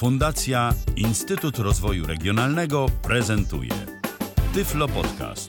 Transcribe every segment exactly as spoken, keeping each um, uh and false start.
Fundacja Instytut Rozwoju Regionalnego prezentuje Tyflo Podcast.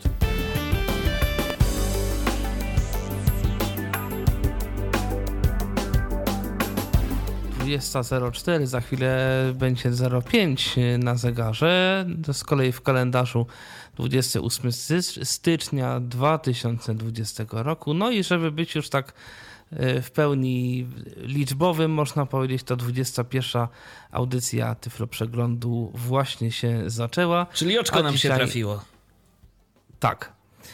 dwudziesta zero cztery, za chwilę będzie zero pięć na zegarze, to z kolei w kalendarzu dwudziestego ósmego stycznia dwa tysiące dwudziestego roku. No i żeby być już tak w pełni liczbowym, można powiedzieć, to dwudziesta pierwsza audycja Tyflo Przeglądu właśnie się zaczęła. Czyli oczko nam dzisiaj się trafiło. Tak.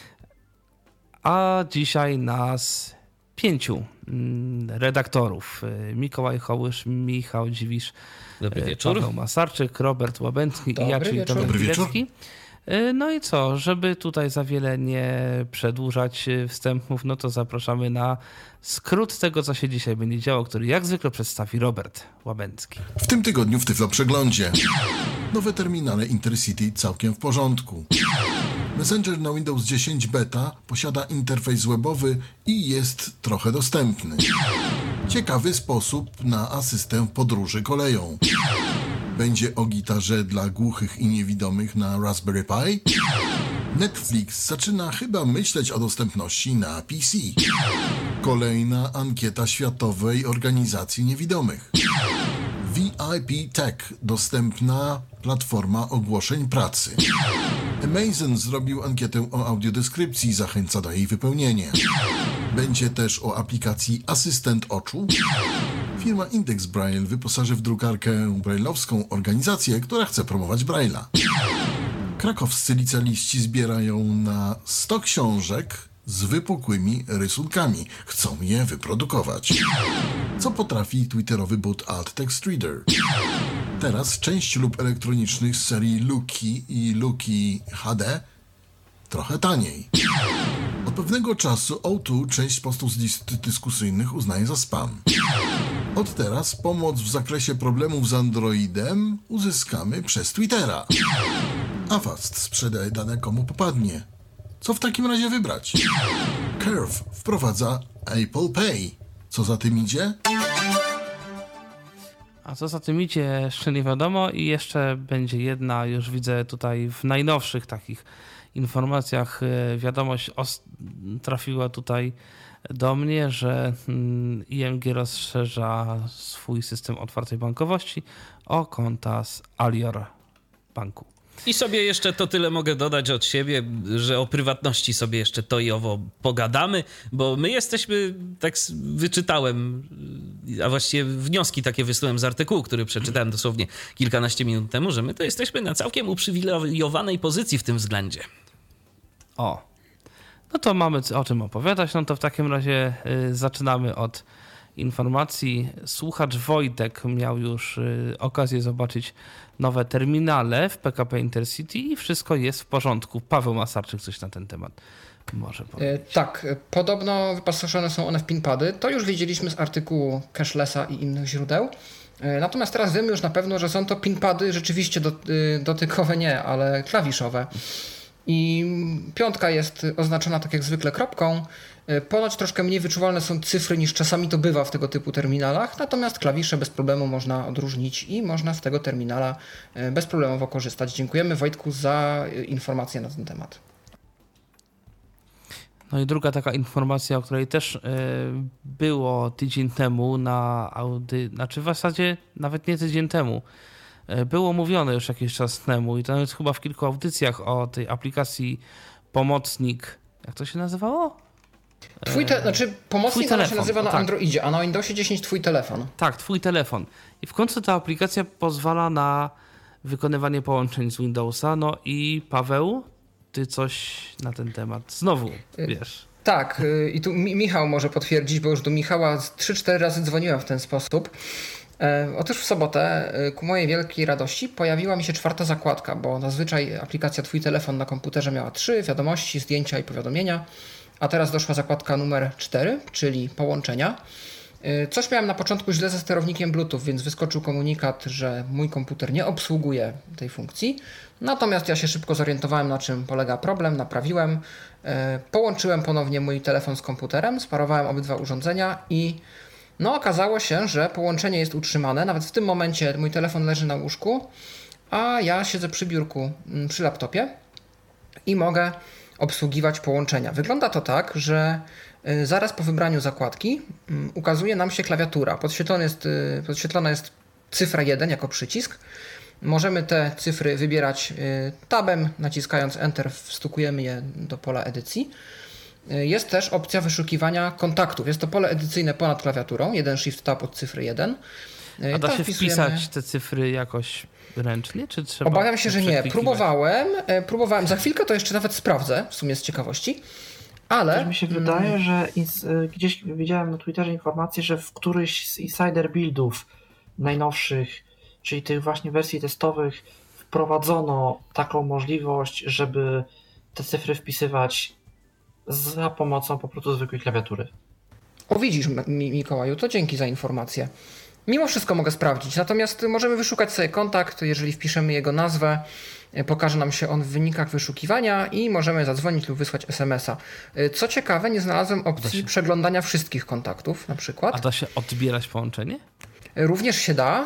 A dzisiaj nas pięciu redaktorów. Mikołaj Hołysz, Michał Dziwisz, Dobry wieczór. Paweł Masarczyk, Robert Łabęcki i ja, czyli Tomek Pilecki. No i co, żeby tutaj za wiele nie przedłużać wstępów, no to zapraszamy na skrót tego, co się dzisiaj będzie działo, który jak zwykle przedstawi Robert Łabęcki. W tym tygodniu w Tyflo Przeglądzie. Nowe terminale Intercity całkiem w porządku. Messenger na Windows dziesięć Beta posiada interfejs webowy i jest trochę dostępny. Ciekawy sposób na asystę podróży koleją. Będzie o gitarze dla głuchych i niewidomych na Raspberry Pi. Netflix zaczyna chyba myśleć o dostępności na P C. Kolejna ankieta Światowej Organizacji Niewidomych. V I P Tech, dostępna platforma ogłoszeń pracy. Amazon zrobił ankietę o audiodeskrypcji i zachęca do jej wypełnienia. Będzie też o aplikacji Asystent Oczu. Firma Index Braille wyposaży w drukarkę braille'owską organizację, która chce promować Braille'a. Krakowscy licealiści zbierają na sto książek z wypukłymi rysunkami. Chcą je wyprodukować. Co potrafi twitterowy bot Alt Text Reader? Teraz część lub elektronicznych z serii Luki i Luki H D trochę taniej. Od pewnego czasu O dwa część postów z list dyskusyjnych uznaje za spam. Od teraz pomoc w zakresie problemów z Androidem uzyskamy przez Twittera. Avast sprzedaje dane komu popadnie. Co w takim razie wybrać? Curve wprowadza Apple Pay. Co za tym idzie? A co za tym idzie, jeszcze nie wiadomo i jeszcze będzie jedna, już widzę tutaj w najnowszych takich informacjach wiadomość os- trafiła tutaj do mnie, że I M G rozszerza swój system otwartej bankowości o konta z Alior Banku. I sobie jeszcze to tyle mogę dodać od siebie, że o prywatności sobie jeszcze to i owo pogadamy, bo my jesteśmy, tak wyczytałem, a właściwie wnioski takie wysnułem z artykułu, który przeczytałem dosłownie kilkanaście minut temu, że my to jesteśmy na całkiem uprzywilejowanej pozycji w tym względzie. O, no to mamy o czym opowiadać, no to w takim razie y, zaczynamy od informacji. Słuchacz Wojtek miał już y, okazję zobaczyć nowe terminale w P K P Intercity i wszystko jest w porządku. Paweł Masarczyk coś na ten temat może powiedzieć. E, tak, podobno wyposażone są one w pinpady. To już wiedzieliśmy z artykułu Cashlessa i innych źródeł. E, natomiast teraz wiemy już na pewno, że są to pinpady rzeczywiście do, y, dotykowe nie, ale klawiszowe. I piątka jest oznaczona tak jak zwykle kropką. Ponoć troszkę mniej wyczuwalne są cyfry niż czasami to bywa w tego typu terminalach, natomiast klawisze bez problemu można odróżnić i można z tego terminala bezproblemowo korzystać. Dziękujemy Wojtku za informację na ten temat. No i druga taka informacja, o której też było tydzień temu na audy, znaczy w zasadzie nawet nie tydzień temu, było mówione już jakiś czas temu i to jest chyba w kilku audycjach o tej aplikacji Pomocnik. Jak to się nazywało? Twój te, znaczy pomocnik telefon, się nazywa na tak. Androidzie, a na Windowsie dziesięć twój telefon. Tak, twój telefon. I w końcu ta aplikacja pozwala na wykonywanie połączeń z Windowsa. No i Paweł, ty coś na ten temat znowu wiesz. Tak, i tu Michał może potwierdzić, bo już do Michała trzy cztery razy dzwoniłem w ten sposób. Otóż w sobotę ku mojej wielkiej radości pojawiła mi się czwarta zakładka, bo zazwyczaj aplikacja Twój telefon na komputerze miała trzy, wiadomości, zdjęcia i powiadomienia, a teraz doszła zakładka numer cztery, czyli połączenia. Coś miałem na początku źle ze sterownikiem Bluetooth, więc wyskoczył komunikat, że mój komputer nie obsługuje tej funkcji. Natomiast ja się szybko zorientowałem, na czym polega problem, naprawiłem, połączyłem ponownie mój telefon z komputerem, sparowałem obydwa urządzenia i No okazało się, że połączenie jest utrzymane. Nawet w tym momencie mój telefon leży na łóżku, a ja siedzę przy biurku, przy laptopie i mogę obsługiwać połączenia. Wygląda to tak, że zaraz po wybraniu zakładki ukazuje nam się klawiatura. Podświetlona jest, podświetlona jest cyfra jeden jako przycisk. Możemy te cyfry wybierać tabem, naciskając Enter wstukujemy je do pola edycji. Jest też opcja wyszukiwania kontaktów. Jest to pole edycyjne ponad klawiaturą, jeden Shift Tab od cyfry jeden. A da Tam się wpisujemy... wpisać te cyfry jakoś ręcznie, czy trzeba? Obawiam się, że nie. Próbowałem, próbowałem. Za chwilkę to jeszcze nawet sprawdzę, w sumie z ciekawości, ale... Też mi się wydaje, że gdzieś widziałem na Twitterze informację, że w któryś z insider buildów najnowszych, czyli tych właśnie wersji testowych, wprowadzono taką możliwość, żeby te cyfry wpisywać za pomocą po prostu zwykłej klawiatury. O widzisz, Mikołaju, to dzięki za informację. Mimo wszystko mogę sprawdzić, natomiast możemy wyszukać sobie kontakt, jeżeli wpiszemy jego nazwę, pokaże nam się on w wynikach wyszukiwania i możemy zadzwonić lub wysłać es em es a. Co ciekawe, nie znalazłem opcji przeglądania wszystkich kontaktów na przykład. A da się odbierać połączenie? Również się da,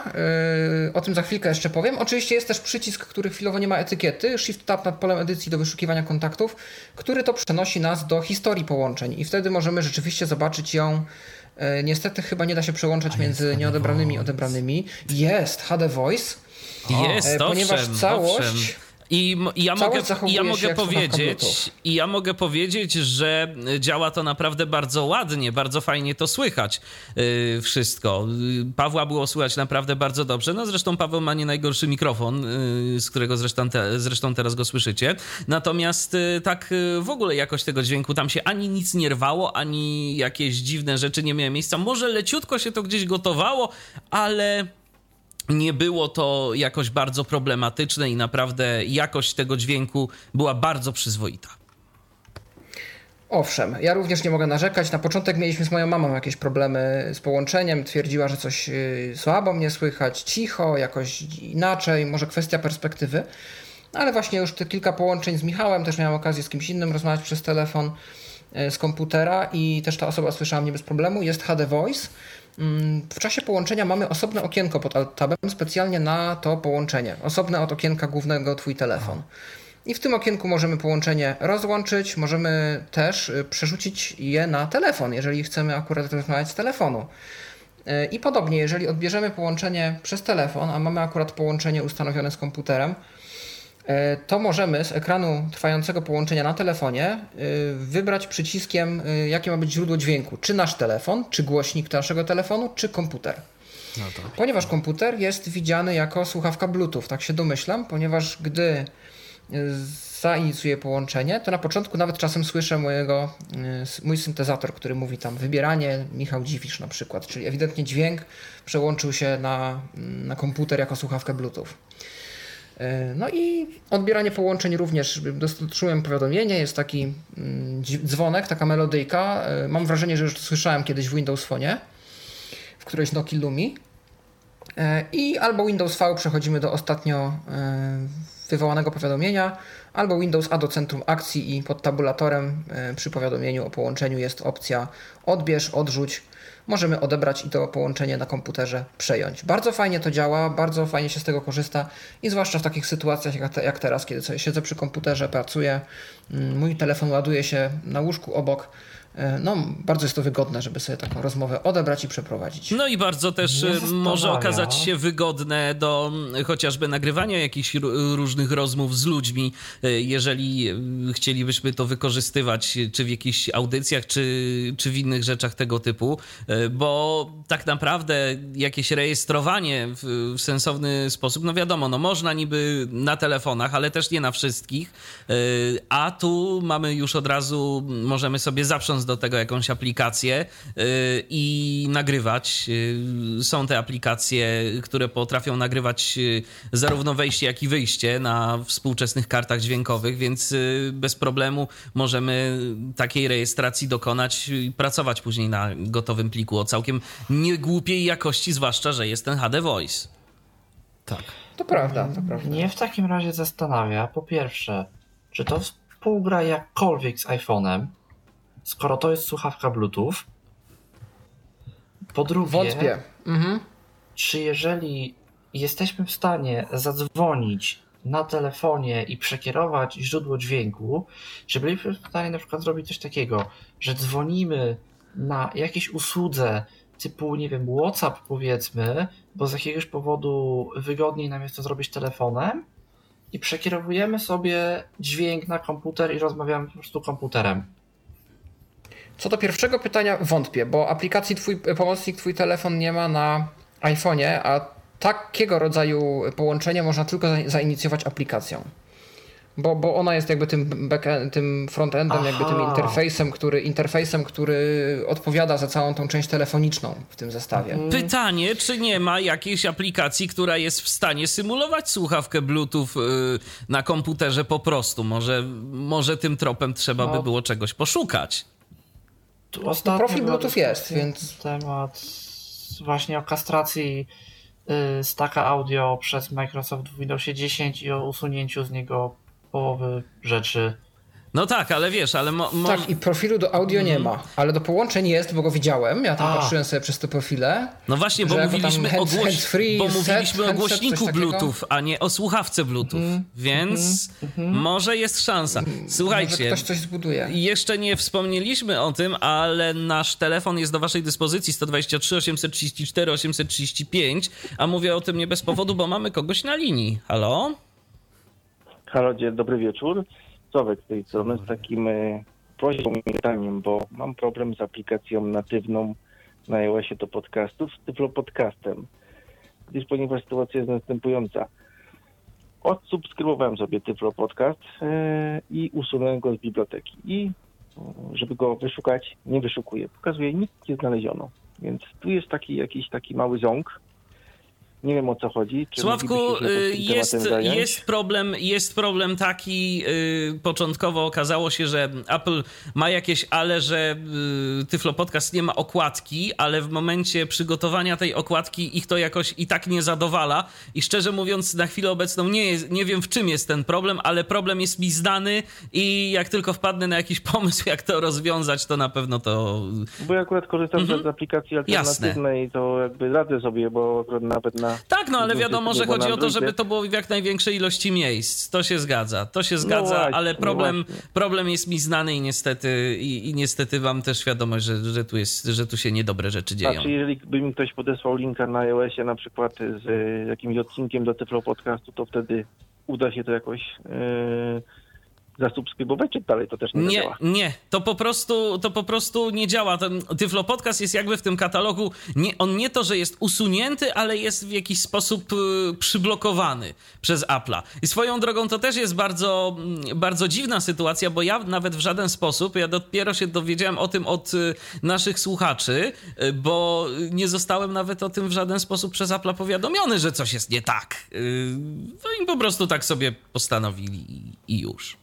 o tym za chwilkę jeszcze powiem. Oczywiście jest też przycisk, który chwilowo nie ma etykiety, Shift Tab nad polem edycji do wyszukiwania kontaktów, który to przenosi nas do historii połączeń i wtedy możemy rzeczywiście zobaczyć ją. Niestety chyba nie da się przełączać A między nieodebranymi i odebranymi. Jest H D Voice. Jest, ponieważ owszem, całość... Owszem. I, i ja mogę, i ja mogę powiedzieć, i ja mogę powiedzieć, że działa to naprawdę bardzo ładnie, bardzo fajnie to słychać yy, wszystko. Pawła było słychać naprawdę bardzo dobrze. No zresztą Paweł ma nie najgorszy mikrofon, yy, z którego zresztą, te, zresztą teraz go słyszycie. Natomiast yy, tak yy, w ogóle jakość tego dźwięku, tam się ani nic nie rwało, ani jakieś dziwne rzeczy nie miały miejsca. Może leciutko się to gdzieś gotowało, ale... nie było to jakoś bardzo problematyczne i naprawdę jakość tego dźwięku była bardzo przyzwoita. Owszem, ja również nie mogę narzekać. Na początek mieliśmy z moją mamą jakieś problemy z połączeniem. Twierdziła, że coś słabo mnie słychać, cicho, jakoś inaczej, może kwestia perspektywy. Ale właśnie już te kilka połączeń z Michałem, też miałem okazję z kimś innym rozmawiać przez telefon z komputera i też ta osoba słyszała mnie bez problemu. Jest H D Voice. W czasie połączenia mamy osobne okienko pod Alt-Tabem specjalnie na to połączenie. Osobne od okienka głównego Twój telefon. I w tym okienku możemy połączenie rozłączyć, możemy też przerzucić je na telefon, jeżeli chcemy akurat rozmawiać z telefonu. I podobnie, jeżeli odbierzemy połączenie przez telefon, a mamy akurat połączenie ustanowione z komputerem, to możemy z ekranu trwającego połączenia na telefonie wybrać przyciskiem, jakie ma być źródło dźwięku. Czy nasz telefon, czy głośnik naszego telefonu, czy komputer. No to... Ponieważ komputer jest widziany jako słuchawka Bluetooth, tak się domyślam, ponieważ gdy zainicjuję połączenie, to na początku nawet czasem słyszę mojego, mój syntezator, który mówi tam wybieranie Michał Dziwisz na przykład, czyli ewidentnie dźwięk przełączył się na, na komputer jako słuchawkę Bluetooth. No i odbieranie połączeń również. Dostarczyłem powiadomienie, jest taki dzwonek, taka melodyjka. Mam wrażenie, że już to słyszałem kiedyś w Windows Phone'ie, w którejś Nokii Lumii. I albo Windows V przechodzimy do ostatnio wywołanego powiadomienia, albo Windows A do centrum akcji i pod tabulatorem przy powiadomieniu o połączeniu jest opcja odbierz, odrzuć. Możemy odebrać i to połączenie na komputerze przejąć. Bardzo fajnie to działa, bardzo fajnie się z tego korzysta i zwłaszcza w takich sytuacjach jak, te, jak teraz, kiedy sobie siedzę przy komputerze, pracuję, mój telefon ładuje się na łóżku obok. No, bardzo jest to wygodne, żeby sobie taką rozmowę odebrać i przeprowadzić. No i bardzo też może okazać się wygodne do chociażby nagrywania jakichś różnych rozmów z ludźmi, jeżeli chcielibyśmy to wykorzystywać, czy w jakichś audycjach, czy, czy w innych rzeczach tego typu, bo tak naprawdę jakieś rejestrowanie w, w sensowny sposób, no wiadomo, no można niby na telefonach, ale też nie na wszystkich, a tu mamy już od razu, możemy sobie zaprząc do tego jakąś aplikację yy, i nagrywać. Yy, są te aplikacje, które potrafią nagrywać yy, zarówno wejście, jak i wyjście na współczesnych kartach dźwiękowych, więc yy, bez problemu możemy takiej rejestracji dokonać i pracować później na gotowym pliku o całkiem niegłupiej jakości, zwłaszcza, że jest ten H D Voice. Tak. To prawda, to prawda. Mnie w takim razie zastanawia, po pierwsze, czy to współgra jakkolwiek z iPhone'em, skoro to jest słuchawka Bluetooth, Po drugie, Wątpię. Mhm. czy jeżeli jesteśmy w stanie zadzwonić na telefonie i przekierować źródło dźwięku, czy byliśmy w stanie na przykład zrobić coś takiego, że dzwonimy na jakiejś usłudze typu, nie wiem, WhatsApp powiedzmy, bo z jakiegoś powodu wygodniej nam jest to zrobić telefonem i przekierowujemy sobie dźwięk na komputer i rozmawiamy po prostu komputerem. Co do pierwszego pytania, wątpię, bo aplikacji twój pomocnik, twój telefon nie ma na iPhone'ie, a takiego rodzaju połączenie można tylko zainicjować aplikacją. Bo, bo ona jest jakby tym, backend, tym frontendem, Aha. jakby tym interfejsem, który, interfejsem, który odpowiada za całą tą część telefoniczną w tym zestawie. Pytanie, czy nie ma jakiejś aplikacji, która jest w stanie symulować słuchawkę Bluetooth yy, na komputerze po prostu? Może, może tym tropem trzeba by No. było czegoś poszukać. Tu ostatnio profil była Bluetooth jest, dyskusja więc- na temat właśnie o kastracji y, stacka audio przez Microsoft w Windowsie dziesięć i o usunięciu z niego połowy rzeczy. No tak, ale wiesz, ale mo, mo... Tak, i profilu do audio nie ma, ale do połączeń jest, bo go widziałem, ja tam A. patrzyłem sobie przez te profile. No właśnie, bo że jako tam mówiliśmy, hands- o, głoś... hands-free, bo set, mówiliśmy o handset, głośniku coś takiego. Bluetooth, a nie o słuchawce Bluetooth, więc może jest szansa. Może Słuchajcie, ktoś coś zbuduje. jeszcze nie wspomnieliśmy o tym, ale nasz telefon jest do waszej dyspozycji sto dwadzieścia trzy osiemset trzydzieści cztery osiemset trzydzieści pięć, a mówię o tym nie bez powodu, bo mamy kogoś na linii. Halo? Halo, dzień dobry wieczór. Sławek z tej strony z takim e, prośbą i pytaniem, bo mam problem z aplikacją natywną na iOSie do podcastów z Tyflo Podcastem. Gdyż ponieważ sytuacja jest następująca. Odsubskrybowałem sobie Tyflo Podcast e, i usunąłem go z biblioteki. I e, żeby go wyszukać, nie wyszukuję. Pokazuje, nic nie znaleziono. Więc tu jest taki jakiś taki mały ząg. Nie wiem, o co chodzi. Czy Sławku, moglibyście się tym jest, tematem zająć? jest, problem, jest problem taki, yy, początkowo okazało się, że Apple ma jakieś ale, że yy, Tyflo Podcast nie ma okładki, ale w momencie przygotowania tej okładki ich to jakoś i tak nie zadowala i szczerze mówiąc na chwilę obecną nie, jest, nie wiem w czym jest ten problem, ale problem jest mi znany i jak tylko wpadnę na jakiś pomysł, jak to rozwiązać, to na pewno to... Bo ja akurat korzystam Mhm. z aplikacji alternatywnej, to jakby radzę sobie, bo akurat nawet na... Tak, no ale Windows wiadomo, że było chodzi na o to, żeby Androidzie. to było w jak największej ilości miejsc. To się zgadza, to się zgadza, No właśnie, ale no problem, właśnie. problem jest mi znany i niestety, i, i niestety mam też świadomość, że, że, tu jest, że tu się niedobre rzeczy dzieją. Znaczy, jeżeli by mi ktoś podesłał linka na iOSie na przykład z y, jakimś odcinkiem do Tyflo Podcastu, to wtedy uda się to jakoś y, zasubskrybować, czy dalej to też nie, Nie, działa? nie, to po prostu, to po prostu nie działa. Ten Tyflo Podcast jest jakby w tym katalogu, nie, on nie to, że jest usunięty, ale jest w jakiś sposób y, przyblokowany przez Apple'a. I swoją drogą to też jest bardzo, mm, bardzo dziwna sytuacja, bo ja nawet w żaden sposób, ja dopiero się dowiedziałem o tym od y, naszych słuchaczy, y, bo nie zostałem nawet o tym w żaden sposób przez Apple'a powiadomiony, że coś jest nie tak. Y, no i po prostu tak sobie postanowili i, i już.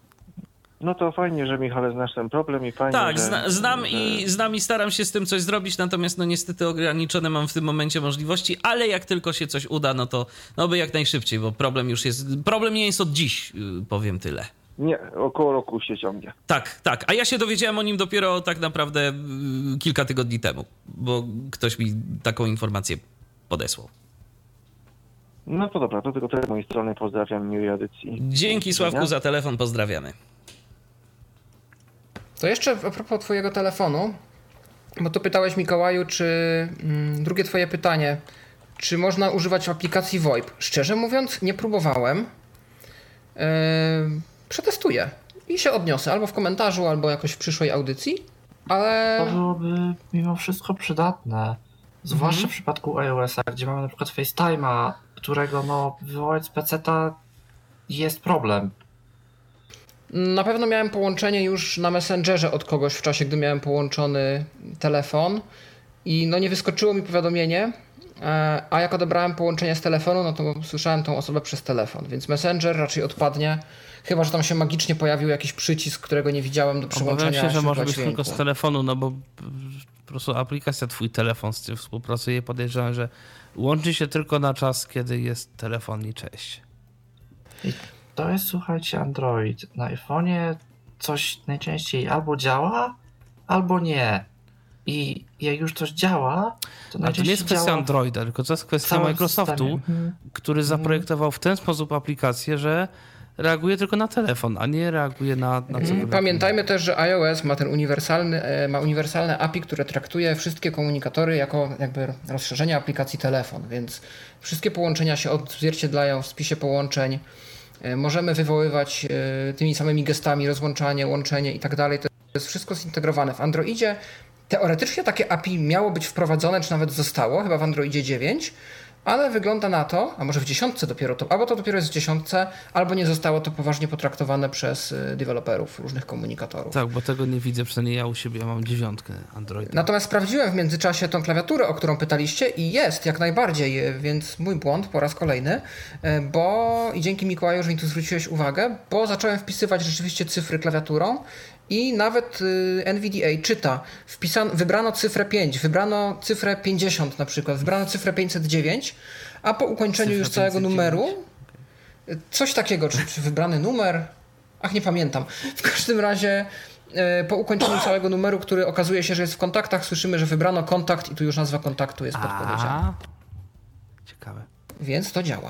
No to fajnie, że Michale znasz ten problem i fajnie, Tak, że, zna, znam, że... i, znam i staram się z tym coś zrobić, natomiast no niestety ograniczone mam w tym momencie możliwości, ale jak tylko się coś uda, no to no by jak najszybciej, bo problem już jest, problem nie jest od dziś, yy, powiem tyle. Nie, około roku się ciągnie. Tak, tak, a ja się dowiedziałem o nim dopiero tak naprawdę yy, kilka tygodni temu, bo ktoś mi taką informację podesłał. No to dobra, to tylko tyle z mojej strony. Pozdrawiam, miłej audycji. Dzięki Sławku za telefon, pozdrawiamy. To jeszcze a propos twojego telefonu, bo tu pytałeś Mikołaju, czy mm, drugie twoje pytanie, czy można używać aplikacji VoIP? Szczerze mówiąc, nie próbowałem. Yy, przetestuję i się odniosę albo w komentarzu, albo jakoś w przyszłej audycji, ale... To byłoby mimo wszystko przydatne. Zwłaszcza Mhm. w przypadku iOS-a, gdzie mamy na przykład FaceTime'a, którego no wywołać z peceta jest problem. Na pewno miałem połączenie już na Messengerze od kogoś w czasie, gdy miałem połączony telefon i no nie wyskoczyło mi powiadomienie, a jak odebrałem połączenie z telefonu, no to słyszałem tą osobę przez telefon, więc Messenger raczej odpadnie, chyba że tam się magicznie pojawił jakiś przycisk, którego nie widziałem do przyłączenia Obawiam się, że może być dźwięku. tylko z telefonu, no bo po prostu aplikacja twój telefon z tym współpracuje. Podejrzewam, że łączy się tylko na czas, kiedy jest telefon i cześć. I to jest, słuchajcie, Android. Na iPhone'ie coś najczęściej albo działa, albo nie. I jak już coś działa, to najczęściej to nie jest kwestia Androida, tylko to jest kwestia Microsoftu, hmm. który zaprojektował w ten sposób aplikację, że reaguje tylko na telefon, a nie reaguje na, na cokolwiek. Pamiętajmy też, że iOS ma ten uniwersalny, ma uniwersalne A P I, które traktuje wszystkie komunikatory jako jakby rozszerzenie aplikacji telefon, więc wszystkie połączenia się odzwierciedlają w spisie połączeń. Możemy wywoływać tymi samymi gestami rozłączanie, łączenie i tak dalej. To jest wszystko zintegrowane. W Androidzie teoretycznie takie A P I miało być wprowadzone, czy nawet zostało, chyba w Androidzie dziewięć, ale wygląda na to, a może w dziesiątce dopiero to, albo to dopiero jest w dziesiątce, albo nie zostało to poważnie potraktowane przez deweloperów różnych komunikatorów. Tak, bo tego nie widzę, przynajmniej ja u siebie, ja mam dziewiątkę Androida. Natomiast sprawdziłem w międzyczasie tą klawiaturę, o którą pytaliście i jest jak najbardziej, więc mój błąd po raz kolejny, bo i dzięki Mikołaju, że mi tu zwróciłeś uwagę, bo zacząłem wpisywać rzeczywiście cyfry klawiaturą i nawet N V D A czyta, wpisano, wybrano cyfrę pięć, wybrano cyfrę pięćdziesiąt na przykład, wybrano cyfrę pięćset dziewięć, a po ukończeniu Cyfra już całego numeru, coś takiego, czy, czy wybrany numer, ach nie pamiętam, w każdym razie po ukończeniu całego numeru, który okazuje się, że jest w kontaktach, słyszymy, że wybrano kontakt i tu już nazwa kontaktu jest podpowiedziana. Ciekawe. Więc to działa.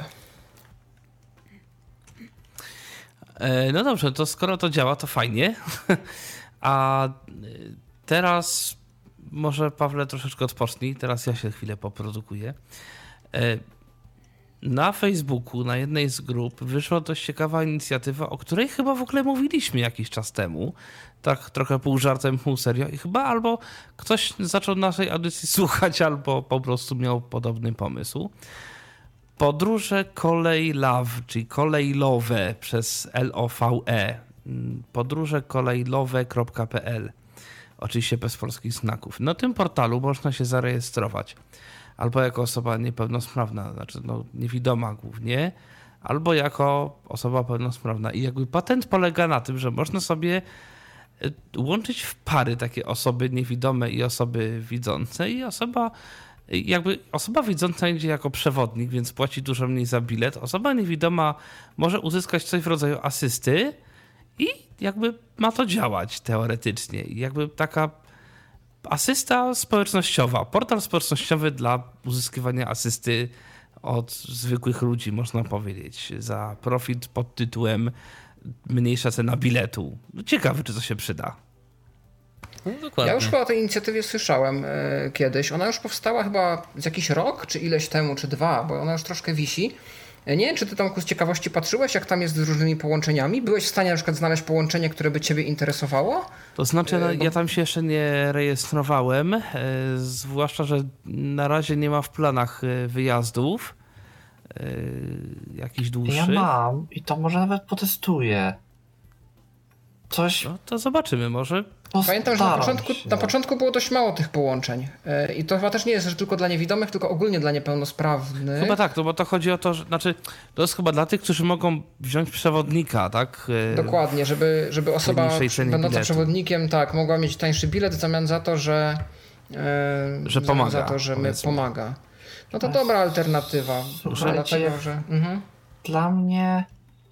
No dobrze, to skoro to działa, to fajnie. A teraz może, Pawle, troszeczkę odpocznij. Teraz ja się chwilę poprodukuję. Na Facebooku, na jednej z grup wyszła dość ciekawa inicjatywa, o której chyba w ogóle mówiliśmy jakiś czas temu. Tak trochę pół żartem, pół serio. I chyba albo ktoś zaczął naszej audycji słuchać, albo po prostu miał podobny pomysł. Podróże Kolej Love, czyli kolejlowe przez L O V E. podróże kolejlowe kropka p l. Oczywiście bez polskich znaków. Na tym portalu można się zarejestrować. Albo jako osoba niepełnosprawna, znaczy no niewidoma głównie, albo jako osoba pełnosprawna. I jakby patent polega na tym, że można sobie łączyć w pary takie osoby niewidome i osoby widzące i osoba jakby osoba widząca idzie jako przewodnik, więc płaci dużo mniej za bilet. Osoba niewidoma może uzyskać coś w rodzaju asysty i jakby ma to działać teoretycznie. I jakby taka asysta społecznościowa, portal społecznościowy dla uzyskiwania asysty od zwykłych ludzi, można powiedzieć, za profit pod tytułem mniejsza cena biletu. Ciekawe, czy to się przyda. No, dokładnie. Ja już chyba o tej inicjatywie słyszałem e, kiedyś. Ona już powstała chyba z jakiś rok, czy ileś temu, czy dwa, bo ona już troszkę wisi. Nie wiem, czy ty, Tomku, z ciekawości patrzyłeś, jak tam jest z różnymi połączeniami? Byłeś w stanie na przykład znaleźć połączenie, które by ciebie interesowało? To znaczy, no, Bo... ja tam się jeszcze nie rejestrowałem, e, zwłaszcza, że na razie nie ma w planach wyjazdów e, jakichś dłuższych. Ja mam i to może nawet potestuję. Coś... No to zobaczymy, może. Pamiętam, że na początku, na początku było dość mało tych połączeń. I to chyba też nie jest, że tylko dla niewidomych, tylko ogólnie dla niepełnosprawnych. Chyba tak, no bo to chodzi o to, że znaczy, to jest chyba dla tych, którzy mogą wziąć przewodnika, tak? Dokładnie, żeby, żeby osoba będąca biletu. przewodnikiem tak, mogła mieć tańszy bilet w zamian za to, że, że pomaga, za to, że my pomaga. No to dobra alternatywa. Dlatego, że... mhm. Dla mnie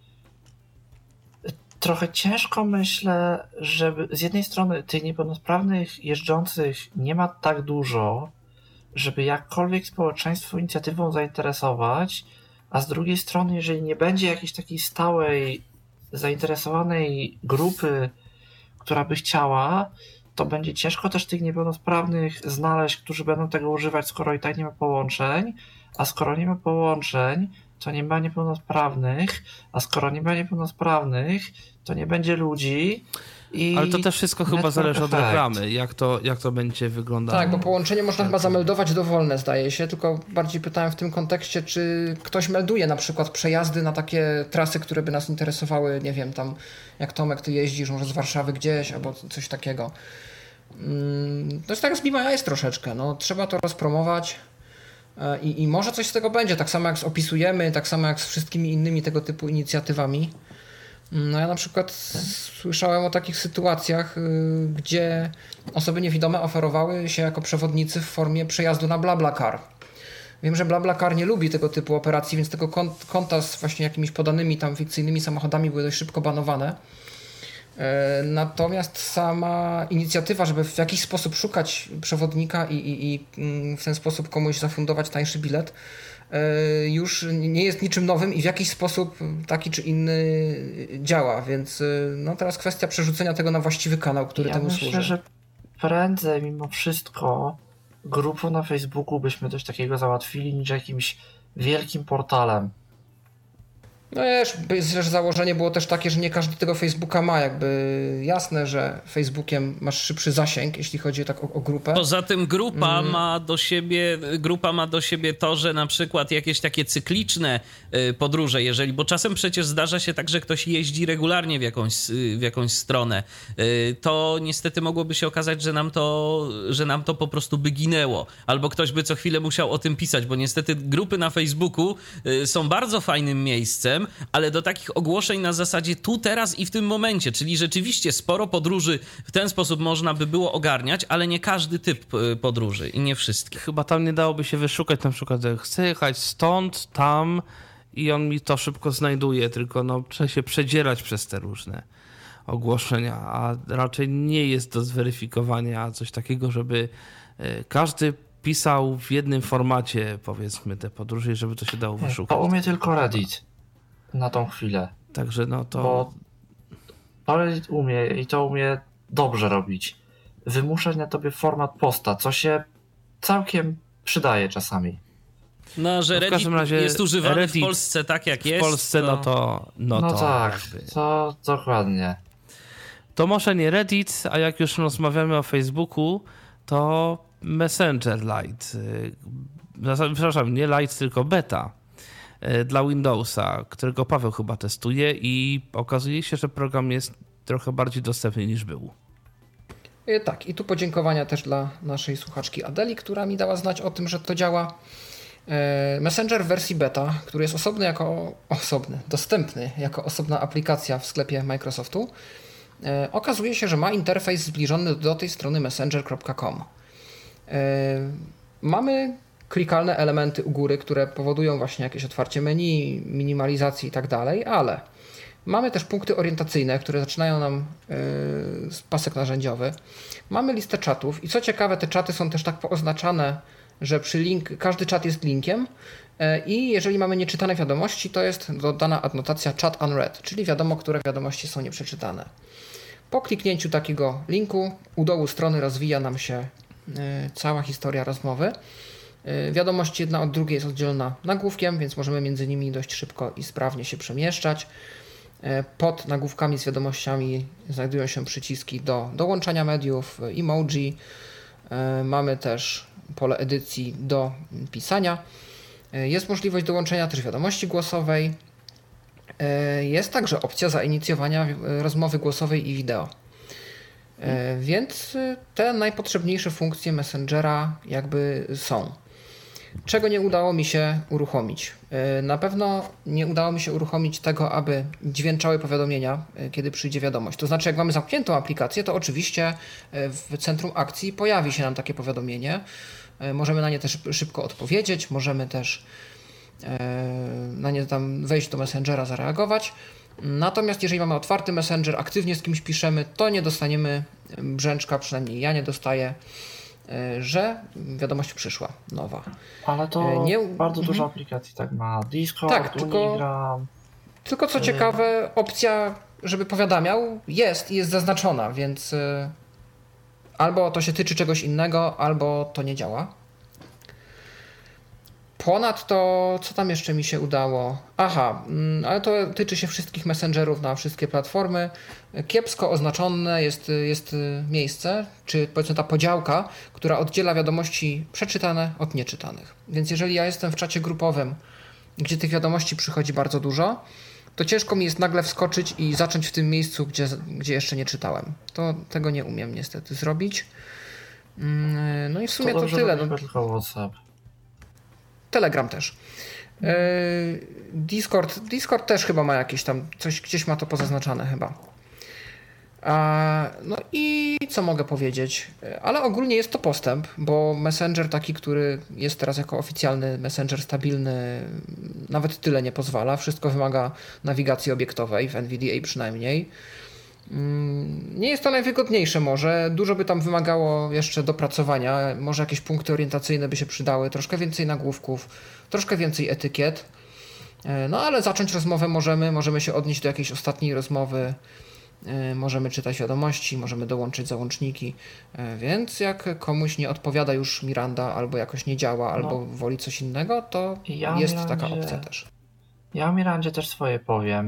trochę ciężko myślę, żeby z jednej strony tych niepełnosprawnych jeżdżących nie ma tak dużo, żeby jakkolwiek społeczeństwo inicjatywą zainteresować, a z drugiej strony, jeżeli nie będzie jakiejś takiej stałej, zainteresowanej grupy, która by chciała, to będzie ciężko też tych niepełnosprawnych znaleźć, którzy będą tego używać, skoro i tak nie ma połączeń, a skoro nie ma połączeń, to nie ma niepełnosprawnych, a skoro nie ma niepełnosprawnych, to nie będzie ludzi. I ale to też wszystko chyba zależy od reklamy, jak to, jak to będzie wyglądało. Tak, bo połączenie można chyba zameldować dowolne, zdaje się, tylko bardziej pytałem w tym kontekście, czy ktoś melduje na przykład przejazdy na takie trasy, które by nas interesowały, nie wiem, tam jak Tomek, ty jeździsz może z Warszawy gdzieś, albo coś takiego. To jest tak z Be My Eyes troszeczkę, no trzeba to rozpromować. I, I może coś z tego będzie, tak samo jak z Opisujemy, tak samo jak z wszystkimi innymi tego typu inicjatywami. No ja na przykład słyszałem o takich sytuacjach, yy, gdzie osoby niewidome oferowały się jako przewodnicy w formie przejazdu na BlaBlaCar. Wiem, że BlaBlaCar nie lubi tego typu operacji, więc tego kont- konta z właśnie jakimiś podanymi tam fikcyjnymi samochodami były dość szybko banowane. Natomiast sama inicjatywa, żeby w jakiś sposób szukać przewodnika i, i, i w ten sposób komuś zafundować tańszy bilet, już nie jest niczym nowym i w jakiś sposób taki czy inny działa, więc no teraz kwestia przerzucenia tego na właściwy kanał, który ja temu myślę, służy. Że prędzej mimo wszystko grupą na Facebooku byśmy coś takiego załatwili niż jakimś wielkim portalem. No wiesz, założenie było też takie, że nie każdy tego Facebooka ma, jakby jasne, że Facebookiem masz szybszy zasięg, jeśli chodzi tak o, o grupę. Poza tym grupa mm. ma do siebie, grupa ma do siebie to, że na przykład jakieś takie cykliczne podróże, jeżeli, bo czasem przecież zdarza się tak, że ktoś jeździ regularnie w jakąś, w jakąś stronę, to niestety mogłoby się okazać, że nam to, że nam to po prostu by ginęło, albo ktoś by co chwilę musiał o tym pisać, bo niestety grupy na Facebooku są bardzo fajnym miejscem, ale do takich ogłoszeń na zasadzie tu, teraz i w tym momencie, czyli rzeczywiście sporo podróży w ten sposób można by było ogarniać, ale nie każdy typ podróży i nie wszystkie. Chyba tam nie dałoby się wyszukać na przykład, że chcę jechać stąd, tam i on mi to szybko znajduje, tylko no trzeba się przedzierać przez te różne ogłoszenia, a raczej nie jest do zweryfikowania coś takiego, żeby każdy pisał w jednym formacie, powiedzmy, te podróże, żeby to się dało wyszukać. To umie tylko Reddit. Na tą chwilę. Także no to... Bo ale umie i to umie dobrze robić. Wymuszać na tobie format posta, co się całkiem przydaje czasami. No, że no w Reddit razie jest używany Reddit w Polsce tak jak w jest. W Polsce to... no to... No, no to tak, jakby... to dokładnie. To może nie Reddit, a jak już rozmawiamy o Facebooku, to Messenger Lite. Przepraszam, nie Lite, tylko beta dla Windowsa, którego Paweł chyba testuje i okazuje się, że program jest trochę bardziej dostępny niż był. Tak, i tu podziękowania też dla naszej słuchaczki Adeli, która mi dała znać o tym, że to działa. Messenger w wersji beta, który jest osobny jako osobny, dostępny jako osobna aplikacja w sklepie Microsoftu, okazuje się, że ma interfejs zbliżony do tej strony messenger kropka com. Mamy klikalne elementy u góry, które powodują właśnie jakieś otwarcie menu, minimalizację i tak dalej, ale mamy też punkty orientacyjne, które zaczynają nam yy, pasek narzędziowy. Mamy listę czatów i co ciekawe, te czaty są też tak pooznaczane, że przy link, każdy czat jest linkiem yy, i jeżeli mamy nieczytane wiadomości, to jest dodana adnotacja chat unread, czyli wiadomo, które wiadomości są nieprzeczytane. Po kliknięciu takiego linku u dołu strony rozwija nam się yy, cała historia rozmowy. Wiadomość jedna od drugiej jest oddzielona nagłówkiem, więc możemy między nimi dość szybko i sprawnie się przemieszczać. Pod nagłówkami z wiadomościami znajdują się przyciski do dołączania mediów, emoji. Mamy też pole edycji do pisania. Jest możliwość dołączenia też wiadomości głosowej. Jest także opcja zainicjowania rozmowy głosowej i wideo. Więc te najpotrzebniejsze funkcje Messengera jakby są. Czego nie udało mi się uruchomić? Na pewno nie udało mi się uruchomić tego, aby dźwięczały powiadomienia, kiedy przyjdzie wiadomość. To znaczy, jak mamy zamkniętą aplikację, to oczywiście w centrum akcji pojawi się nam takie powiadomienie. Możemy na nie też szybko odpowiedzieć, możemy też na nie tam wejść do Messengera, zareagować. Natomiast jeżeli mamy otwarty Messenger, aktywnie z kimś piszemy, to nie dostaniemy brzęczka, przynajmniej ja nie dostaję, że wiadomość przyszła nowa. Ale to nie... bardzo mhm. dużo aplikacji tak ma. Discord, tak, tylko, Unigram. Tylko co ciekawe, opcja, żeby powiadamiał jest i jest zaznaczona, więc albo to się tyczy czegoś innego, albo to nie działa. Ponadto, co tam jeszcze mi się udało? Aha, ale to tyczy się wszystkich messengerów na wszystkie platformy. Kiepsko oznaczone jest, jest miejsce, czy powiedzmy ta podziałka, która oddziela wiadomości przeczytane od nieczytanych. Więc jeżeli ja jestem w czacie grupowym, gdzie tych wiadomości przychodzi bardzo dużo, to ciężko mi jest nagle wskoczyć i zacząć w tym miejscu, gdzie, gdzie jeszcze nie czytałem. To tego nie umiem niestety zrobić. No i w sumie to, to tyle. No. Tylko WhatsApp. Telegram też. Discord, Discord też chyba ma jakieś tam, coś gdzieś ma to pozaznaczane chyba. No i co mogę powiedzieć? Ale ogólnie jest to postęp, bo Messenger taki, który jest teraz jako oficjalny Messenger stabilny, nawet tyle nie pozwala. Wszystko wymaga nawigacji obiektowej, w N V D A przynajmniej. Nie jest to najwygodniejsze może, dużo by tam wymagało jeszcze dopracowania, może jakieś punkty orientacyjne by się przydały, troszkę więcej nagłówków, troszkę więcej etykiet, no ale zacząć rozmowę możemy, możemy się odnieść do jakiejś ostatniej rozmowy, możemy czytać wiadomości, możemy dołączyć załączniki, więc jak komuś nie odpowiada już Miranda, albo jakoś nie działa, no. albo woli coś innego, to ja jest Mirandzie, taka opcja też. Ja o Mirandzie też swoje powiem,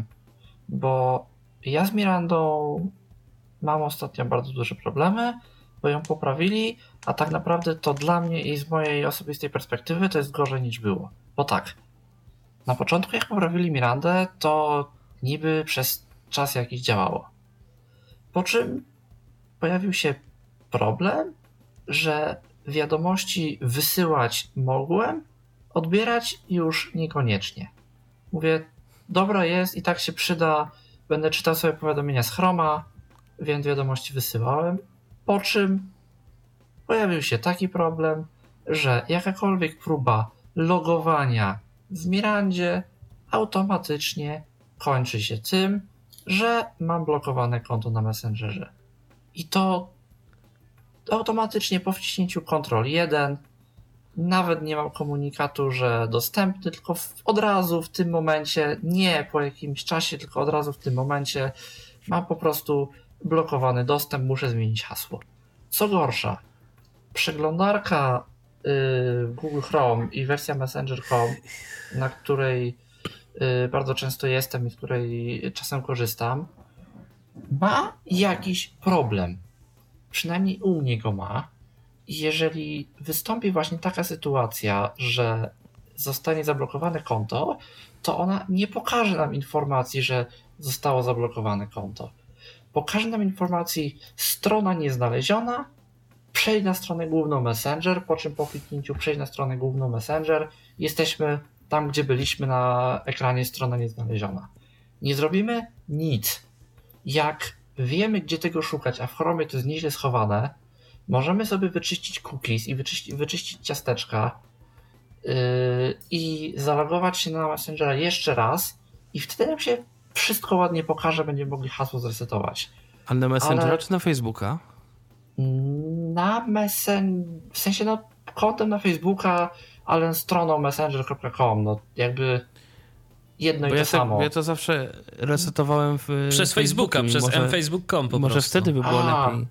bo ja z Mirandą mam ostatnio bardzo duże problemy, bo ją poprawili, a tak naprawdę to dla mnie i z mojej osobistej perspektywy to jest gorzej niż było. Bo tak, na początku jak poprawili Mirandę, to niby przez czas jakiś działało. Po czym pojawił się problem, że wiadomości wysyłać mogłem, odbierać już niekoniecznie. Mówię, dobra jest i tak się przyda, będę czytał sobie powiadomienia z Chroma, więc wiadomości wysyłałem, po czym pojawił się taki problem, że jakakolwiek próba logowania w Mirandzie automatycznie kończy się tym, że mam blokowane konto na Messengerze. I to automatycznie po wciśnięciu kontrol jeden, nawet nie mam komunikatu, że dostępny, tylko w, od razu w tym momencie, nie po jakimś czasie, tylko od razu w tym momencie mam po prostu blokowany dostęp, muszę zmienić hasło. Co gorsza, przeglądarka yy, Google Chrome i wersja Messenger kropka com, na której yy, bardzo często jestem i z której czasem korzystam, ma jakiś problem. Przynajmniej u mnie go ma. Jeżeli wystąpi właśnie taka sytuacja, że zostanie zablokowane konto, to ona nie pokaże nam informacji, że zostało zablokowane konto. Pokaże nam informacji strona nieznaleziona, przejdź na stronę główną Messenger, po czym po kliknięciu przejdź na stronę główną Messenger, jesteśmy tam, gdzie byliśmy na ekranie strona nieznaleziona. Nie zrobimy nic. Jak wiemy, gdzie tego szukać, a w Chromie to jest nieźle schowane, możemy sobie wyczyścić cookies i wyczyścić, wyczyścić ciasteczka yy, i zalogować się na Messengera jeszcze raz i wtedy nam się wszystko ładnie pokaże, będziemy mogli hasło zresetować. A na Messengera Ale... czy na Facebooka? Na Messenger, w sensie no kontem na Facebooka, ale stroną messenger kropka com, no jakby jedno Bo i ja to tak, samo. Ja to zawsze resetowałem w przez Facebooka, przez może, m facebook kropka com po może prostu. wtedy by było A, lepiej.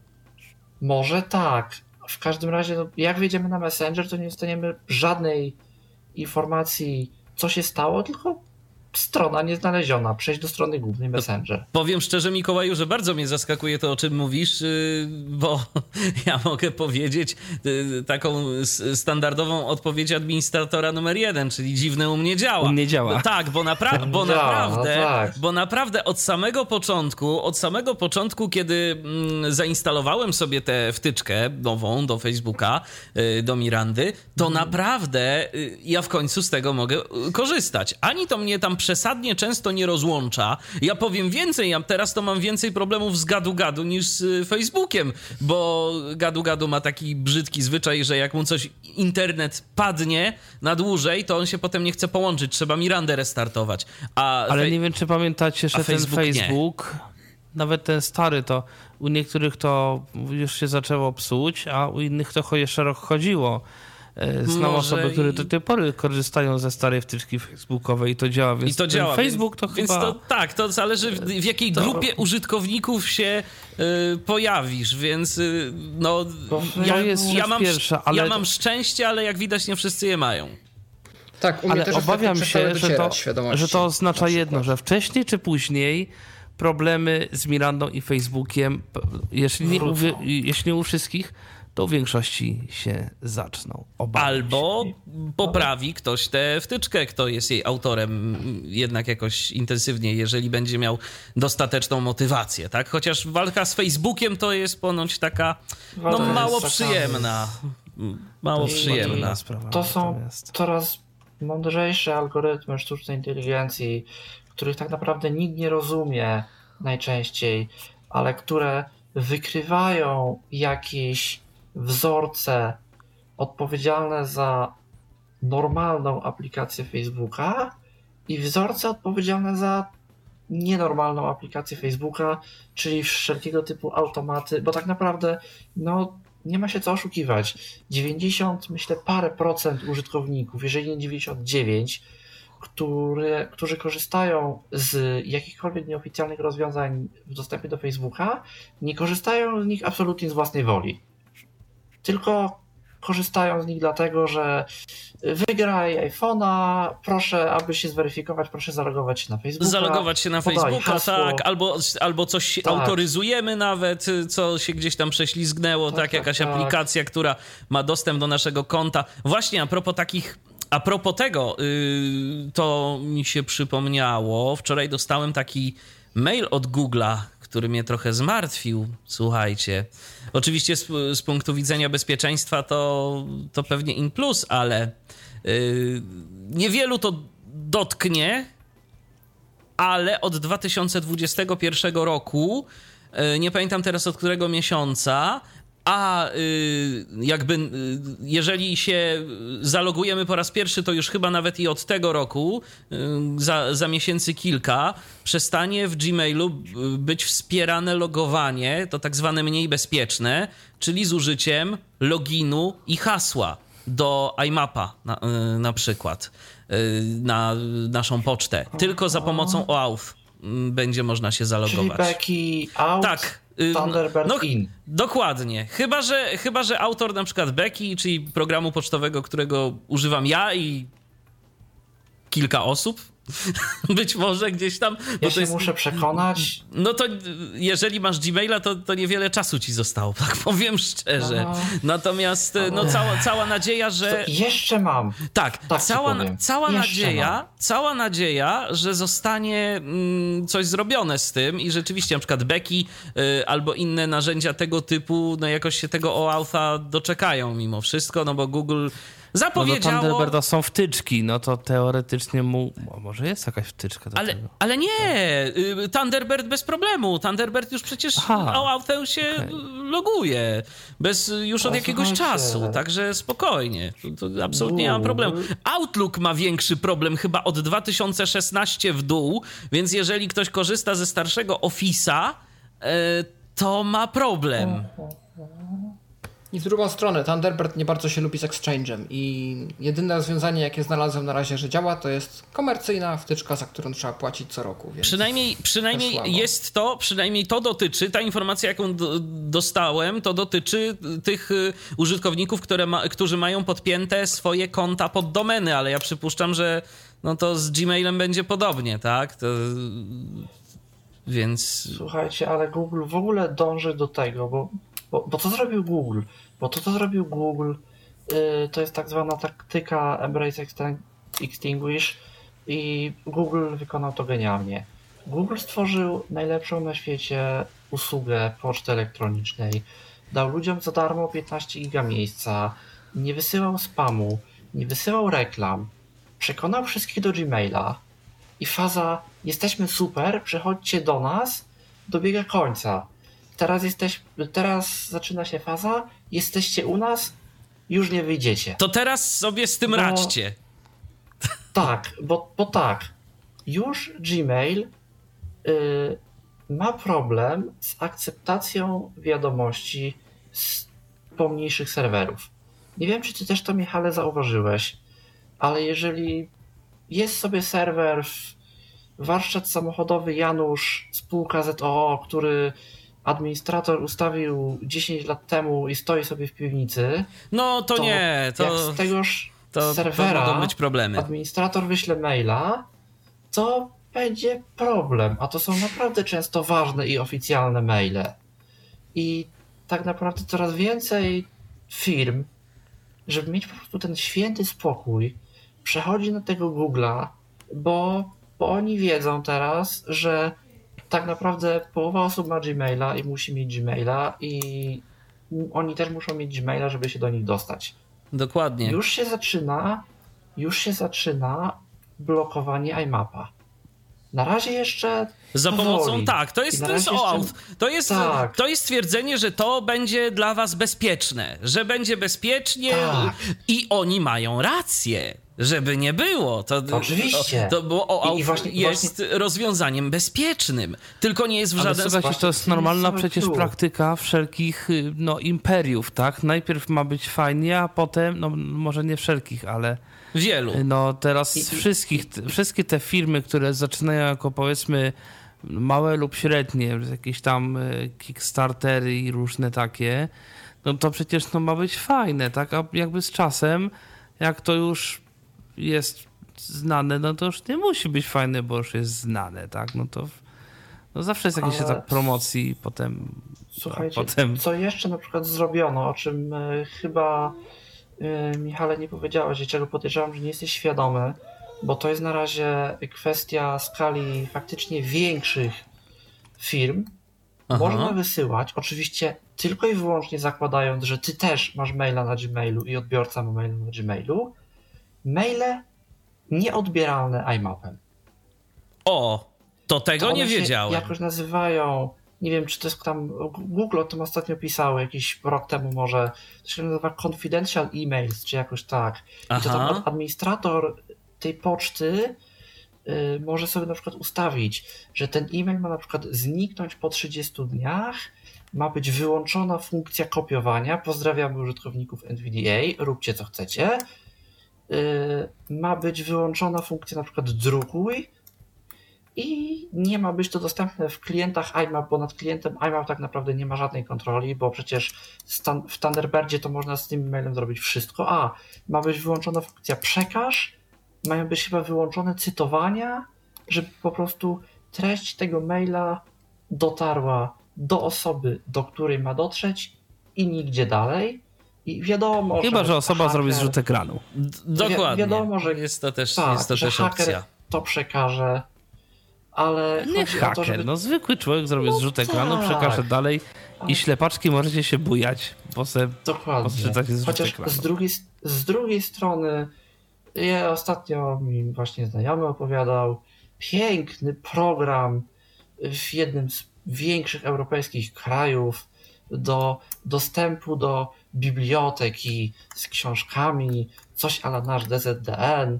Może tak. W każdym razie, no, jak wejdziemy na Messenger, to nie dostaniemy żadnej informacji, co się stało, tylko strona nieznaleziona. Przejść do strony głównej Messenger. Powiem szczerze, Mikołaju, że bardzo mnie zaskakuje to, o czym mówisz, bo ja mogę powiedzieć taką standardową odpowiedź administratora numer jeden, czyli dziwne u mnie działa. U mnie działa. No tak, bo, napra- bo działa, naprawdę, no tak. bo naprawdę od samego początku, od samego początku, kiedy mm, zainstalowałem sobie tę wtyczkę nową do Facebooka, y, do Mirandy, to mm. naprawdę y, ja w końcu z tego mogę korzystać. Ani to mnie tam przesadnie często nie rozłącza. Ja powiem więcej, ja teraz to mam więcej problemów z gadu-gadu niż z Facebookiem, bo gadu-gadu ma taki brzydki zwyczaj, że jak mu coś, internet padnie na dłużej, to on się potem nie chce połączyć, trzeba Mirandę restartować. A Ale fej- nie wiem, czy pamiętacie, że ten Facebook, Facebook, nawet ten stary, to u niektórych to już się zaczęło psuć, a u innych to jeszcze rok chodziło. Znam Może osoby, które i... do tej pory korzystają ze starej wtyczki facebookowej i to działa, więc I to działa, Facebook to więc, chyba... Więc to, tak, to zależy w, w jakiej to... grupie użytkowników się y, pojawisz, więc y, no... Ja, jest ja, mam, pierwsza, ale... ja mam szczęście, ale jak widać nie wszyscy je mają. Tak, u mnie ale też obawiam się, że to, że to oznacza jedno, że wcześniej czy później problemy z Mirandą i Facebookiem, jeśli nie, u, jeśli nie u wszystkich, to w większości się zaczną. Obawiam Albo się. poprawi ktoś tę wtyczkę, kto jest jej autorem jednak jakoś intensywnie, jeżeli będzie miał dostateczną motywację, tak? Chociaż walka z Facebookiem to jest ponoć taka no, mało przyjemna. Mało przyjemna. Sprawa, to są natomiast... coraz mądrzejsze algorytmy sztucznej inteligencji, których tak naprawdę nikt nie rozumie najczęściej, ale które wykrywają jakieś wzorce odpowiedzialne za normalną aplikację Facebooka i wzorce odpowiedzialne za nienormalną aplikację Facebooka, czyli wszelkiego typu automaty, bo tak naprawdę no nie ma się co oszukiwać. dziewięćdziesiąt, myślę, parę procent użytkowników, jeżeli nie dziewięćdziesiąt dziewięć, które, którzy korzystają z jakichkolwiek nieoficjalnych rozwiązań w dostępie do Facebooka, nie korzystają z nich absolutnie z własnej woli. Tylko korzystają z nich dlatego, że wygraj iPhone'a, proszę, aby się zweryfikować, proszę zalogować się na Facebooka. Zalogować się na Facebooka, tak, albo, albo coś tak. autoryzujemy nawet, co się gdzieś tam prześlizgnęło, tak, tak jakaś tak, aplikacja, tak. która ma dostęp do naszego konta. Właśnie a propos takich, a propos tego, yy, to mi się przypomniało, wczoraj dostałem taki mail od Google'a, który mnie trochę zmartwił, słuchajcie. Oczywiście z, z punktu widzenia bezpieczeństwa to, to pewnie in plus, ale yy, niewielu to dotknie, ale od dwa tysiące dwudziestego pierwszego roku, yy, nie pamiętam teraz od którego miesiąca, a y, jakby y, jeżeli się zalogujemy po raz pierwszy, to już chyba nawet i od tego roku, y, za, za miesięcy kilka, przestanie w Gmailu być wspierane logowanie, to tak zwane mniej bezpieczne, czyli z użyciem loginu i hasła do iMapa na, y, na przykład, y, na naszą pocztę. Tylko za pomocą O Auth y, będzie można się zalogować. Czyli Becky out? Tak. Thunderbird no, in. Dokładnie. Chyba że, chyba, że autor na przykład Becky, czyli programu pocztowego, którego używam ja i kilka osób, być może gdzieś tam. Ja się to jest, muszę przekonać. No to jeżeli masz Gmaila, to, to niewiele czasu ci zostało, tak powiem szczerze. No. Natomiast no, cała, cała nadzieja, że... To jeszcze mam. Tak, tak cała, cała nadzieja, mam. cała nadzieja, że zostanie mm, coś zrobione z tym i rzeczywiście na przykład Becky y, albo inne narzędzia tego typu, no jakoś się tego O Autha doczekają mimo wszystko, no bo Google... zapowiedziało... No do Thunderbirda są wtyczki, no to teoretycznie mu... może jest jakaś wtyczka do ale, tego. Ale nie! Thunderbird bez problemu. Thunderbird już przecież O Authę się okay. loguje. Bez, już od o, jakiegoś słuchajcie. czasu, także spokojnie. To, to absolutnie nie ma problemu. Outlook ma większy problem chyba od dwa tysiące szesnastego w dół, więc jeżeli ktoś korzysta ze starszego Office'a, to ma problem. I w drugą stronę, Thunderbird nie bardzo się lubi z Exchange'em i jedyne rozwiązanie, jakie znalazłem na razie, że działa, to jest komercyjna wtyczka, za którą trzeba płacić co roku. Więc przynajmniej przynajmniej to jest to, przynajmniej to dotyczy, ta informacja, jaką do, dostałem, to dotyczy tych użytkowników, które ma, którzy mają podpięte swoje konta pod domeny, ale ja przypuszczam, że no to z Gmailem będzie podobnie, tak? To... Więc... Słuchajcie, ale Google w ogóle dąży do tego, bo Bo, bo co zrobił Google? Bo to, co zrobił Google, yy, to jest tak zwana taktyka Embrace Extinguish i Google wykonał to genialnie. Google stworzył najlepszą na świecie usługę poczty elektronicznej. Dał ludziom za darmo piętnaście giga miejsca, nie wysyłał spamu, nie wysyłał reklam, przekonał wszystkich do Gmaila i faza jesteśmy super, przechodźcie do nas, dobiega końca. Teraz jesteś, teraz zaczyna się faza, jesteście u nas, już nie wyjdziecie. To teraz sobie z tym bo, radźcie. Tak, bo, bo tak, już Gmail y, ma problem z akceptacją wiadomości z pomniejszych serwerów. Nie wiem, czy ty też to, Michale, zauważyłeś, ale jeżeli jest sobie serwer w warsztat samochodowy Janusz, spółka Z O O, który administrator ustawił dziesięć lat temu i stoi sobie w piwnicy, no to, to nie, to jak z tegoż to, serwera to mogą być problemy. Administrator wyśle maila, to będzie problem, a to są naprawdę często ważne i oficjalne maile. I tak naprawdę coraz więcej firm, żeby mieć po prostu ten święty spokój, przechodzi na tego Google'a, bo, bo oni wiedzą teraz, że tak naprawdę połowa osób ma Gmaila i musi mieć Gmaila i oni też muszą mieć Gmaila, żeby się do nich dostać. Dokładnie. Już się zaczyna, już się zaczyna blokowanie iMapa. Na razie jeszcze za powoli. pomocą, tak, to jest, to jest O Auth. To jest, tak. to jest stwierdzenie, że to będzie dla was bezpieczne, że będzie bezpiecznie tak. i oni mają rację. Żeby nie było. To, to oczywiście. To, to bo o, I, i właśnie, jest właśnie... rozwiązaniem bezpiecznym. Tylko nie jest w żaden sposób. Ale to jest normalna przecież klucz. praktyka wszelkich no, imperiów, tak? Najpierw ma być fajnie, a potem, no może nie wszelkich, ale... Wielu. No teraz I, wszystkich, i... wszystkie te firmy, które zaczynają jako powiedzmy małe lub średnie, jakieś tam Kickstartery i różne takie, no to przecież no, ma być fajne, tak? A jakby z czasem, jak to już jest znane, no to już nie musi być fajne, bo już jest znane, tak? No to no zawsze jest jakiś etap promocji i potem... Słuchajcie, potem... co jeszcze na przykład zrobiono, o czym y, chyba y, Michale nie powiedziałeś i czego podejrzewam, że nie jesteś świadomy, bo to jest na razie kwestia skali faktycznie większych firm. Aha. Można wysyłać, oczywiście tylko i wyłącznie zakładając, że ty też masz maila na Gmailu i odbiorca ma maila na Gmailu, maile nieodbieralne iMapem. O, to tego to nie wiedziałem. Jakoś nazywają, nie wiem, czy to jest tam, Google o tym ostatnio pisały, jakiś rok temu może, to się nazywa confidential emails, czy jakoś tak. Aha. I to tam administrator tej poczty y, może sobie na przykład ustawić, że ten e-mail ma na przykład zniknąć po trzydziestu dniach, ma być wyłączona funkcja kopiowania, pozdrawiamy użytkowników N V D A, róbcie co chcecie, y, ma być wyłączona funkcja na przykład drukuj i nie ma być to dostępne w klientach iMap, bo nad klientem iMap tak naprawdę nie ma żadnej kontroli, bo przecież w Thunderbirdzie to można z tym mailem zrobić wszystko. A, ma być wyłączona funkcja przekaż, mają być chyba wyłączone cytowania, żeby po prostu treść tego maila dotarła do osoby, do której ma dotrzeć i nigdzie dalej. I wiadomo, Chyba, że, że osoba haker, zrobi zrzut ekranu. D- dokładnie. Wi- wiadomo, że jest to też, tak, jest to że też haker opcja. to przekaże. Ale nie chodzi haker, o to, żeby... no zwykły człowiek zrobi no zrzut tak. ekranu, przekaże dalej ale... i ślepaczki możecie się bujać, bo se Dokładnie. Chociaż z drugiej, z drugiej strony ja ostatnio mi właśnie znajomy opowiadał piękny program w jednym z większych europejskich krajów do dostępu do biblioteki z książkami, coś a la nasz D Z D N.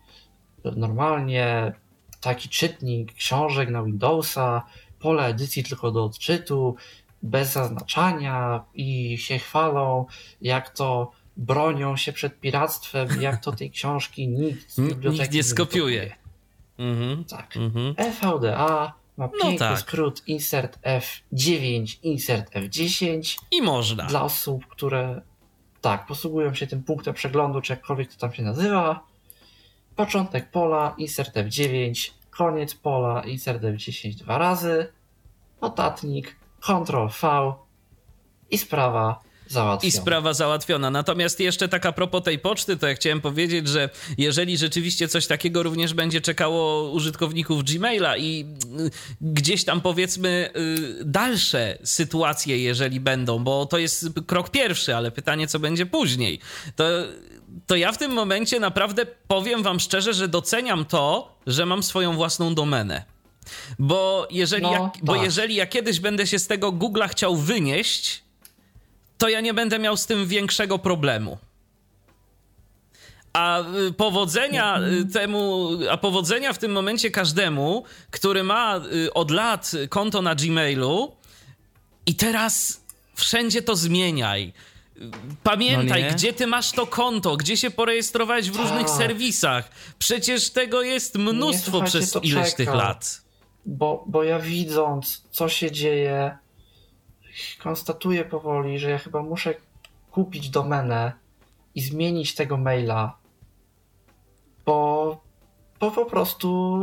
Normalnie taki czytnik książek na Windowsa, pole edycji tylko do odczytu, bez zaznaczania i się chwalą, jak to bronią się przed piractwem, jak to tej książki nikt z biblioteki nikt nie skopiuje. Mhm. Tak. Mhm. N V D A ma piękny no tak. skrót insert F dziewięć, insert F dziesięć. I można. Dla osób, które tak, posługują się tym punktem przeglądu, czy jakkolwiek to tam się nazywa. Początek pola, insert F dziewięć, koniec pola, insert F dziesięć dwa razy, notatnik, Ctrl V i sprawa załatwiona. I sprawa załatwiona. Natomiast jeszcze tak a propos tej poczty, to ja chciałem powiedzieć, że jeżeli rzeczywiście coś takiego również będzie czekało użytkowników Gmaila i gdzieś tam powiedzmy dalsze sytuacje, jeżeli będą, bo to jest krok pierwszy, ale pytanie, co będzie później, to... to ja w tym momencie naprawdę powiem wam szczerze, że doceniam to, że mam swoją własną domenę. Bo jeżeli, no, ja, tak. bo jeżeli ja kiedyś będę się z tego Google'a chciał wynieść, to ja nie będę miał z tym większego problemu. A powodzenia temu, a powodzenia w tym momencie każdemu, który ma od lat konto na Gmailu i teraz wszędzie to zmieniaj. Pamiętaj, no gdzie ty masz to konto, gdzie się porejestrowałeś w różnych tak. serwisach. Przecież tego jest mnóstwo nie, przez ileś czeka, tych lat. Bo, bo ja widząc, co się dzieje, konstatuję powoli, że ja chyba muszę kupić domenę i zmienić tego maila, bo, bo po prostu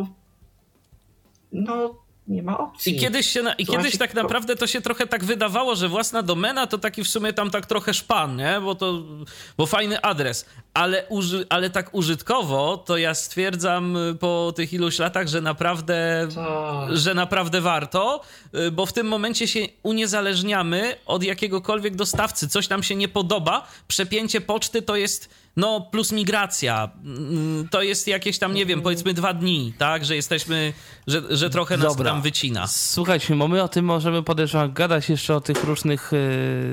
no nie ma opcji. I kiedyś, się na, i kiedyś tak naprawdę to się trochę tak wydawało, że własna domena to taki w sumie tam tak trochę szpan, nie? Bo to, bo fajny adres. Ale, uży, ale tak użytkowo to ja stwierdzam po tych iluś latach, że naprawdę, tak. że naprawdę warto, bo w tym momencie się uniezależniamy od jakiegokolwiek dostawcy. Coś nam się nie podoba, przepięcie poczty to jest no plus migracja. To jest jakieś tam, nie wiem, powiedzmy dwa dni, tak? Że jesteśmy, że, że trochę nas Dobra. tam wycina. Słuchajcie, bo my o tym możemy, podejrzewam, gadać jeszcze o tych różnych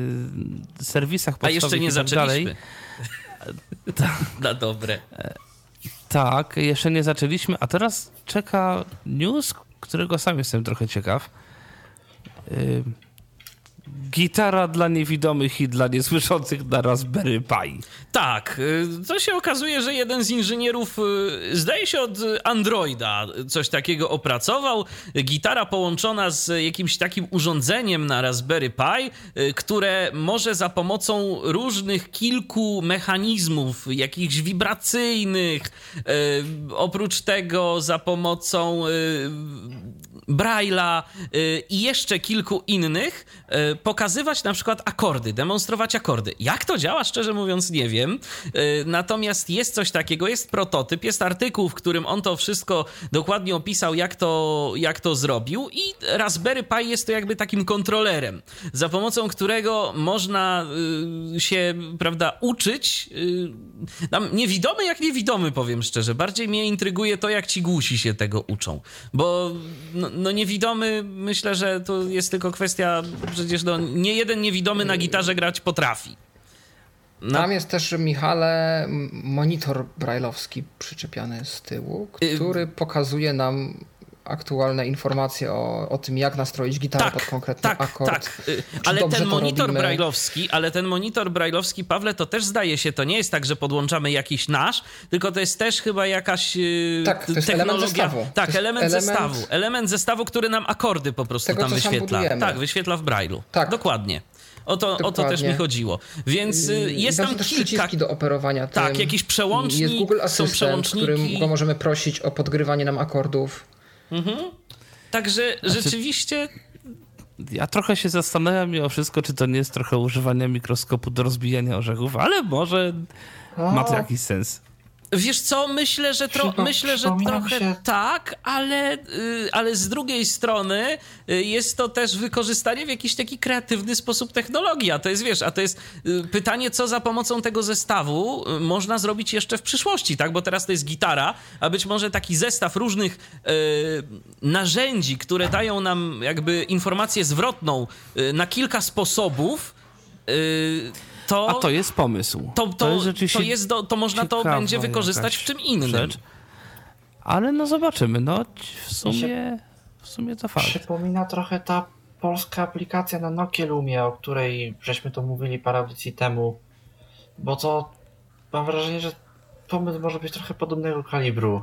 yy, serwisach A jeszcze nie i tak zaczęliśmy. dalej. Na dobre. Tak, jeszcze nie zaczęliśmy, a teraz czeka news, którego sam jestem trochę ciekaw. Yy, gitara dla niewidomych i dla niesłyszących na Raspberry Pi. Tak, to się okazuje, że jeden z inżynierów, zdaje się od Androida, coś takiego opracował. Gitara połączona z jakimś takim urządzeniem na Raspberry Pi, które może za pomocą różnych kilku mechanizmów, jakichś wibracyjnych, oprócz tego za pomocą Braille'a i jeszcze kilku innych, pokazywać na przykład akordy, demonstrować akordy. Jak to działa, szczerze mówiąc, nie wiem. Natomiast jest coś takiego, jest prototyp, jest artykuł, w którym on to wszystko dokładnie opisał, jak to, jak to zrobił i Raspberry Pi jest to jakby takim kontrolerem, za pomocą którego można się, prawda, uczyć. Tam niewidomy jak niewidomy, powiem szczerze. Bardziej mnie intryguje to, jak ci głusi się tego uczą. Bo no, no niewidomy, myślę, że to jest tylko kwestia, przecież no, nie jeden niewidomy na gitarze grać potrafi. No. Tam jest też, Michale, monitor brajlowski przyczepiany z tyłu, który pokazuje nam aktualne informacje o, o tym, jak nastroić gitarę tak, pod konkretny tak, akord. Tak, ale ten monitor robimy? brajlowski, ale ten monitor brajlowski, Pawle, to też zdaje się, to nie jest tak, że podłączamy jakiś nasz, tylko to jest też chyba jakaś tak, to jest technologia. Element zestawu. Tak, element, element zestawu. Element zestawu, który nam akordy po prostu tego, tam wyświetla. Tak, wyświetla w brajlu. Tak. Dokładnie. O to, o to też mi chodziło. Więc jest tam też kilka... przyciski do operowania tym. Tak, jakiś przełącznik, jest Google są Assistant, przełączniki. którym możemy prosić o podgrywanie nam akordów. Mhm. Także znaczy, rzeczywiście... Ja trochę się zastanawiam mimo wszystko, czy to nie jest trochę używanie mikroskopu do rozbijania orzechów, ale może o. ma to jakiś sens. Wiesz co, myślę, że, tro- Przypo- myślę, że trochę się. tak, ale, y, ale z drugiej strony y, jest to też wykorzystanie w jakiś taki kreatywny sposób technologii, a to jest, wiesz, a to jest y, pytanie, co za pomocą tego zestawu y, można zrobić jeszcze w przyszłości, tak, bo teraz to jest gitara, a być może taki zestaw różnych y, narzędzi, które dają nam jakby informację zwrotną y, na kilka sposobów, y, To, A to jest pomysł. To, to, to, jest, rzeczywiście to, jest do, to można to będzie wykorzystać w czym innym. Rzecz. Ale no zobaczymy. No w sumie, w sumie to fakt. Przypomina trochę ta polska aplikacja na Nokia Lumie, o której żeśmy tu mówili parę audycji temu. Bo to mam wrażenie, że pomysł może być trochę podobnego kalibru.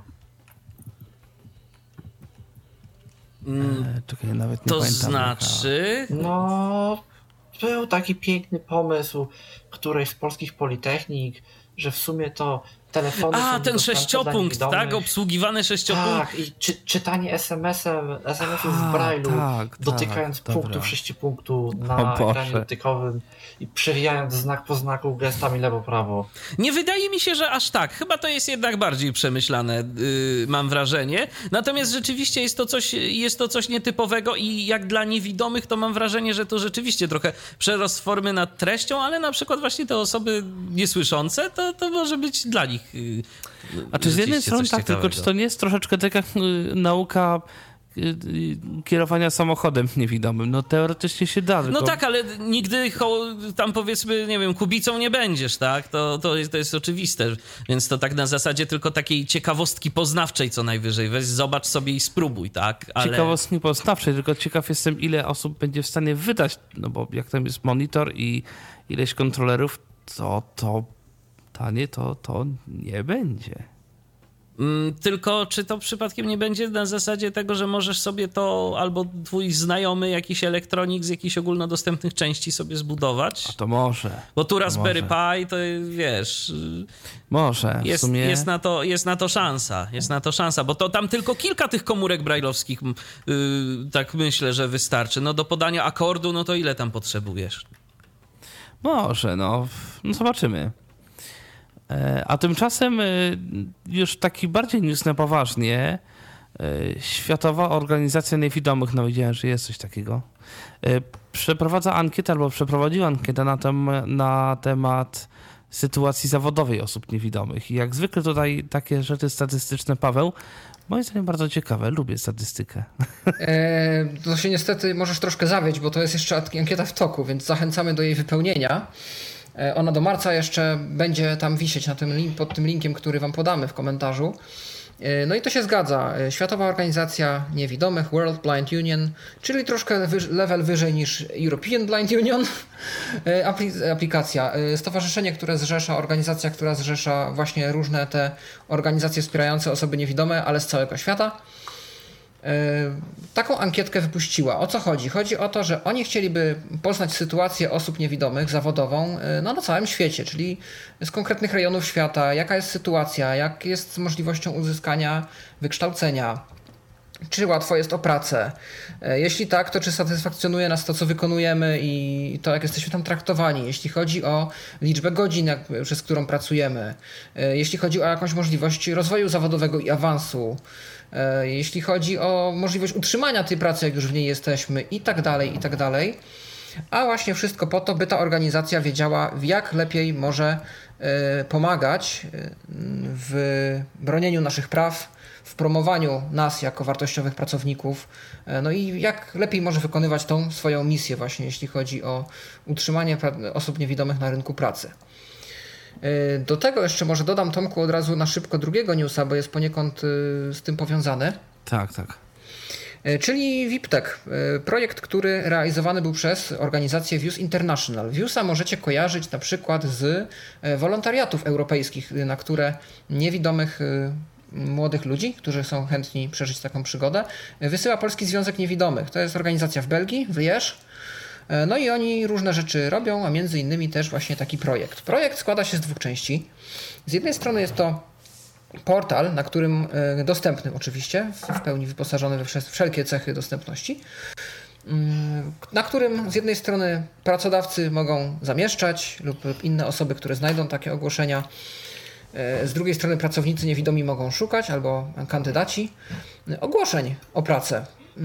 Mm, e, czekaj, nawet nie to pamiętam. znaczy... No... Był taki piękny pomysł którejś z polskich politechnik, że w sumie to telefony A, są ten sześciopunkt, tak? Obsługiwany sześciopunkt. Tak, i czy, czytanie es em esem, es em esów w Braille'u, tak, dotykając tak, punktu w sześciopunktu na ekranie dotykowym i przewijając znak po znaku gestami lewo-prawo. Nie wydaje mi się, że aż tak. Chyba to jest jednak bardziej przemyślane, yy, mam wrażenie. Natomiast rzeczywiście jest to, coś, jest to coś nietypowego i jak dla niewidomych, to mam wrażenie, że to rzeczywiście trochę przerost formy nad treścią, ale na przykład właśnie te osoby niesłyszące, to, to może być dla nich yy, A czy z jednej strony tak, tylko czy to nie jest troszeczkę tak jak yy, nauka kierowania samochodem niewidomym? No teoretycznie się da. Tylko... No tak, ale nigdy tam powiedzmy, nie wiem, kubicą nie będziesz, tak? To, to, jest, to jest oczywiste, więc to tak na zasadzie tylko takiej ciekawostki poznawczej co najwyżej. Weź, zobacz sobie i spróbuj, tak? Ale... Ciekawostki poznawczej, tylko ciekaw jestem, ile osób będzie w stanie wydać, no bo jak tam jest monitor i ileś kontrolerów, to to tanie to, to nie będzie. Tylko czy to przypadkiem nie będzie na zasadzie tego, że możesz sobie to albo twój znajomy jakiś elektronik z jakichś ogólnodostępnych części sobie zbudować? A to może. Bo tu Raspberry Pi to wiesz... Może, jest, w sumie... Jest na, to, jest na to szansa, jest na to szansa, bo to tam tylko kilka tych komórek brajlowskich, yy, tak myślę, że wystarczy. No do podania akordu, no to ile tam potrzebujesz? Może, no, no zobaczymy. A tymczasem już taki bardziej news na poważnie, Światowa Organizacja Niewidomych, no widziałem, że jest coś takiego, przeprowadza ankietę albo przeprowadziła ankietę na, tem, na temat sytuacji zawodowej osób niewidomych. I jak zwykle tutaj takie rzeczy statystyczne, Paweł, moim zdaniem bardzo ciekawe, lubię statystykę. E, to się niestety możesz troszkę zawiedź, bo to jest jeszcze ankieta w toku, więc zachęcamy do jej wypełnienia. Ona do marca jeszcze będzie tam wisieć na tym link, pod tym linkiem, który wam podamy w komentarzu. No i to się zgadza. Światowa Organizacja Niewidomych, World Blind Union, czyli troszkę wyż, level wyżej niż European Blind Union, aplikacja. Stowarzyszenie, które zrzesza, organizacja, która zrzesza właśnie różne te organizacje wspierające osoby niewidome, ale z całego świata. Taką ankietkę wypuściła. O co chodzi? Chodzi o to, że oni chcieliby poznać sytuację osób niewidomych zawodową no, na całym świecie, czyli z konkretnych rejonów świata, jaka jest sytuacja, jak jest z możliwością uzyskania wykształcenia, czy łatwo jest o pracę. Jeśli tak, to czy satysfakcjonuje nas to, co wykonujemy i to, jak jesteśmy tam traktowani. Jeśli chodzi o liczbę godzin, jak, przez którą pracujemy. Jeśli chodzi o jakąś możliwość rozwoju zawodowego i awansu. Jeśli chodzi o możliwość utrzymania tej pracy, jak już w niej jesteśmy i tak dalej, i tak dalej. A właśnie wszystko po to, by ta organizacja wiedziała, jak lepiej może pomagać w bronieniu naszych praw, w promowaniu nas jako wartościowych pracowników, no i jak lepiej może wykonywać tą swoją misję właśnie, jeśli chodzi o utrzymanie osób niewidomych na rynku pracy. Do tego jeszcze może dodam, Tomku, od razu na szybko drugiego newsa, bo jest poniekąd z tym powiązany. Tak, tak. Czyli VIPTech, projekt, który realizowany był przez organizację Views International. Viewsa możecie kojarzyć na przykład z wolontariatów europejskich, na które niewidomych młodych ludzi, którzy są chętni przeżyć taką przygodę, wysyła Polski Związek Niewidomych. To jest organizacja w Belgii, w Liège. No i oni różne rzeczy robią, a między innymi też właśnie taki projekt. Projekt składa się z dwóch części. Z jednej strony jest to portal, na którym dostępny oczywiście, w pełni wyposażony we wszelkie cechy dostępności, na którym z jednej strony pracodawcy mogą zamieszczać lub, lub inne osoby, które znajdą takie ogłoszenia. Z drugiej strony pracownicy niewidomi mogą szukać, albo kandydaci, ogłoszeń o pracę.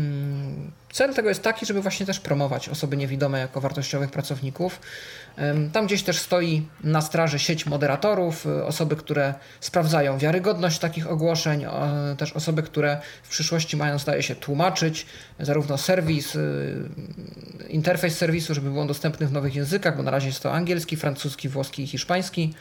Cel tego jest taki, żeby właśnie też promować osoby niewidome jako wartościowych pracowników. Tam gdzieś też stoi na straży sieć moderatorów, osoby, które sprawdzają wiarygodność takich ogłoszeń, też osoby, które w przyszłości mają, zdaje się, tłumaczyć zarówno serwis, interfejs serwisu, żeby był on dostępny w nowych językach, bo na razie jest to angielski, francuski, włoski i hiszpański.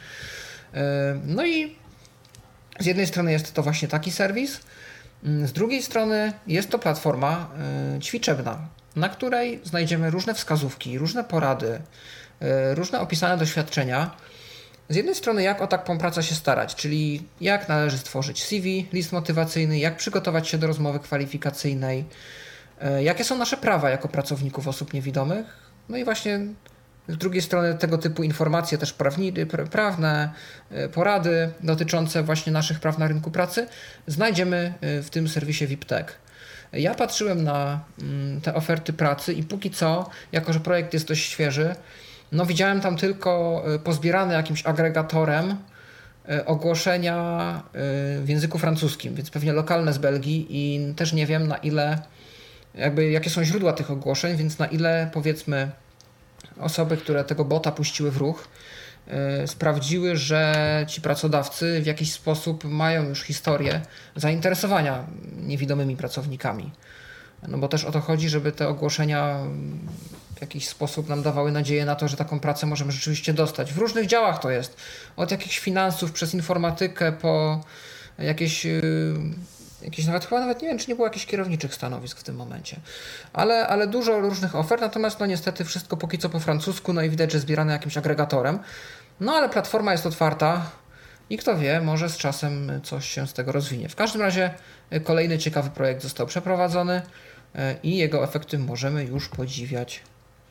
No i z jednej strony jest to właśnie taki serwis, z drugiej strony jest to platforma ćwiczebna, na której znajdziemy różne wskazówki, różne porady, różne opisane doświadczenia. Z jednej strony jak o taką pracę się starać, czyli jak należy stworzyć C V, list motywacyjny, jak przygotować się do rozmowy kwalifikacyjnej, jakie są nasze prawa jako pracowników osób niewidomych, no i właśnie z drugiej strony tego typu informacje też prawni, prawne, porady dotyczące właśnie naszych praw na rynku pracy znajdziemy w tym serwisie VIPTech. Ja patrzyłem na te oferty pracy i póki co, jako że projekt jest dość świeży, no widziałem tam tylko pozbierane jakimś agregatorem ogłoszenia w języku francuskim, więc pewnie lokalne z Belgii i też nie wiem na ile, jakby jakie są źródła tych ogłoszeń, więc na ile powiedzmy osoby, które tego bota puściły w ruch, yy, sprawdziły, że ci pracodawcy w jakiś sposób mają już historię zainteresowania niewidomymi pracownikami. No bo też o to chodzi, żeby te ogłoszenia w jakiś sposób nam dawały nadzieję na to, że taką pracę możemy rzeczywiście dostać. W różnych działach to jest. Od jakichś finansów, przez informatykę, po jakieś... Yy, Jakieś nawet, chyba nawet nie wiem, czy nie było jakichś kierowniczych stanowisk w tym momencie. Ale, ale dużo różnych ofert, natomiast no niestety wszystko póki co po francusku, no i widać, że zbierane jakimś agregatorem. No ale platforma jest otwarta i kto wie, może z czasem coś się z tego rozwinie. W każdym razie kolejny ciekawy projekt został przeprowadzony i jego efekty możemy już podziwiać.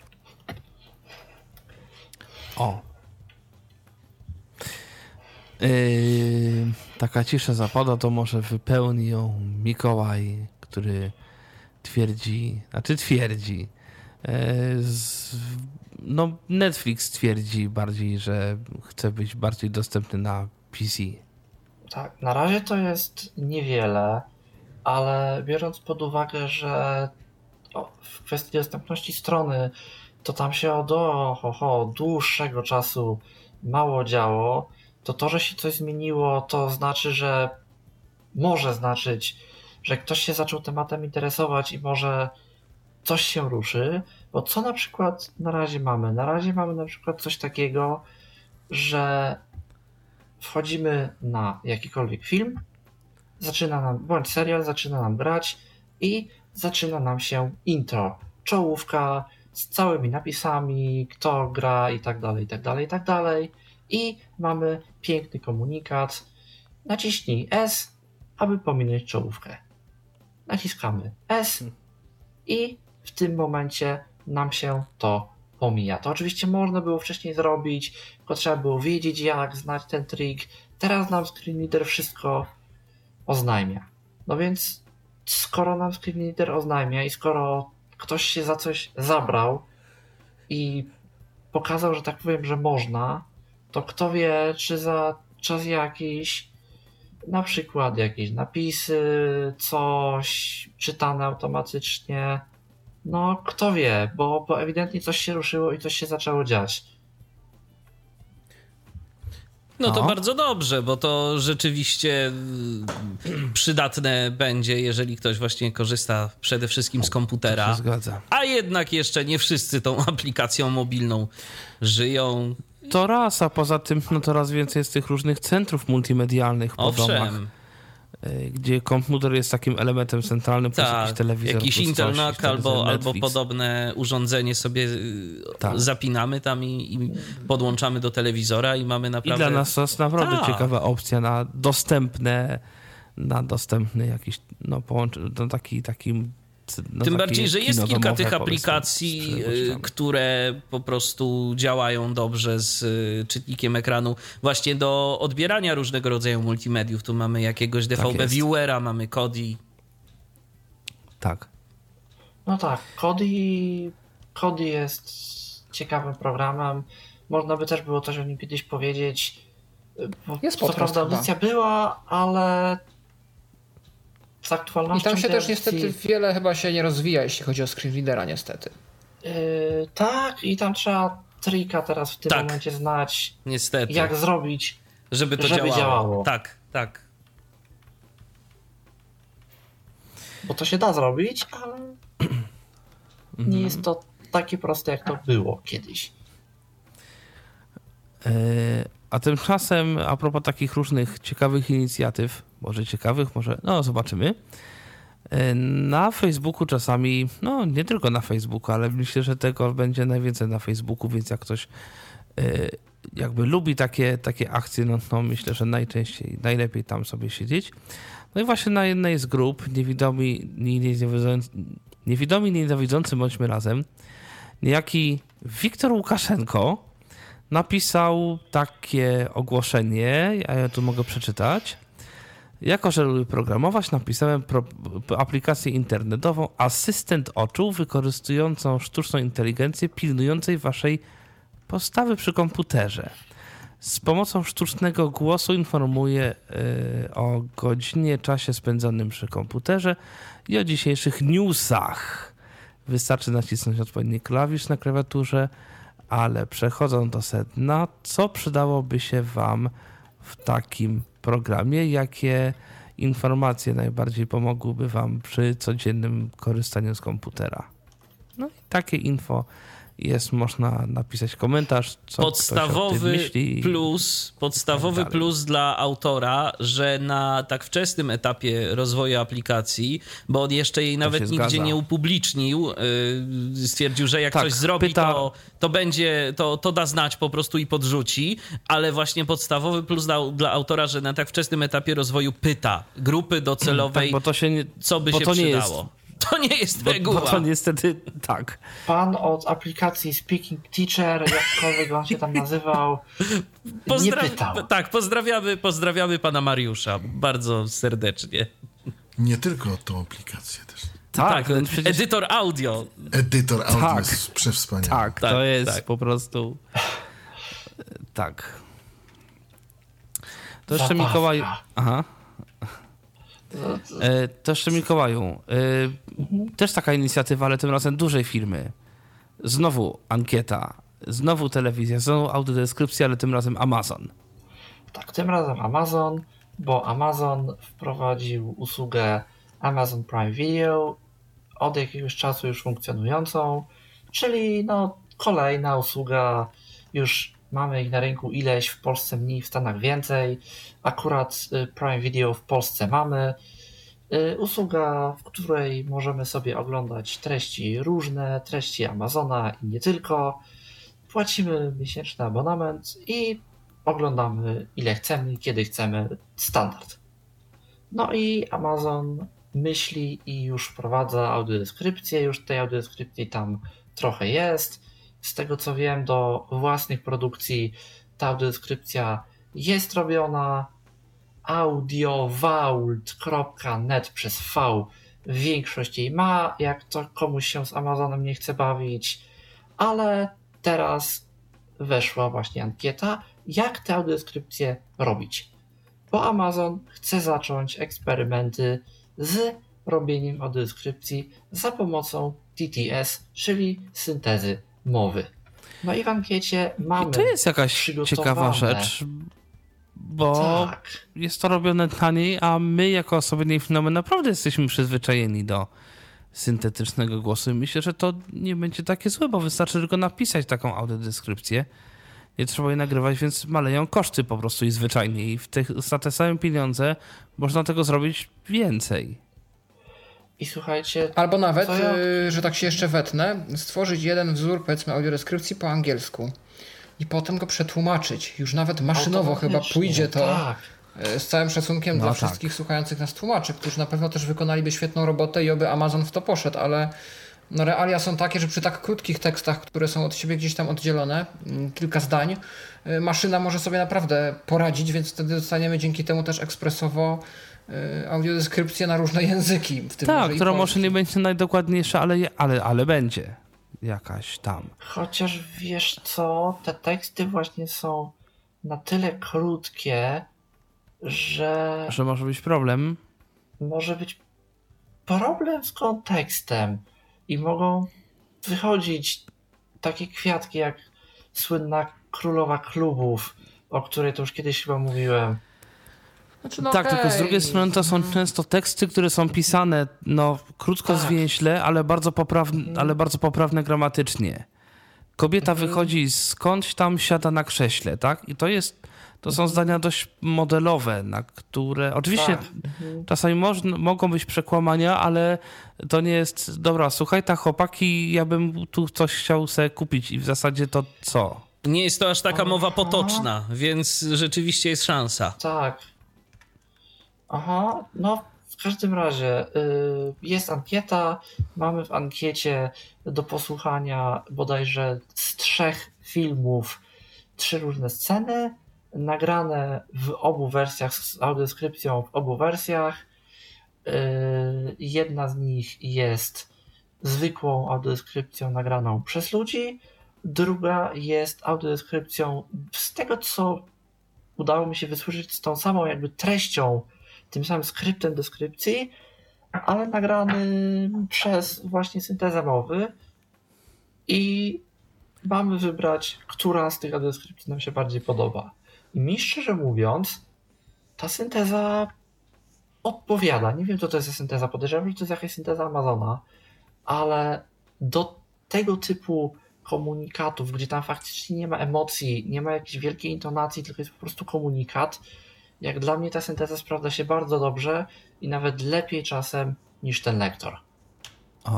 O. Yy, taka cisza zapada, to może wypełni ją Mikołaj, który twierdzi, znaczy twierdzi, yy, z, no Netflix twierdzi bardziej, że chce być bardziej dostępny na P C. Tak, na razie to jest niewiele, ale biorąc pod uwagę, że o, w kwestii dostępności strony to tam się od o, ho, ho, dłuższego czasu mało działo, to to, że się coś zmieniło, to znaczy, że może znaczyć, że ktoś się zaczął tematem interesować i może coś się ruszy. Bo co na przykład na razie mamy? Na razie mamy na przykład coś takiego, że wchodzimy na jakikolwiek film, zaczyna nam, bądź serial, zaczyna nam grać i zaczyna nam się intro, czołówka z całymi napisami, kto gra i tak dalej, i tak dalej, i tak dalej. I mamy piękny komunikat. Naciśnij S, aby pominąć czołówkę. Naciskamy S i w tym momencie nam się to pomija. To oczywiście można było wcześniej zrobić, tylko trzeba było wiedzieć jak, znać ten trik. Teraz nam screenreader wszystko oznajmia. No więc skoro nam screenreader oznajmia i skoro ktoś się za coś zabrał i pokazał, że tak powiem, że można, to kto wie, czy za czas jakiś, na przykład jakieś napisy, coś czytane automatycznie, no kto wie, bo, bo ewidentnie coś się ruszyło i coś się zaczęło dziać. No to No. bardzo dobrze, bo to rzeczywiście przydatne będzie, jeżeli ktoś właśnie korzysta przede wszystkim z To komputera. się zgadza. A jednak jeszcze nie wszyscy tą aplikacją mobilną żyją. To raz, a poza tym no coraz więcej jest tych różnych centrów multimedialnych po domach, Owszem, y, gdzie komputer jest takim elementem centralnym, plus jakiś tak, telewizor. jakiś plus coś, Intelnak jakiś albo, telewizor, albo Netflix. podobne urządzenie sobie y, Tak. zapinamy tam i, i podłączamy do telewizora i mamy I naprawdę... dla nas to jest naprawdę Tak. ciekawa opcja na dostępne, na dostępny jakiś, no połączenie, no taki, taki no Tym takie bardziej, że jest kino kilka domowe, tych powiedzmy, aplikacji, z y, przełącznikami. które po prostu działają dobrze z y, czytnikiem ekranu właśnie do odbierania różnego rodzaju multimediów. Tu mamy jakiegoś D V B jest. Viewera, mamy Kodi. Tak. No tak, Kodi, Kodi jest ciekawym programem. Można by też było coś o nim kiedyś powiedzieć. Bo Jest co podcast prawda chyba. audycja była, ale z aktualnością I tam się tej też niestety audycji- wiele chyba się nie rozwija, jeśli chodzi o screenreadera niestety. Yy, tak, i tam trzeba trika teraz w tym Tak. momencie znać, Niestety. jak zrobić, żeby to żeby działało. działało. Tak, tak. bo to się da zrobić, ale nie jest to takie proste, jak to było kiedyś. E, A tymczasem, a propos takich różnych ciekawych inicjatyw, może ciekawych, może, no zobaczymy. E, Na Facebooku czasami, no nie tylko na Facebooku, ale myślę, że tego będzie najwięcej na Facebooku, więc jak ktoś e, jakby lubi takie, takie akcje, no, no myślę, że najczęściej, najlepiej tam sobie siedzieć. No i właśnie na jednej z grup, niewidomi, nie- niedowidzący, niewidomi, niedowidzący bądźmy razem, niejaki Wiktor Łukaszenko napisał takie ogłoszenie, ja je tu mogę przeczytać. Jako, że lubię programować, napisałem pro, aplikację internetową Asystent Oczu, wykorzystującą sztuczną inteligencję, pilnującej waszej postawy przy komputerze. Z pomocą sztucznego głosu informuję y, o godzinie, czasie spędzonym przy komputerze i o dzisiejszych newsach. Wystarczy nacisnąć odpowiedni klawisz na klawiaturze, ale przechodząc do sedna, co przydałoby się wam w takim programie? Jakie informacje najbardziej pomogłyby wam przy codziennym korzystaniu z komputera? No i takie info jest, można napisać komentarz, co Podstawowy ktoś o tym myśli. plus, podstawowy tak dalej. plus dla autora, że na tak wczesnym etapie rozwoju aplikacji, bo on jeszcze jej nawet się nigdzie zgadza. nie upublicznił, yy, stwierdził, że jak Tak, coś zrobi, pyta- to, to będzie, to, to da znać po prostu i podrzuci, ale właśnie podstawowy plus dla, dla autora, że na tak wczesnym etapie rozwoju pyta grupy docelowej, Tak, bo to się nie, co by bo się to nie przydało. jest- To nie jest bo, reguła. bo to niestety tak. Pan od aplikacji Speaking Teacher, jakkolwiek on się tam nazywał, nie Pozdra- pytał. Tak, pozdrawiamy, pozdrawiamy pana Mariusza bardzo serdecznie. Nie tylko tą aplikację też. Tak, Tak, no przecież, edytor audio. Edytor audio Tak. jest przewspaniały. tak, Tak, to jest tak. po prostu tak. To jeszcze Zabawka. Mikołaj. Aha. E, To jeszcze Mikołaju. e, Też taka inicjatywa, ale tym razem dużej firmy. Znowu ankieta, znowu telewizja, znowu audiodeskrypcja, ale tym razem Amazon. Tak, tym razem Amazon, bo Amazon wprowadził usługę Amazon Prime Video, od jakiegoś czasu już funkcjonującą, czyli no kolejna usługa, już mamy ich na rynku ileś, w Polsce mniej, w Stanach więcej. Akurat Prime Video w Polsce mamy. Usługa, w której możemy sobie oglądać treści różne, treści Amazona i nie tylko. Płacimy miesięczny abonament i oglądamy ile chcemy, kiedy chcemy, standard. No i Amazon myśli i już wprowadza audiodeskrypcję, już tej audiodeskrypcji tam trochę jest. Z tego co wiem, do własnych produkcji ta audiodeskrypcja jest robiona. audiovault kropka net przez V większość jej ma, jak to komuś się z Amazonem nie chce bawić, ale teraz weszła właśnie ankieta, jak tę audiodeskrypcję robić, bo Amazon chce zacząć eksperymenty z robieniem audiodeskrypcji za pomocą T T S, czyli syntezy mowy. No i w ankiecie mamy I to jest jakaś ciekawa rzecz, bo tak. jest to robione taniej, a my jako osoby niefinome naprawdę jesteśmy przyzwyczajeni do syntetycznego głosu i myślę, że to nie będzie takie złe, bo wystarczy tylko napisać taką audiodeskrypcję. Nie trzeba jej nagrywać, więc maleją koszty po prostu i zwyczajnie. I w tych, za te same pieniądze można tego zrobić więcej. I słuchajcie... Albo nawet, ja... y, że tak się jeszcze wetnę, stworzyć jeden wzór, powiedzmy, audiodeskrypcji po angielsku i potem go przetłumaczyć. Już nawet maszynowo chyba pójdzie to. Tak. Z całym szacunkiem no dla tak. wszystkich słuchających nas tłumaczy, którzy na pewno też wykonaliby świetną robotę i oby Amazon w to poszedł, ale no realia są takie, że przy tak krótkich tekstach, które są od siebie gdzieś tam oddzielone, kilka zdań, maszyna może sobie naprawdę poradzić, więc wtedy dostaniemy dzięki temu też ekspresowo audiodeskrypcję na różne języki. W tym tak, która może nie będzie najdokładniejsza, ale, ale, ale będzie jakaś tam. Chociaż wiesz co, te teksty właśnie są na tyle krótkie, że... Że może być problem. Może być problem z kontekstem i mogą wychodzić takie kwiatki jak słynna królowa klubów, o której to już kiedyś chyba mówiłem. Znaczy, no tak, okay. tylko z drugiej strony to są często teksty, które są pisane no krótko, tak. zwięźle, ale bardzo poprawne, mhm. ale bardzo poprawne gramatycznie. Kobieta mhm. wychodzi skądś tam, siada na krześle, tak? I to jest, to są zdania dość modelowe, na które oczywiście tak. mhm. czasami można, mogą być przekłamania, ale to nie jest, dobra, słuchaj, ta chłopaki, ja bym tu coś chciał sobie kupić i w zasadzie to co? Nie jest to aż taka Aha. mowa potoczna, więc rzeczywiście jest szansa. Tak. Aha, no w każdym razie y, jest ankieta, mamy w ankiecie do posłuchania bodajże z trzech filmów trzy różne sceny, nagrane w obu wersjach z audiodeskrypcją w obu wersjach. Y, jedna z nich jest zwykłą audiodeskrypcją nagraną przez ludzi, druga jest audiodeskrypcją z tego co udało mi się wysłyszeć z tą samą jakby treścią, tym samym skryptem deskrypcji, ale nagrany przez właśnie syntezę mowy i mamy wybrać, która z tych audiodeskrypcji nam się bardziej podoba. I mi szczerze mówiąc, ta synteza odpowiada. Nie wiem, co to jest za synteza, podejrzewam, że to jest jakaś synteza Amazona, ale do tego typu komunikatów, gdzie tam faktycznie nie ma emocji, nie ma jakiejś wielkiej intonacji, tylko jest po prostu komunikat, jak dla mnie ta synteza sprawdza się bardzo dobrze i nawet lepiej czasem niż ten lektor. O.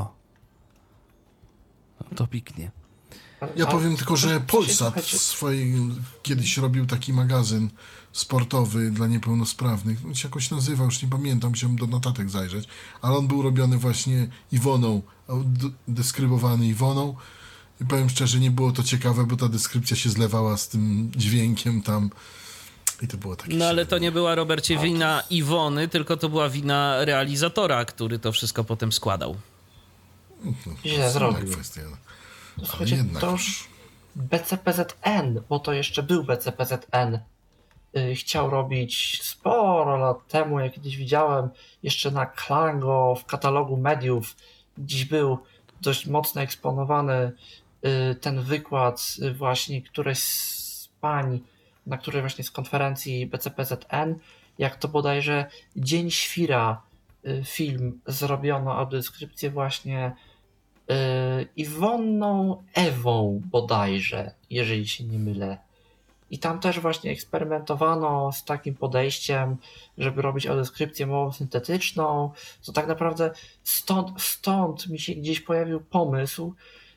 No to piknie. Ja powiem tylko, że Polsat swoim kiedyś robił taki magazyn sportowy dla niepełnosprawnych. On się jakoś nazywał, już nie pamiętam, musiałem do notatek zajrzeć, ale on był robiony właśnie Iwoną, deskrybowany Iwoną. I powiem szczerze, nie było to ciekawe, bo ta deskrypcja się zlewała z tym dźwiękiem tam. I to było takie no ale to nie była, Robercie, wina Iwony, tylko to była wina realizatora, który to wszystko potem składał. No, źle zrobił. Kwestia, no. To, słuchajcie, jednak to już B C P Z N, bo to jeszcze był B C P Z N, yy, chciał robić sporo lat temu, jak kiedyś widziałem, jeszcze na Klango w katalogu mediów, dziś był dość mocno eksponowany yy, ten wykład yy, właśnie któreś z pań, na której właśnie z konferencji B C P Z N, jak to bodajże Dzień Świra yy, film zrobiono audiodeskrypcję właśnie yy, Iwonną Ewą bodajże, jeżeli się nie mylę. I tam też właśnie eksperymentowano z takim podejściem, żeby robić audiodeskrypcję mową syntetyczną. To tak naprawdę stąd, stąd mi się gdzieś pojawił pomysł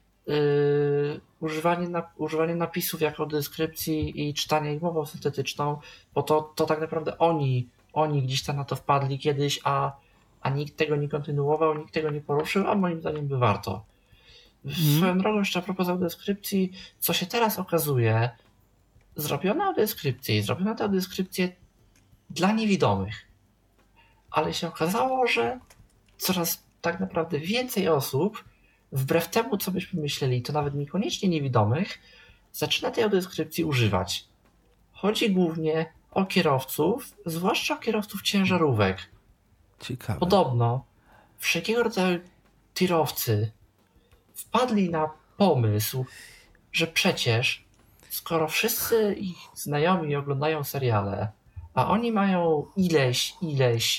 yy, używanie, na, używanie napisów jako audiodeskrypcji i czytanie ich mową syntetyczną, bo to, to tak naprawdę oni, oni gdzieś tam na to wpadli kiedyś, a, a nikt tego nie kontynuował, nikt tego nie poruszył, a moim zdaniem by warto. Mm. Swoją drogą jeszcze a propos audiodeskrypcji, co się teraz okazuje, zrobiono audiodeskrypcję i zrobiono tę audiodeskrypcję dla niewidomych. Ale się okazało, że coraz tak naprawdę więcej osób, wbrew temu, co byśmy myśleli, to nawet niekoniecznie niewidomych, zaczyna tej audiodeskrypcji używać. Chodzi głównie o kierowców, zwłaszcza o kierowców ciężarówek. Ciekawe. Podobno wszelkiego rodzaju tirowcy wpadli na pomysł, że przecież skoro wszyscy ich znajomi oglądają seriale, a oni mają ileś, ileś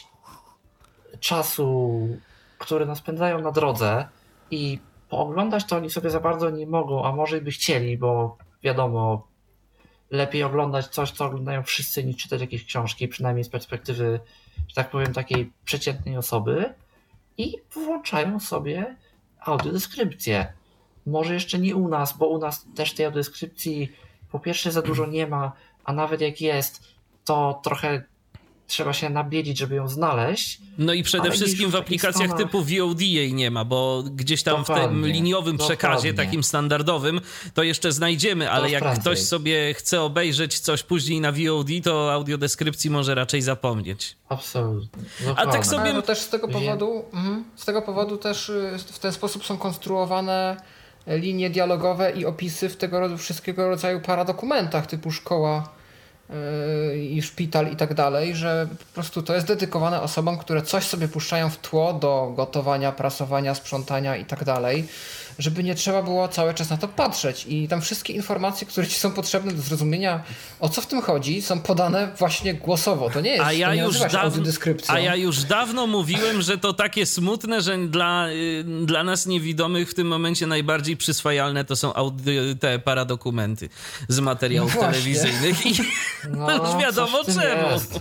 czasu, który nas spędzają na drodze i pooglądać to oni sobie za bardzo nie mogą, a może by chcieli, bo wiadomo, lepiej oglądać coś, co oglądają wszyscy, niż czytać jakieś książki, przynajmniej z perspektywy, że tak powiem, takiej przeciętnej osoby, i włączają sobie audiodeskrypcję. Może jeszcze nie u nas, bo u nas też tej audiodeskrypcji po pierwsze za dużo nie ma, a nawet jak jest, to trochę trzeba się nabiedzić, żeby ją znaleźć. No i przede wszystkim w aplikacjach stronach... typu V O D jej nie ma, bo gdzieś tam dokładnie, w tym liniowym przekazie, dokładnie. Takim standardowym, to jeszcze znajdziemy, ale to jak prędzej. Ktoś sobie chce obejrzeć coś później na V O D, to audiodeskrypcji może raczej zapomnieć. Absolutnie. Dokładnie. A tak sobie... No też z tego powodu, mhm, z tego powodu też w ten sposób są konstruowane linie dialogowe i opisy w tego wszystkiego rodzaju paradokumentach typu szkoła yy, i szpital i tak dalej, że po prostu to jest dedykowane osobom, które coś sobie puszczają w tło do gotowania, prasowania, sprzątania i tak dalej, żeby nie trzeba było cały czas na to patrzeć i tam wszystkie informacje, które ci są potrzebne do zrozumienia, o co w tym chodzi, są podane właśnie głosowo. To nie jest, a ja to nie już nazywa się audiodeskrypcją. A ja już dawno mówiłem, że to takie smutne, że dla, y, dla nas niewidomych w tym momencie najbardziej przyswajalne to są audio, te paradokumenty z materiałów no telewizyjnych i no, już wiadomo czemu. Jest.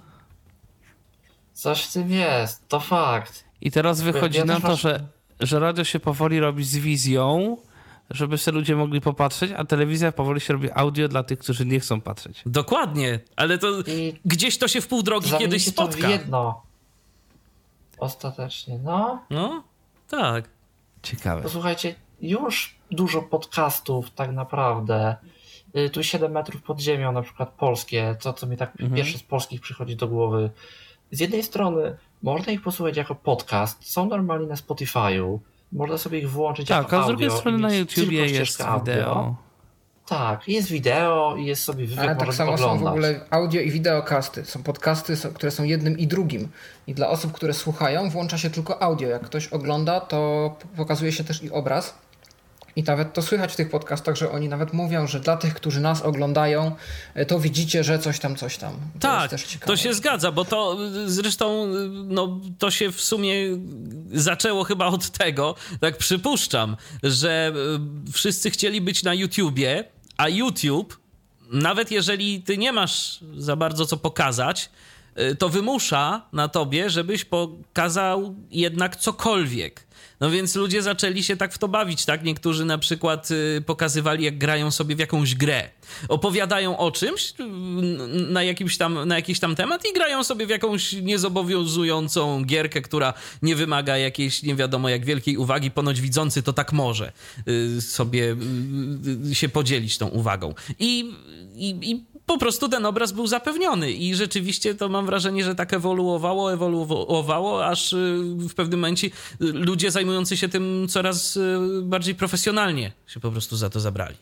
Coś w tym jest, to fakt. I teraz wychodzi ja na to, że że radio się powoli robi z wizją, żeby sobie ludzie mogli popatrzeć, a telewizja powoli się robi audio dla tych, którzy nie chcą patrzeć. Dokładnie, ale to I gdzieś to się w pół drogi kiedyś spotka. To w jedno. Ostatecznie, no. No, tak. Ciekawe. Posłuchajcie, już dużo podcastów tak naprawdę. Tu siedem metrów pod ziemią, na przykład polskie, co, co mi tak mhm. pierwsze z polskich przychodzi do głowy. Z jednej strony można ich posłuchać jako podcast, są normalnie na Spotify'u, można sobie ich włączyć tak, jako audio. Tak, a z drugiej strony na YouTubie jest wideo. Audio. Tak, jest wideo i jest sobie wywiad, ale tak samo oglądać. Są w ogóle audio i wideokasty. Są podcasty, które są jednym i drugim. I dla osób, które słuchają, włącza się tylko audio. Jak ktoś ogląda, to pokazuje się też i obraz. I nawet to słychać w tych podcastach, że oni nawet mówią, że dla tych, którzy nas oglądają, to widzicie, że coś tam, coś tam. To tak, to się zgadza, bo to zresztą no, to się w sumie zaczęło chyba od tego, tak przypuszczam, że wszyscy chcieli być na YouTubie, a YouTube, nawet jeżeli ty nie masz za bardzo co pokazać, to wymusza na tobie, żebyś pokazał jednak cokolwiek. No więc ludzie zaczęli się tak w to bawić, tak? Niektórzy na przykład y, pokazywali, jak grają sobie w jakąś grę. Opowiadają o czymś na, jakimś tam, na jakiś tam temat i grają sobie w jakąś niezobowiązującą gierkę, która nie wymaga jakiejś nie wiadomo jak wielkiej uwagi. Ponoć widzący to tak może y, sobie y, się podzielić tą uwagą. I, i, i po prostu ten obraz był zapewniony i rzeczywiście to mam wrażenie, że tak ewoluowało, ewoluowało, aż w pewnym momencie ludzie zajmujący się tym coraz bardziej profesjonalnie się po prostu za to zabrali.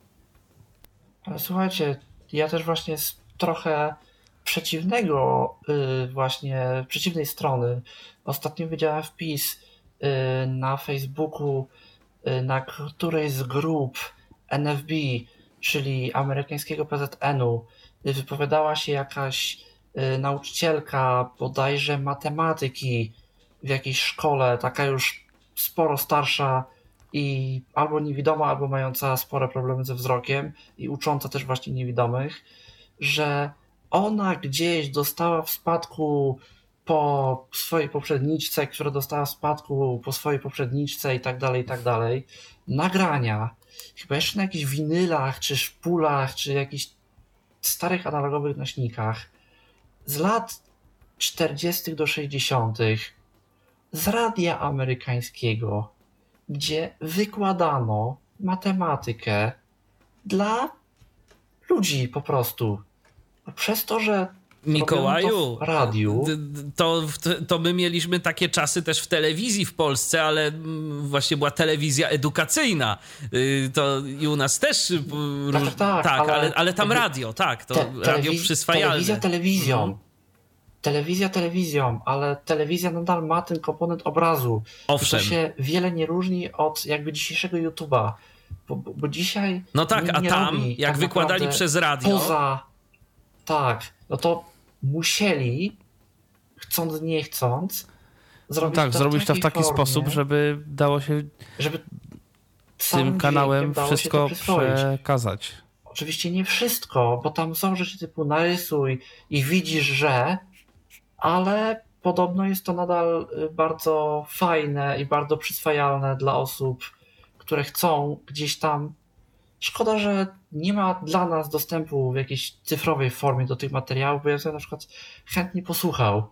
Ale słuchajcie, ja też właśnie z trochę przeciwnego właśnie, przeciwnej strony ostatnio widziałem wpis na Facebooku, na którejś z grup N F B, czyli amerykańskiego P Z N-u, wypowiadała się jakaś y, nauczycielka bodajże matematyki w jakiejś szkole, taka już sporo starsza i albo niewidoma, albo mająca spore problemy ze wzrokiem i ucząca też właśnie niewidomych, że ona gdzieś dostała w spadku po swojej poprzedniczce, która dostała w spadku po swojej poprzedniczce i tak dalej, i tak dalej, nagrania, chyba jeszcze na jakichś winylach, czy szpulach, czy jakichś starych analogowych nośnikach z lat czterdziestych do sześćdziesiątych z radia amerykańskiego, gdzie wykładano matematykę dla ludzi po prostu. Przez to, że Mikołaju, to w radiu. To, to my mieliśmy takie czasy też w telewizji w Polsce, ale właśnie była telewizja edukacyjna. To i u nas też. Tak, tak, tak, tak ale, ale, ale tam jakby, radio, tak, to te, radio telewiz- przyswajalne. Telewizja telewizją. Mhm. Telewizja telewizją, ale telewizja nadal ma ten komponent obrazu. Owszem. I to się wiele nie różni od jakby dzisiejszego YouTube'a. Bo, bo, bo dzisiaj. No tak, nie, a nie tam, robi jak tak wykładali przez radio. Poza. Tak, no to musieli, chcąc nie chcąc, zrobić no tak, to zrobić w to w taki formie, sposób, żeby dało się żeby tym kanałem dało wszystko się to przyswoić. przekazać. Oczywiście nie wszystko, bo tam są rzeczy typu narysuj i widzisz, że, ale podobno jest to nadal bardzo fajne i bardzo przyswajalne dla osób, które chcą gdzieś tam. Szkoda, że nie ma dla nas dostępu w jakiejś cyfrowej formie do tych materiałów, bo ja sobie na przykład chętnie posłuchał.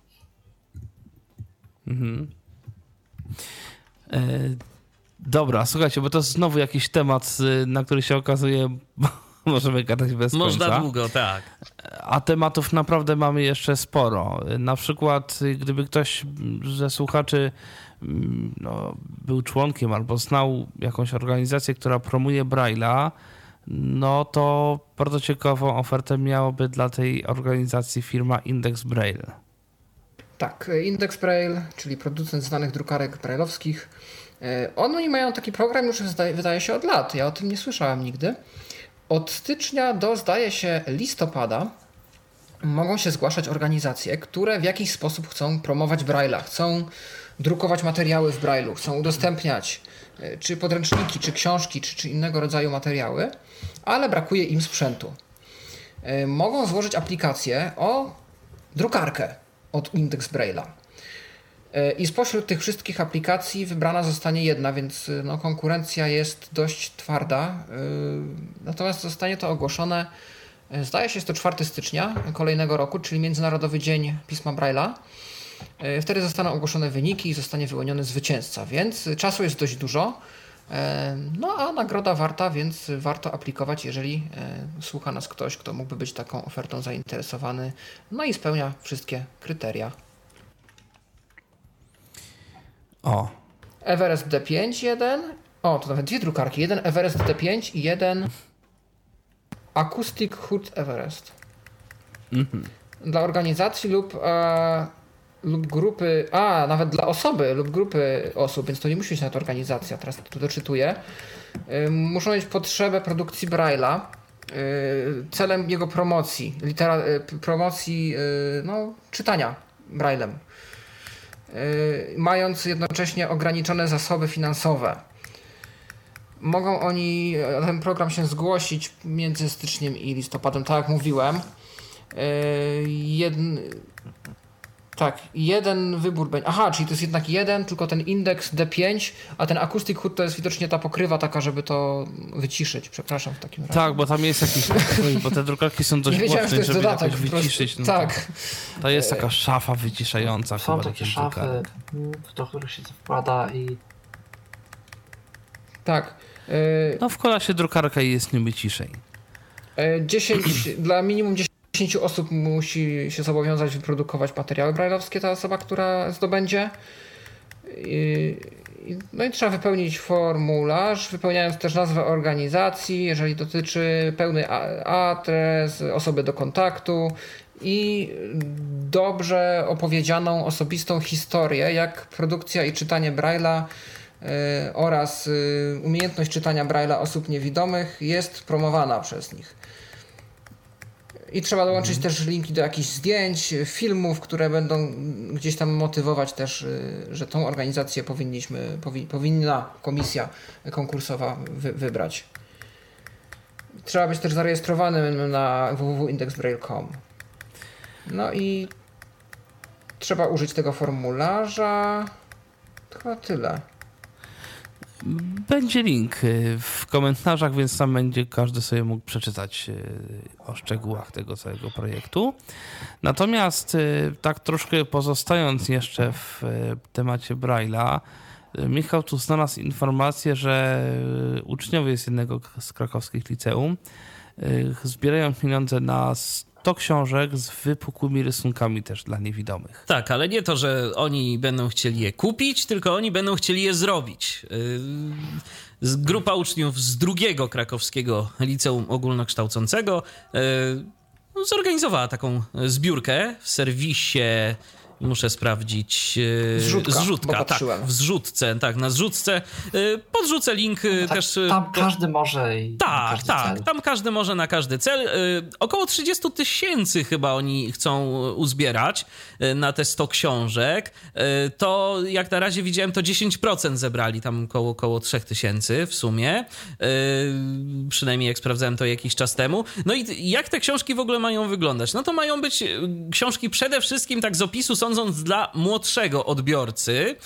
Mhm. E, dobra, słuchajcie, bo to jest znowu jakiś temat, na który się okazuje, możemy gadać bez Można końca. długo, tak. A tematów naprawdę mamy jeszcze sporo. Na przykład, gdyby ktoś ze słuchaczy no, był członkiem albo znał jakąś organizację, która promuje Braille'a, no to bardzo ciekawą ofertę miałoby dla tej organizacji firma Index Braille. Tak, Index Braille, czyli producent znanych drukarek braille'owskich. Oni mają taki program już wydaje, wydaje się od lat, ja o tym nie słyszałem nigdy. Od stycznia do, zdaje się, listopada mogą się zgłaszać organizacje, które w jakiś sposób chcą promować Braille'a, chcą drukować materiały w Braille'u, chcą udostępniać czy podręczniki, czy książki, czy, czy innego rodzaju materiały, ale brakuje im sprzętu. Mogą złożyć aplikację o drukarkę od Index Braille'a. I spośród tych wszystkich aplikacji wybrana zostanie jedna, więc no, konkurencja jest dość twarda. Natomiast zostanie to ogłoszone, zdaje się, jest to czwartego stycznia kolejnego roku, czyli Międzynarodowy Dzień Pisma Braille'a. Wtedy zostaną ogłoszone wyniki i zostanie wyłoniony zwycięzca, więc czasu jest dość dużo. No a nagroda warta, więc warto aplikować, jeżeli słucha nas ktoś, kto mógłby być taką ofertą zainteresowany, no i spełnia wszystkie kryteria. O. Everest D pięć jeden. O, to nawet dwie drukarki. Jeden Everest D pięć i jeden Acoustic Hood Everest. Mhm. Dla organizacji lub, e, lub grupy, a nawet dla osoby lub grupy osób, więc to nie musi być nawet organizacja, teraz to doczytuję, e, muszą mieć potrzebę produkcji Braille'a e, celem jego promocji, litera, e, promocji e, no, czytania Braille'em. Mając jednocześnie ograniczone zasoby finansowe. Mogą oni, ten program się zgłosić między styczniem i listopadem, tak jak mówiłem. Jedn, tak, jeden wybór będzie. Aha, czyli to jest jednak jeden, tylko ten indeks D pięć, a ten Acoustic Hood to jest widocznie ta pokrywa taka, żeby to wyciszyć. Przepraszam w takim razie. Tak, bo tam jest jakiś, bo te drukarki są dość głośne, żeby dodatek, jakoś prostu, wyciszyć. No tak. To, to jest taka szafa wyciszająca. Są chyba takie szafy, drukarek. do których się wkłada i... Tak. No wkłada się drukarka i jest niby ciszej. dziesięć, dla minimum dziesięć osób musi się zobowiązać wyprodukować materiały brajlowskie ta osoba, która zdobędzie. I, no i trzeba wypełnić formularz, wypełniając też nazwę organizacji, jeżeli dotyczy pełny adres, osoby do kontaktu i dobrze opowiedzianą osobistą historię, jak produkcja i czytanie Braille'a oraz umiejętność czytania Braille'a osób niewidomych jest promowana przez nich. I trzeba dołączyć mhm. też linki do jakichś zdjęć, filmów, które będą gdzieś tam motywować też, że tą organizację powinniśmy, powi, powinna komisja konkursowa wy, wybrać. Trzeba być też zarejestrowanym na w w w kropka index braille kropka com. No i trzeba użyć tego formularza. To chyba tyle. Będzie link w komentarzach, więc tam będzie każdy sobie mógł przeczytać o szczegółach tego całego projektu. Natomiast tak troszkę pozostając jeszcze w temacie Braille'a, Michał tu znalazł informację, że uczniowie z jednego z krakowskich liceum zbierają pieniądze na sto książek z wypukłymi rysunkami też dla niewidomych. Tak, ale nie to, że oni będą chcieli je kupić, tylko oni będą chcieli je zrobić. Yy, grupa uczniów z drugiego krakowskiego liceum ogólnokształcącego yy, zorganizowała taką zbiórkę w serwisie. Muszę sprawdzić. Zrzutka, Zrzutka, tak, w zrzutce, tak, na zrzutce. Podrzucę link no tak, też. Tam każdy może i tak, na każdy tak, cel. tam każdy może na każdy cel. Około trzydzieści tysięcy chyba oni chcą uzbierać na te sto książek. To jak na razie widziałem, to dziesięć procent zebrali, tam około, około trzy tysięcy w sumie. Przynajmniej jak sprawdzałem to jakiś czas temu. No i jak te książki w ogóle mają wyglądać? No to mają być książki przede wszystkim tak z opisu sądząc dla młodszego odbiorcy.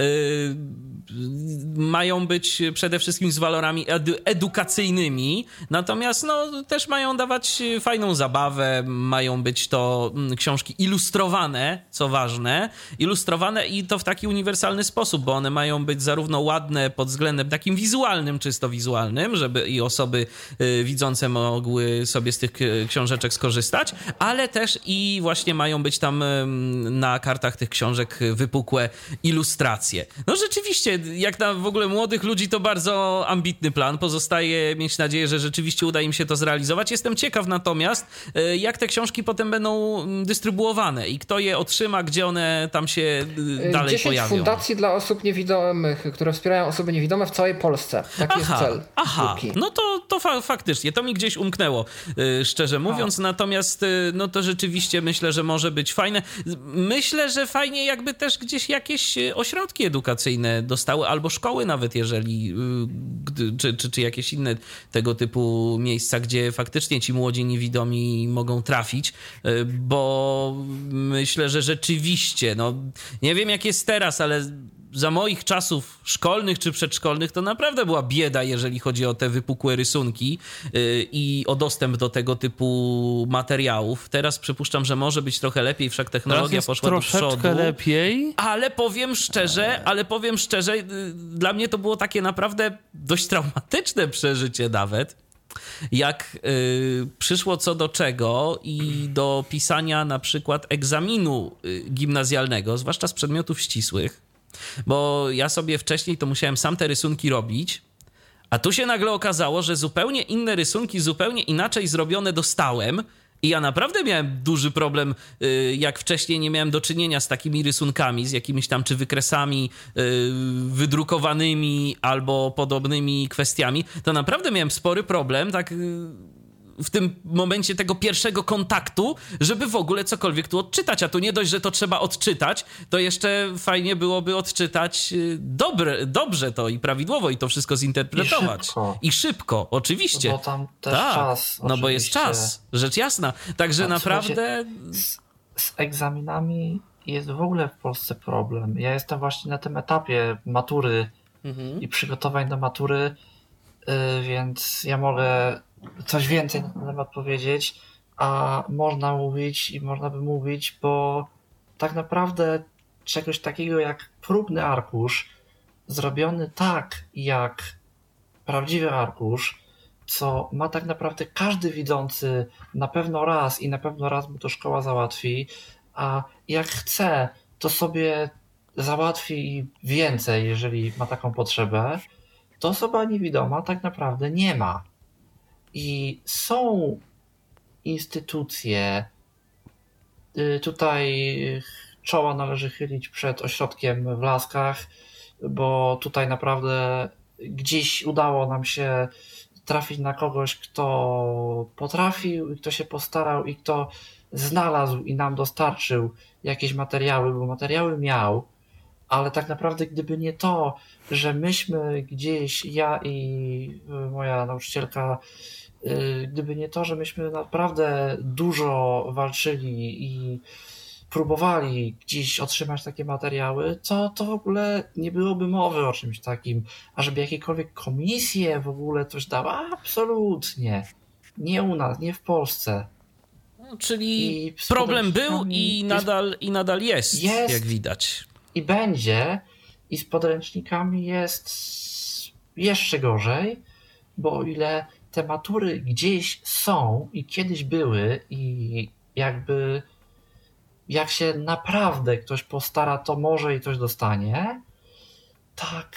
Yy, mają być przede wszystkim z walorami edu- edukacyjnymi, natomiast no, też mają dawać fajną zabawę, mają być to książki ilustrowane, co ważne, ilustrowane i to w taki uniwersalny sposób, bo one mają być zarówno ładne pod względem takim wizualnym, czysto wizualnym, żeby i osoby yy, widzące mogły sobie z tych książeczek skorzystać, ale też i właśnie mają być tam yy, na kartach tych książek wypukłe ilustracje. No rzeczywiście, jak na w ogóle młodych ludzi to bardzo ambitny plan. Pozostaje mieć nadzieję, że rzeczywiście uda im się to zrealizować. Jestem ciekaw natomiast, jak te książki potem będą dystrybuowane i kto je otrzyma, gdzie one tam się dalej dziesięć pojawią. fundacji dla osób niewidomych, które wspierają osoby niewidome w całej Polsce. Taki aha, jest cel. Aha, zbiórki. no to, to fa- faktycznie, to mi gdzieś umknęło, yy, szczerze mówiąc, A. natomiast yy, no to rzeczywiście myślę, że może być fajne. Myślę, że fajnie jakby też gdzieś jakieś ośrodki edukacyjne dostały, albo szkoły nawet, jeżeli, yy, czy, czy, czy jakieś inne tego typu miejsca, gdzie faktycznie ci młodzi niewidomi mogą trafić, yy, bo myślę, że rzeczywiście, no nie wiem jak jest teraz, ale za moich czasów szkolnych czy przedszkolnych to naprawdę była bieda, jeżeli chodzi o te wypukłe rysunki yy, i o dostęp do tego typu materiałów. Teraz przypuszczam, że może być trochę lepiej, wszak technologia jest poszła do przodu. Troszeczkę lepiej. Ale powiem szczerze, ale powiem szczerze, yy, dla mnie to było takie naprawdę dość traumatyczne przeżycie nawet. Jak y, przyszło co do czego i do pisania na przykład egzaminu y, gimnazjalnego, zwłaszcza z przedmiotów ścisłych, bo ja sobie wcześniej to musiałem sam te rysunki robić, a tu się nagle okazało, że zupełnie inne rysunki, zupełnie inaczej zrobione dostałem i ja naprawdę miałem duży problem, jak wcześniej nie miałem do czynienia z takimi rysunkami, z jakimiś tam czy wykresami wydrukowanymi albo podobnymi kwestiami, to naprawdę miałem spory problem, tak w tym momencie tego pierwszego kontaktu, żeby w ogóle cokolwiek tu odczytać, a tu nie dość, że to trzeba odczytać, to jeszcze fajnie byłoby odczytać dobre, dobrze to i prawidłowo i to wszystko zinterpretować. I szybko. I szybko, oczywiście. Bo tam też tak, czas. no bo jest czas, rzecz jasna. Także A, naprawdę... Z, z egzaminami jest w ogóle w Polsce problem. Ja jestem właśnie na tym etapie matury mhm. i przygotowań do matury, yy, więc ja mogę coś więcej na ten temat powiedzieć, a można mówić i można by mówić, bo tak naprawdę czegoś takiego jak próbny arkusz, zrobiony tak jak prawdziwy arkusz, co ma tak naprawdę każdy widzący na pewno raz i na pewno raz mu to szkoła załatwi, a jak chce, to sobie załatwi więcej, jeżeli ma taką potrzebę, to osoba niewidoma tak naprawdę nie ma. I są instytucje, tutaj czoła należy chylić przed ośrodkiem w Laskach, bo tutaj naprawdę gdzieś udało nam się trafić na kogoś, kto potrafił i kto się postarał i kto znalazł i nam dostarczył jakieś materiały, bo materiały miał, ale tak naprawdę gdyby nie to, że myśmy gdzieś, ja i moja nauczycielka, gdyby nie to, że myśmy naprawdę dużo walczyli i próbowali gdzieś otrzymać takie materiały, to, to w ogóle nie byłoby mowy o czymś takim. A żeby jakiekolwiek komisje w ogóle coś dała? Absolutnie. Nie u nas, nie w Polsce. No, czyli I problem był i jest, nadal, i nadal jest, jest, jak widać. I będzie. I z podręcznikami jest jeszcze gorzej, bo o ile te matury gdzieś są i kiedyś były i jakby jak się naprawdę ktoś postara, to może i coś dostanie, tak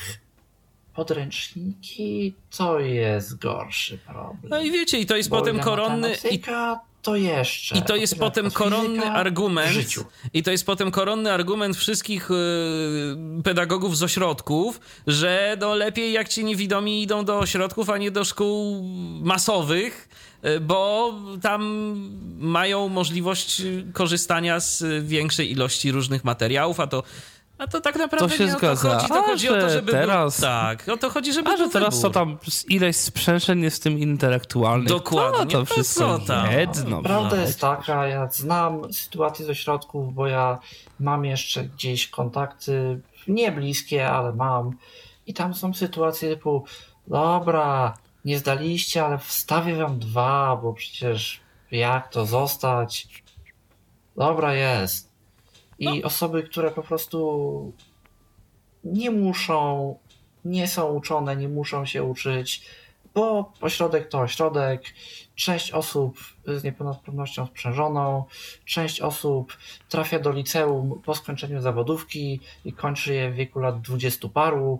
podręczniki to jest gorszy problem. No i wiecie, i to jest bo potem koronny... I, to jeszcze. I to jest potem koronny argument. W życiu. I to jest potem koronny argument wszystkich yy, pedagogów z ośrodków, że no lepiej jak ci niewidomi idą do ośrodków, a nie do szkół masowych, yy, bo tam mają możliwość korzystania z większej ilości różnych materiałów, a to A to tak naprawdę to się nie zgadza. o to chodzi. To a, chodzi o to, żeby teraz... był... Tak, o to chodzi, żeby A, że był teraz wybór. to tam ileś sprzężeń jest w tym intelektualnych. Dokładnie. To, to wszystko to tam. jedno. Prawda jest taka, ja znam sytuację z ośrodków, bo ja mam jeszcze gdzieś kontakty, nie bliskie, ale mam. I tam są sytuacje typu, dobra, nie zdaliście, ale wstawię wam dwa, bo przecież jak to zostać? Dobra, jest. I no. Osoby, które po prostu nie muszą, nie są uczone, nie muszą się uczyć, bo ośrodek to ośrodek, część osób z niepełnosprawnością sprzężoną, część osób trafia do liceum po skończeniu zawodówki i kończy je w wieku lat dwudziestu paru.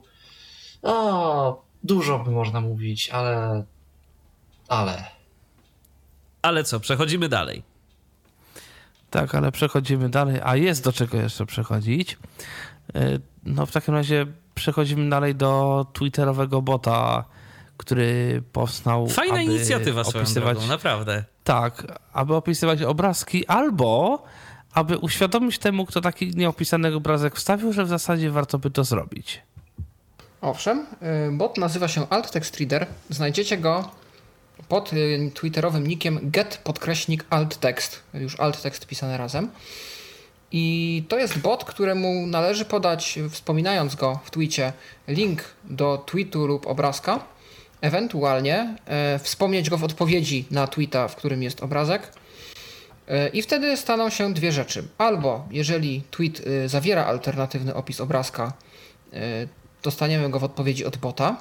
O, dużo by można mówić, ale... Ale... Ale co, przechodzimy dalej. Tak, ale przechodzimy dalej, a jest do czego jeszcze przechodzić. No w takim razie przechodzimy dalej do twitterowego bota, który powstał. Fajna inicjatywa swoją opisywać, drogą, naprawdę. Tak, aby opisywać obrazki albo aby uświadomić temu, kto taki nieopisany obrazek wstawił, że w zasadzie warto by to zrobić. Owszem, bot nazywa się Alt Text Reader. Znajdziecie go pod twitterowym nickiem get podkreśnik alt text, już alt text pisane razem. I to jest bot, któremu należy podać, wspominając go w tweetie, link do tweetu lub obrazka, ewentualnie e, wspomnieć go w odpowiedzi na tweeta, w którym jest obrazek. E, I wtedy staną się dwie rzeczy. Albo jeżeli tweet e, zawiera alternatywny opis obrazka, e, dostaniemy go w odpowiedzi od bota,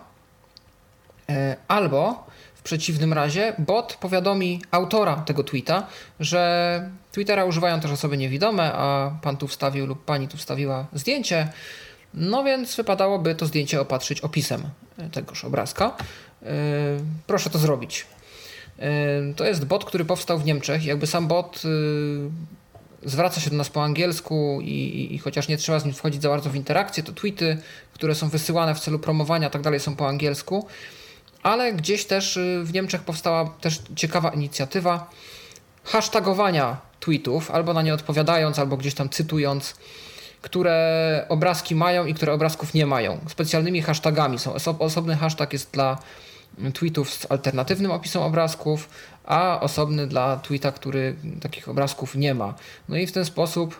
e, albo w przeciwnym razie bot powiadomi autora tego tweeta, że Twittera używają też osoby niewidome, a pan tu wstawił lub pani tu wstawiła zdjęcie, no więc wypadałoby to zdjęcie opatrzyć opisem tegoż obrazka. Yy, proszę to zrobić. Yy, to jest bot, który powstał w Niemczech. Jakby sam bot yy, zwraca się do nas po angielsku i, i, i chociaż nie trzeba z nim wchodzić za bardzo w interakcję, to tweety, które są wysyłane w celu promowania tak dalej są po angielsku. Ale gdzieś też w Niemczech powstała też ciekawa inicjatywa hashtagowania tweetów, albo na nie odpowiadając, albo gdzieś tam cytując, które obrazki mają i które obrazków nie mają. Specjalnymi hashtagami są. Osobny hashtag jest dla tweetów z alternatywnym opisem obrazków, a osobny dla tweeta, który takich obrazków nie ma. No i w ten sposób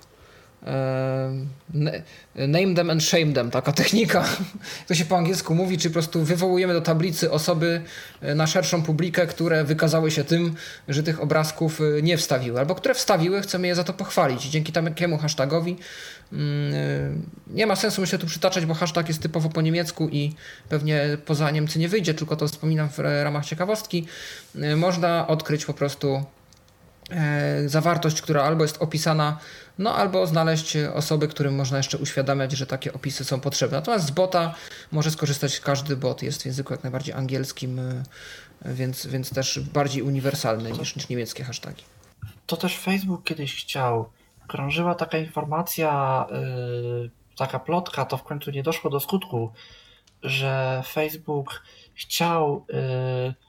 name them and shame them, taka technika, to się po angielsku mówi, czy po prostu wywołujemy do tablicy osoby na szerszą publikę, które wykazały się tym, że tych obrazków nie wstawiły, albo które wstawiły, chcemy je za to pochwalić. Dzięki takiemu hashtagowi nie ma sensu myślę tu przytaczać, bo hashtag jest typowo po niemiecku i pewnie poza Niemcy nie wyjdzie, tylko to wspominam w ramach ciekawostki. Można odkryć po prostu zawartość, która albo jest opisana, no albo znaleźć osoby, którym można jeszcze uświadamiać, że takie opisy są potrzebne. Natomiast z bota może skorzystać każdy bot, jest w języku jak najbardziej angielskim, więc, więc też bardziej uniwersalny niż, niż niemieckie hasztagi. To też Facebook kiedyś chciał. Krążyła taka informacja, yy, taka plotka, to w końcu nie doszło do skutku, że Facebook chciał yy,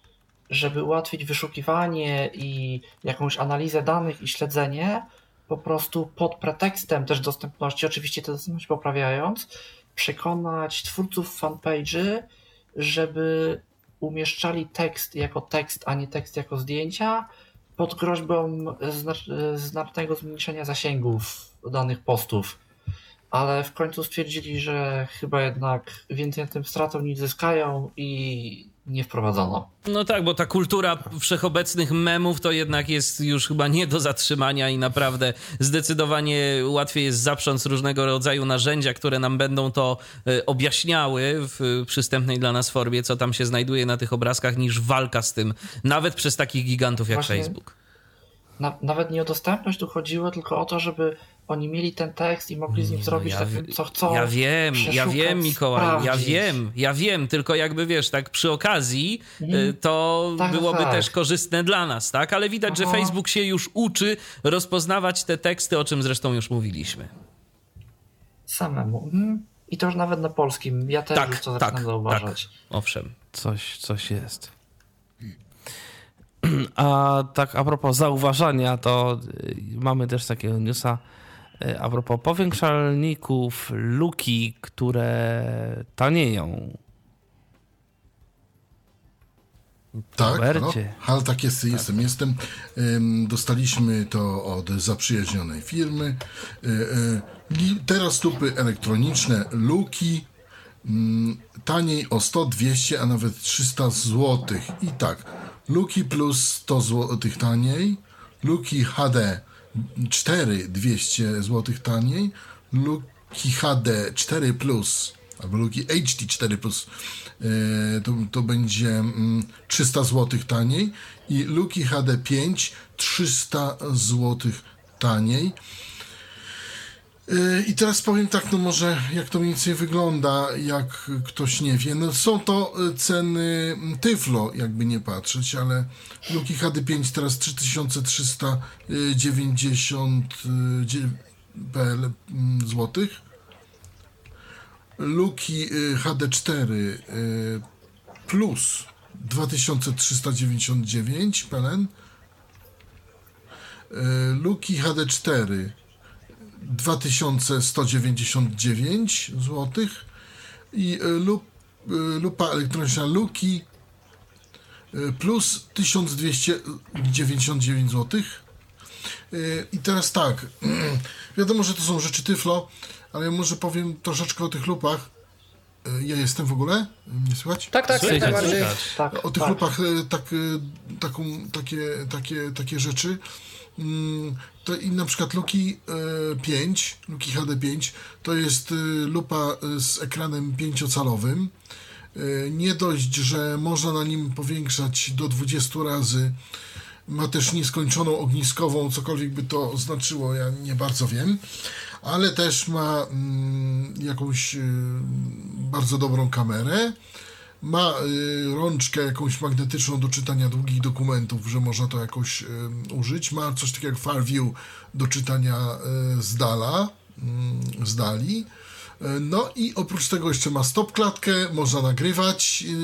żeby ułatwić wyszukiwanie i jakąś analizę danych i śledzenie, po prostu pod pretekstem też dostępności, oczywiście tę dostępność poprawiając, przekonać twórców fanpage'y, żeby umieszczali tekst jako tekst, a nie tekst jako zdjęcia, pod groźbą znacznego zmniejszenia zasięgów danych postów. Ale w końcu stwierdzili, że chyba jednak więcej na tym stracą niż zyskają i nie wprowadzono. No tak, bo ta kultura wszechobecnych memów to jednak jest już chyba nie do zatrzymania i naprawdę zdecydowanie łatwiej jest zaprząc różnego rodzaju narzędzia, które nam będą to objaśniały w przystępnej dla nas formie, co tam się znajduje na tych obrazkach, niż walka z tym, nawet przez takich gigantów jak Właśnie Facebook. Na, nawet nie o dostępność tu chodziło, tylko o to, żeby oni mieli ten tekst i mogli z nim zrobić ja, takim, co chcą. Ja wiem, ja wiem, Mikołaj, sprawdzić. ja wiem, ja wiem, tylko jakby wiesz, tak przy okazji mhm. to tak, byłoby tak. też korzystne dla nas, tak? Ale widać, Aha. że Facebook się już uczy rozpoznawać te teksty, o czym zresztą już mówiliśmy. Samemu. Mhm. I to już nawet na polskim. Ja też tak, już to zaczynam tak, zauważać. Tak, owszem. Coś, coś jest. A tak a propos zauważania, to mamy też takiego newsa a propos powiększalników luki, które tanieją. Tak, halo, halo, tak jest, tak. jestem, jestem. Dostaliśmy to od zaprzyjaźnionej firmy. Teraz lupy elektroniczne Luki taniej o sto, dwieście, a nawet trzysta złotych. I tak, Luki plus sto złotych taniej, Luki H D cztery, dwieście złotych taniej, Luki H D cztery plus, albo Luki H D cztery plus, to, to będzie trzysta złotych taniej i Luki H D pięć trzysta złotych taniej. I teraz powiem tak, no może jak to mniej więcej wygląda, jak ktoś nie wie. No są to ceny Tyflo, jakby nie patrzeć, ale Luki H D pięć teraz trzy tysiące trzysta dziewięćdziesiąt złotych. Luki H D cztery plus dwa tysiące trzysta dziewięćdziesiąt dziewięć P L N. Luki H D cztery dwa tysiące sto dziewięćdziesiąt dziewięć złotych i lup, lupa elektroniczna Luki plus tysiąc dwieście dziewięćdziesiąt dziewięć złotych. I teraz tak, wiadomo, że to są rzeczy Tyflo, ale ja może powiem troszeczkę o tych lupach. Ja jestem w ogóle? Nie słychać? Tak, tak, słychać. bardziej. Tak, o tych tak. lupach tak, taką, takie, takie, takie rzeczy. To i na przykład Luki pięć, Luki H D pięć, to jest lupa z ekranem pięciocalowym. Nie dość, że można na nim powiększać do dwudziestu razy, ma też nieskończoną ogniskową, cokolwiek by to znaczyło, ja nie bardzo wiem, ale też ma mm, jakąś y, bardzo dobrą kamerę, ma y, rączkę jakąś magnetyczną do czytania długich dokumentów, że można to jakoś y, użyć, ma coś takiego jak Far View do czytania y, z dala, y, z dali. No i oprócz tego jeszcze ma stopklatkę, można nagrywać, yy,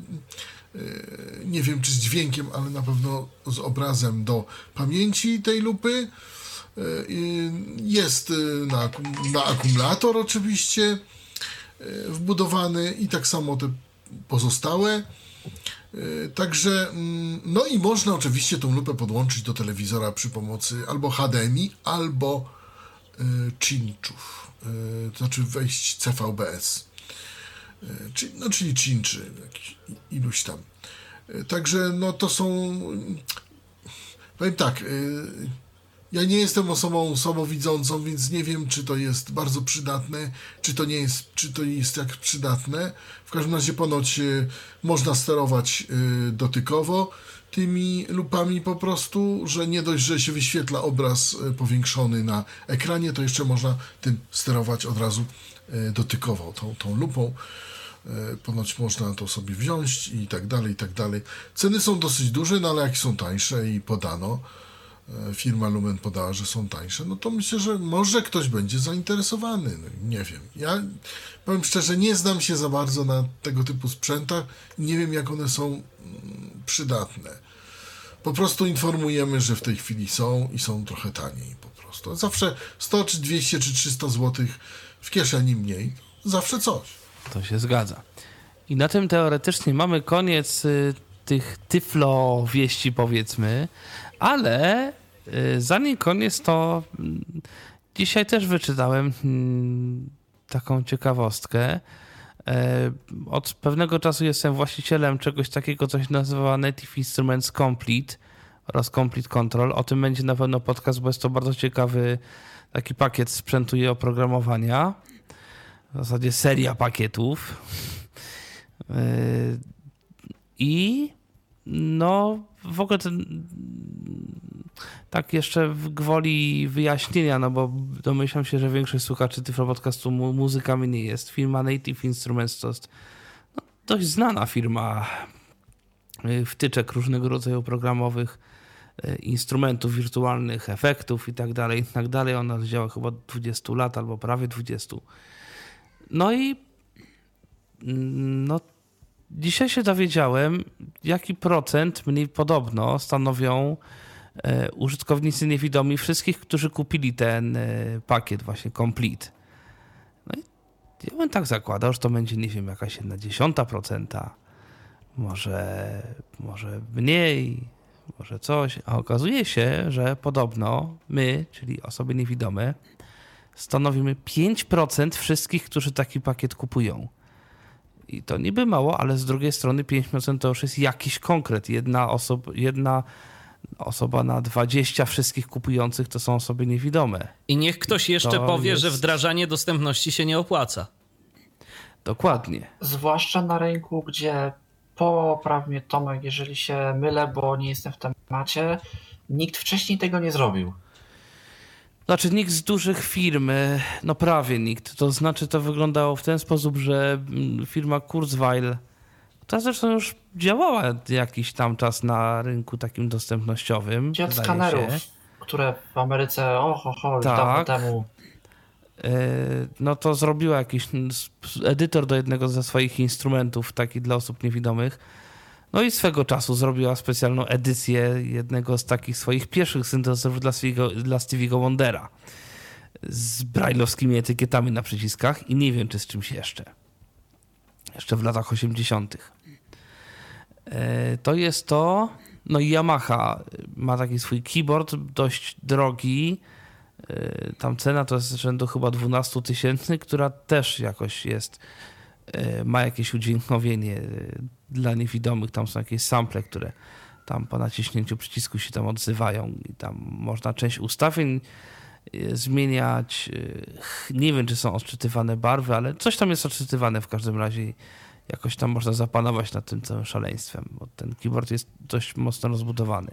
yy, nie wiem czy z dźwiękiem, ale na pewno z obrazem do pamięci tej lupy. Yy, jest na, na akumulator oczywiście yy, wbudowany i tak samo te pozostałe. Yy, także, yy, no i można oczywiście tą lupę podłączyć do telewizora przy pomocy albo H D M I, albo yy, cinczów. To znaczy wejść C V B S, czyli, no, czyli cinczy, iluś tam. Także no to są, powiem tak, ja nie jestem osobą słabowidzącą, więc nie wiem, czy to jest bardzo przydatne, czy to nie jest, czy to jest jak przydatne. W każdym razie ponoć można sterować dotykowo tymi lupami po prostu, że nie dość, że się wyświetla obraz powiększony na ekranie, to jeszcze można tym sterować od razu dotykowo, tą, tą lupą. Ponoć można to sobie wziąć i tak dalej, i tak dalej. Ceny są dosyć duże, no ale jak są tańsze i podano, firma Lumen podała, że są tańsze, no to myślę, że może ktoś będzie zainteresowany. No, nie wiem. Ja powiem szczerze, nie znam się za bardzo na tego typu sprzętach. Nie wiem, jak one są przydatne. Po prostu informujemy, że w tej chwili są i są trochę taniej po prostu. Zawsze sto, czy dwieście, czy trzysta złotych w kieszeni mniej. Zawsze coś. To się zgadza. I na tym teoretycznie mamy koniec y, tych tyflo wieści, powiedzmy, ale y, zanim koniec, to y, dzisiaj też wyczytałem y, taką ciekawostkę. Y, od pewnego czasu jestem właścicielem czegoś takiego, co się nazywa Native Instruments Complete oraz Complete Control. O tym będzie na pewno podcast, bo jest to bardzo ciekawy taki pakiet sprzętu i oprogramowania. W zasadzie seria pakietów. I no w ogóle ten, tak jeszcze w gwoli wyjaśnienia, no bo domyślam się, że większość słuchaczy Tyflo Podcastu mu, muzykami nie jest. Firma Native Instruments to jest no, dość znana firma wtyczek różnego rodzaju programowych, instrumentów wirtualnych, efektów i tak dalej, i tak dalej. Ona działa chyba od dwudziestu lat albo prawie dwudziestu. No i no dzisiaj się dowiedziałem, jaki procent mniej podobno stanowią e, użytkownicy niewidomi wszystkich, którzy kupili ten e, pakiet właśnie Complete. No i ja bym tak zakładał, że to będzie, nie wiem, jakaś jedna dziesiąta procenta, może, może mniej, może coś. A okazuje się, że podobno my, czyli osoby niewidome, stanowimy pięć procent wszystkich, którzy taki pakiet kupują. I to niby mało, ale z drugiej strony pięć procent to już jest jakiś konkret. Jedna, osoba, jedna osoba na dwadzieścia wszystkich kupujących to są osoby niewidome. I niech ktoś jeszcze to powie, jest... że wdrażanie dostępności się nie opłaca. Dokładnie. Zwłaszcza na rynku, gdzie popraw mnie Tomek, jeżeli się mylę, bo nie jestem w temacie, nikt wcześniej tego nie zrobił. Znaczy nikt z dużych firm, no prawie nikt. To znaczy to wyglądało w ten sposób, że firma Kurzweil, która zresztą już działała jakiś tam czas na rynku takim dostępnościowym. Gdzie od skanerów, się. które w Ameryce, oho, ho, już tak. dawno temu. No to zrobiła jakiś edytor do jednego ze swoich instrumentów, taki dla osób niewidomych. No i swego czasu zrobiła specjalną edycję jednego z takich swoich pierwszych syntezatorów dla, dla Stevie'ego Wondera z brajlowskimi etykietami na przyciskach i nie wiem, czy z czymś jeszcze. Jeszcze w latach osiemdziesiątych. To jest to... No i Yamaha ma taki swój keyboard, dość drogi. Tam cena to jest rzędu chyba dwanaście tysięcy, która też jakoś jest... ma jakieś udźwiękowienie dla niewidomych, tam są jakieś sample, które tam po naciśnięciu przycisku się tam odzywają i tam można część ustawień zmieniać. Nie wiem, czy są odczytywane barwy, ale coś tam jest odczytywane w każdym razie. Jakoś tam można zapanować nad tym całym szaleństwem, bo ten keyboard jest dość mocno rozbudowany.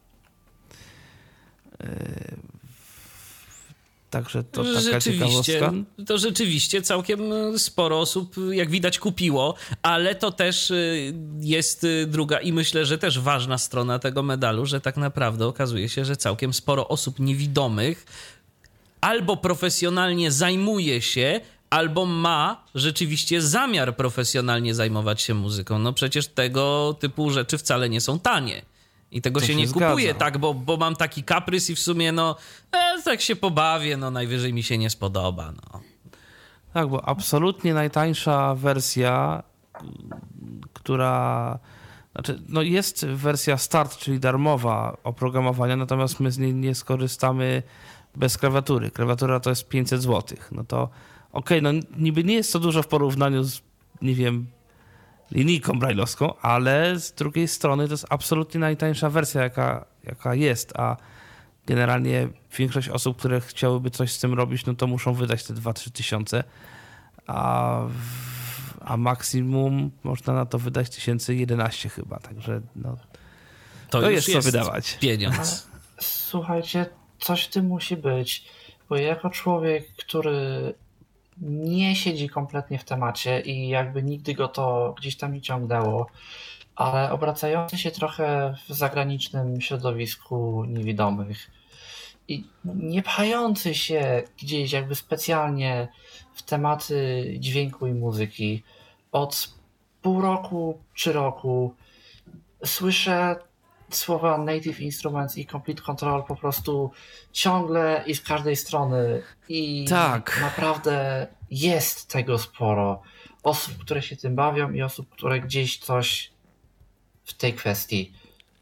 Także to taka rzeczywiście, ciekawostka. To rzeczywiście całkiem sporo osób, jak widać, kupiło, ale to też jest druga i myślę, że też ważna strona tego medalu, że tak naprawdę okazuje się, że całkiem sporo osób niewidomych albo profesjonalnie zajmuje się, albo ma rzeczywiście zamiar profesjonalnie zajmować się muzyką. No przecież tego typu rzeczy wcale nie są tanie. I tego to się się nie zgadza. kupuje, tak, bo, bo mam taki kaprys i w sumie, no, e, tak się pobawię, no, najwyżej mi się nie spodoba, no. Tak, bo absolutnie najtańsza wersja, która... Znaczy, no jest wersja start, czyli darmowa oprogramowania, natomiast my z niej nie skorzystamy bez klawiatury. Klawiatura to jest pięćset złotych. No to okej, okay, no niby nie jest to dużo w porównaniu z, nie wiem, linijką brajlowską, ale z drugiej strony to jest absolutnie najtańsza wersja, jaka, jaka jest, a generalnie większość osób, które chciałyby coś z tym robić, no to muszą wydać te dwa trzy tysiące, a, a maksimum można na to wydać tysięcy jedenaście chyba, także no, to, to już jest, jest co wydawać. Pieniądz. Słuchajcie, coś w tym musi być, bo jako człowiek, który nie siedzi kompletnie w temacie i jakby nigdy go to gdzieś tam nie ciągnęło, ale obracający się trochę w zagranicznym środowisku niewidomych i nie pchający się gdzieś jakby specjalnie w tematy dźwięku i muzyki od pół roku czy roku słyszę słowa Native Instruments i Complete Control po prostu ciągle i z każdej strony. I tak. Naprawdę jest tego sporo. Osób, które się tym bawią i osób, które gdzieś coś w tej kwestii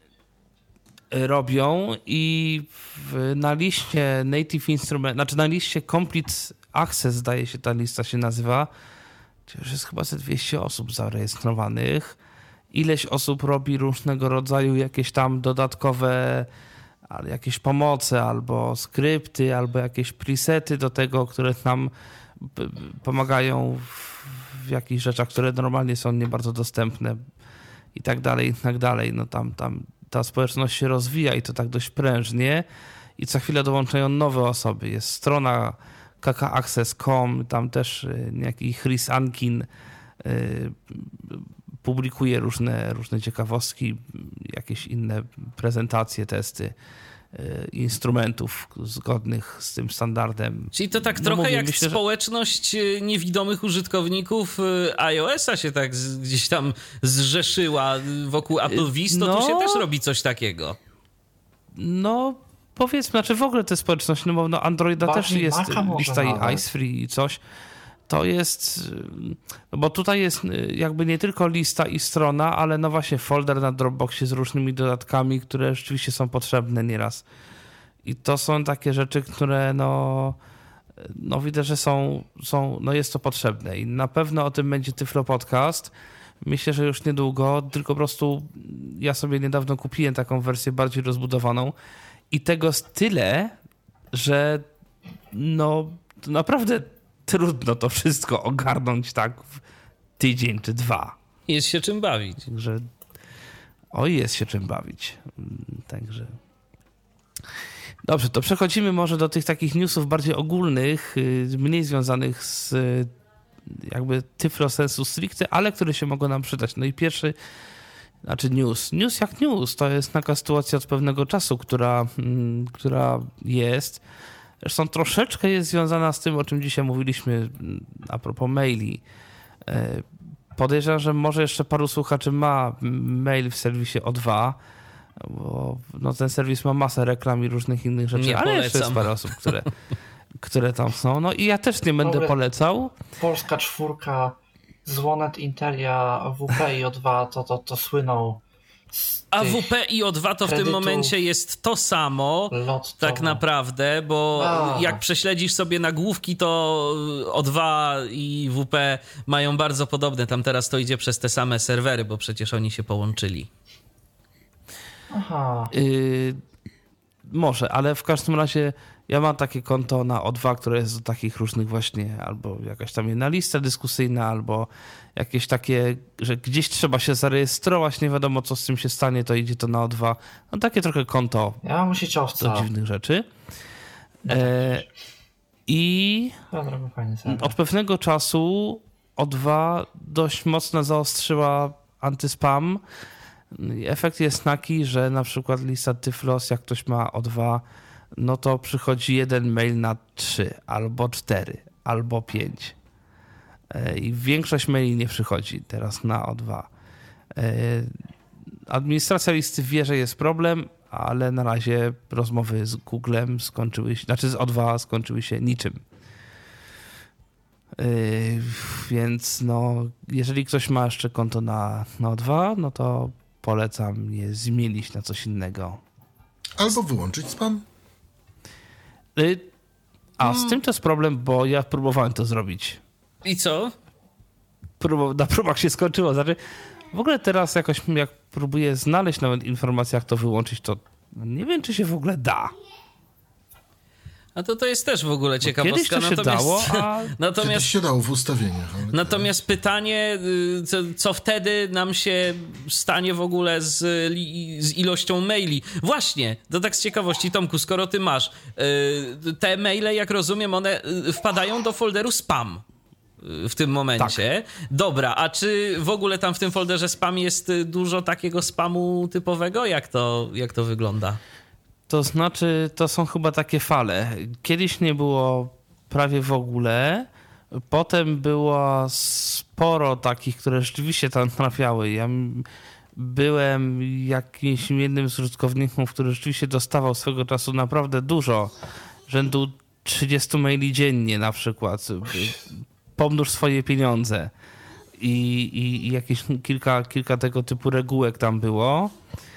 robią i w, na liście Native Instrument, znaczy na liście Complete Access, zdaje się, ta lista się nazywa, to już jest chyba ze dwieście osób zarejestrowanych. Ileś osób robi różnego rodzaju jakieś tam dodatkowe jakieś pomoce, albo skrypty, albo jakieś presety do tego, które nam pomagają w, w jakichś rzeczach, które normalnie są nie bardzo dostępne i tak dalej, i tak dalej. No tam, tam ta społeczność się rozwija i to tak dość prężnie i co chwilę dołączają nowe osoby. Jest strona k k access kropka com, tam też niejaki Chris Ankin y, publikuje różne, różne ciekawostki, jakieś inne prezentacje, testy y, instrumentów zgodnych z tym standardem. Czyli to tak no trochę mówię, jak myślę, że... społeczność niewidomych użytkowników iOS-a się tak gdzieś tam zrzeszyła wokół Apple Viz, to no, tu się też robi coś takiego. No powiedzmy, znaczy w ogóle te społeczności, no bo no Androida Bardziej też jest lista i Icefree i coś. To jest, no bo tutaj jest jakby nie tylko lista i strona, ale no właśnie folder na Dropboxie z różnymi dodatkami, które rzeczywiście są potrzebne nieraz. I to są takie rzeczy, które no, no widzę, że są, są, no jest to potrzebne i na pewno o tym będzie Tyflo Podcast. Myślę, że już niedługo, tylko po prostu ja sobie niedawno kupiłem taką wersję bardziej rozbudowaną i tego jest tyle, że no naprawdę trudno to wszystko ogarnąć tak w tydzień czy dwa. Jest się czym bawić. Także oj, jest się czym bawić. Także dobrze, to przechodzimy może do tych takich newsów bardziej ogólnych, mniej związanych z jakby Tyflo sensu stricte, ale które się mogą nam przydać. No i pierwszy, znaczy news. News jak news, to jest taka sytuacja od pewnego czasu, która, która jest. Zresztą troszeczkę jest związana z tym, o czym dzisiaj mówiliśmy a propos maili. Podejrzewam, że może jeszcze paru słuchaczy ma mail w serwisie O dwa, bo no, ten serwis ma masę reklam i różnych innych rzeczy, nie ale polecam. jeszcze jest parę osób, które, które tam są. No i ja też nie będę polecał. Polska czwórka, Dzwonet, Intelia, W P i O dwa to, to, to słyną. A W P i O dwa to w tym momencie jest to samo, lotto. tak naprawdę, bo A. jak prześledzisz sobie nagłówki, to O dwa i W P mają bardzo podobne. Tam teraz to idzie przez te same serwery, bo przecież oni się połączyli. Aha. Y- może, ale w każdym razie ja mam takie konto na O dwa, które jest do takich różnych właśnie, albo jakaś tam jedna lista dyskusyjna, albo jakieś takie, że gdzieś trzeba się zarejestrować, nie wiadomo co z tym się stanie, to idzie to na O dwa. No takie trochę konto ja mam sieciowca do dziwnych rzeczy. E, I od pewnego czasu O dwa dość mocno zaostrzyła antyspam. Efekt jest taki, że na przykład lista Tyflos, jak ktoś ma O dwa, no to przychodzi jeden mail na trzy, albo cztery, albo pięć. I większość maili nie przychodzi teraz na O dwa. Administracja listy wie, że jest problem, ale na razie rozmowy z Googlem skończyły się, znaczy z O dwa skończyły się niczym. Więc no, jeżeli ktoś ma jeszcze konto na, na O dwa, no to polecam je zmienić na coś innego. Albo wyłączyć spam. A hmm. z tym to jest problem, bo ja próbowałem to zrobić. I co? Próbow- na próbach się skończyło. Znaczy, w ogóle teraz jakoś jak próbuję znaleźć nawet informację, jak to wyłączyć, to nie wiem, czy się w ogóle da. A to to jest też w ogóle ciekawostka. Kiedyś to się natomiast, dało, a... natomiast, Kiedyś się dało w ustawieniach. Ale... Natomiast pytanie, co, co wtedy nam się stanie w ogóle z, z ilością maili? Właśnie, to tak z ciekawości, Tomku, skoro ty masz, te maile, jak rozumiem, one wpadają do folderu spam w tym momencie. Tak. Dobra, a czy w ogóle tam w tym folderze spam jest dużo takiego spamu typowego? Jak to, jak to wygląda? To znaczy, to są chyba takie fale. Kiedyś nie było prawie w ogóle, potem było sporo takich, które rzeczywiście tam trafiały. Ja byłem jakimś jednym z użytkowników, który rzeczywiście dostawał swego czasu naprawdę dużo, rzędu trzydzieści maili dziennie na przykład. Pomnóż swoje pieniądze. I, i, i jakieś kilka, kilka tego typu regułek tam było.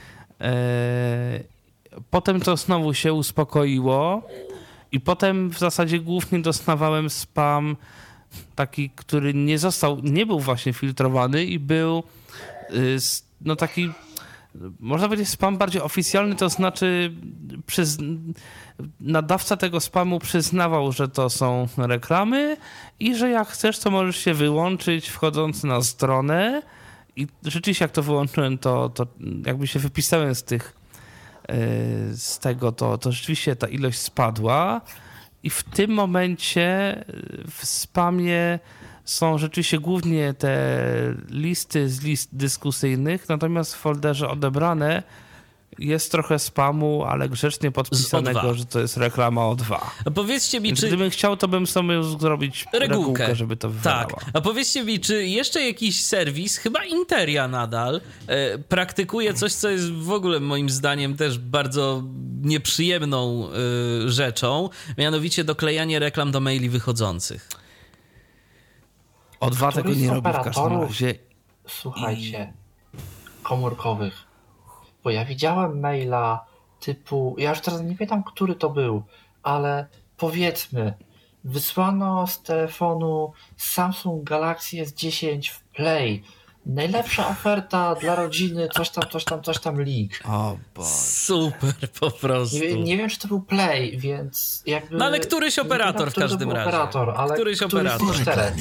Potem to znowu się uspokoiło i potem w zasadzie głównie dostawałem spam taki, który nie został, nie był właśnie filtrowany i był no taki, można powiedzieć, spam bardziej oficjalny, to znaczy przyz... nadawca tego spamu przyznawał, że to są reklamy i że jak chcesz, to możesz się wyłączyć wchodząc na stronę i rzeczywiście jak to wyłączyłem, to, to jakby się wypisałem z tych z tego, to, to rzeczywiście ta ilość spadła i w tym momencie w spamie są rzeczywiście głównie te listy z list dyskusyjnych, natomiast w folderze odebrane jest trochę spamu, ale grzecznie podpisanego, że to jest reklama O dwa. A powiedzcie mi, Więc czy... gdybym chciał, to bym sobie zrobić regułkę, regułkę żeby to wywalała. Tak. A powiedzcie mi, czy jeszcze jakiś serwis, chyba Interia nadal, e, praktykuje coś, co jest w ogóle moim zdaniem też bardzo nieprzyjemną e, rzeczą, mianowicie doklejanie reklam do maili wychodzących. O dwa tego nie robi w każdym razie. Słuchajcie, komórkowych. Bo ja widziałem maila typu, ja już teraz nie pamiętam, który to był, ale powiedzmy, wysłano z telefonu Samsung Galaxy S dziesięć w Play. Najlepsza oferta dla rodziny, coś tam, coś tam, coś tam link. O Boże. Super, po prostu. Nie, nie wiem, czy to był Play, więc jakby... No ale któryś operator w każdym razie. Operator, ale któryś operator. Z tych czterech.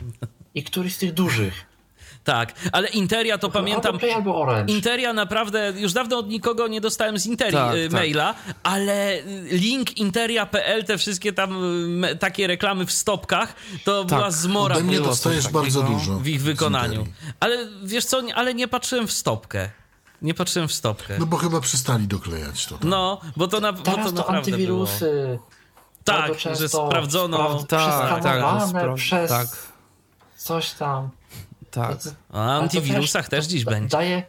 I któryś z tych dużych. Tak, ale Interia to Albo pamiętam... Play, albo Orange. Interia naprawdę, już dawno od nikogo nie dostałem z Interii tak, y, maila, tak. Ale link interia kropka p l, te wszystkie tam y, takie reklamy w stopkach, to tak. była zmora. Ode mnie dostajesz bardzo dużo w ich wykonaniu. Ale wiesz co, ale nie patrzyłem w stopkę. Nie patrzyłem w stopkę. No bo chyba przestali doklejać to. Tam. No, bo to, na, bo Teraz to to naprawdę antywirusy. Tak, że sprawdzono. Tak, tak, spra- przez tak. coś tam. Tak. O antywirusach też, też dziś da, będzie. Daje,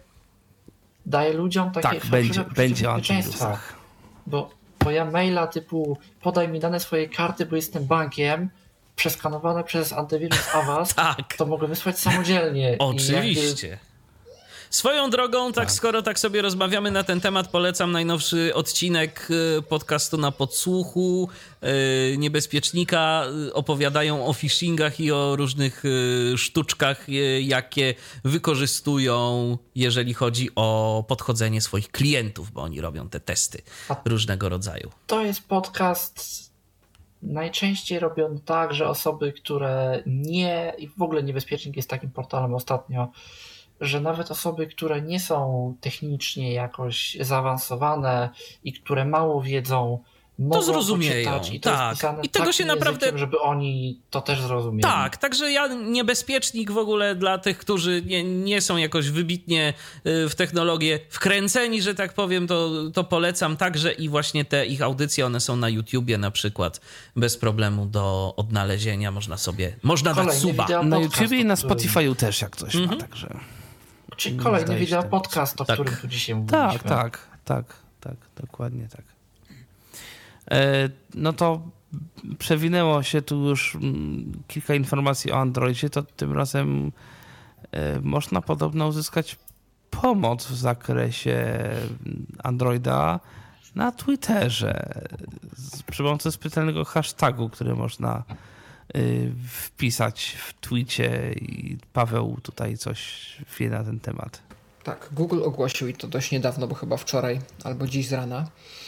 daje ludziom takie tak, będzie, będzie o antywirusach. Bo, bo ja maila typu podaj mi dane swojej karty, bo jestem bankiem, przeskanowane przez antywirus Avast, tak. to mogę wysłać samodzielnie. Oczywiście. I jakby... Swoją drogą, tak, tak skoro tak sobie rozmawiamy na ten temat, polecam najnowszy odcinek podcastu Na Podsłuchu. Niebezpiecznika opowiadają o phishingach i o różnych sztuczkach, jakie wykorzystują, jeżeli chodzi o podchodzenie swoich klientów, bo oni robią te testy różnego rodzaju. To jest podcast najczęściej robiony tak, że osoby, które nie... i w ogóle Niebezpiecznik jest takim portalem ostatnio, że nawet osoby, które nie są technicznie jakoś zaawansowane i które mało wiedzą, mogą to zrozumieją. I to tak. jest pisane I tego się językiem, naprawdę, żeby oni to też zrozumieli. Tak, także ja Niebezpiecznik w ogóle dla tych, którzy nie, nie są jakoś wybitnie w technologię wkręceni, że tak powiem, to, to polecam także i właśnie te ich audycje, one są na YouTubie na przykład, bez problemu do odnalezienia, można sobie, można dać suba. Na YouTubie i na Spotify'u też jak coś mhm. ma, także... Czyli kolejny wideo podcast, o tak. którym tu dzisiaj mówiliśmy. Tak, tak, tak, tak, dokładnie tak. E, no to przewinęło się tu już kilka informacji o Androidzie, to tym razem e, można podobno uzyskać pomoc w zakresie Androida na Twitterze przy pomocy specjalnego hashtagu, który można wpisać w twicie i Paweł tutaj coś wie na ten temat. Tak, Google ogłosił i to dość niedawno, bo chyba wczoraj albo dziś z rana,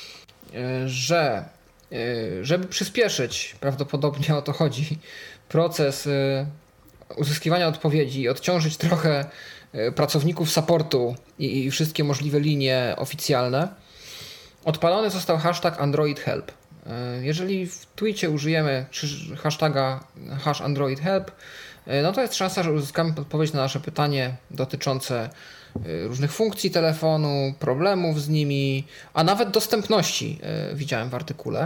że żeby przyspieszyć, prawdopodobnie o to chodzi, proces uzyskiwania odpowiedzi i odciążyć trochę pracowników supportu i wszystkie możliwe linie oficjalne, odpalony został hashtag Android Help. Jeżeli w twicie użyjemy hashtaga hash Android Help, no to jest szansa, że uzyskamy odpowiedź na nasze pytanie dotyczące różnych funkcji telefonu, problemów z nimi, a nawet dostępności, widziałem w artykule.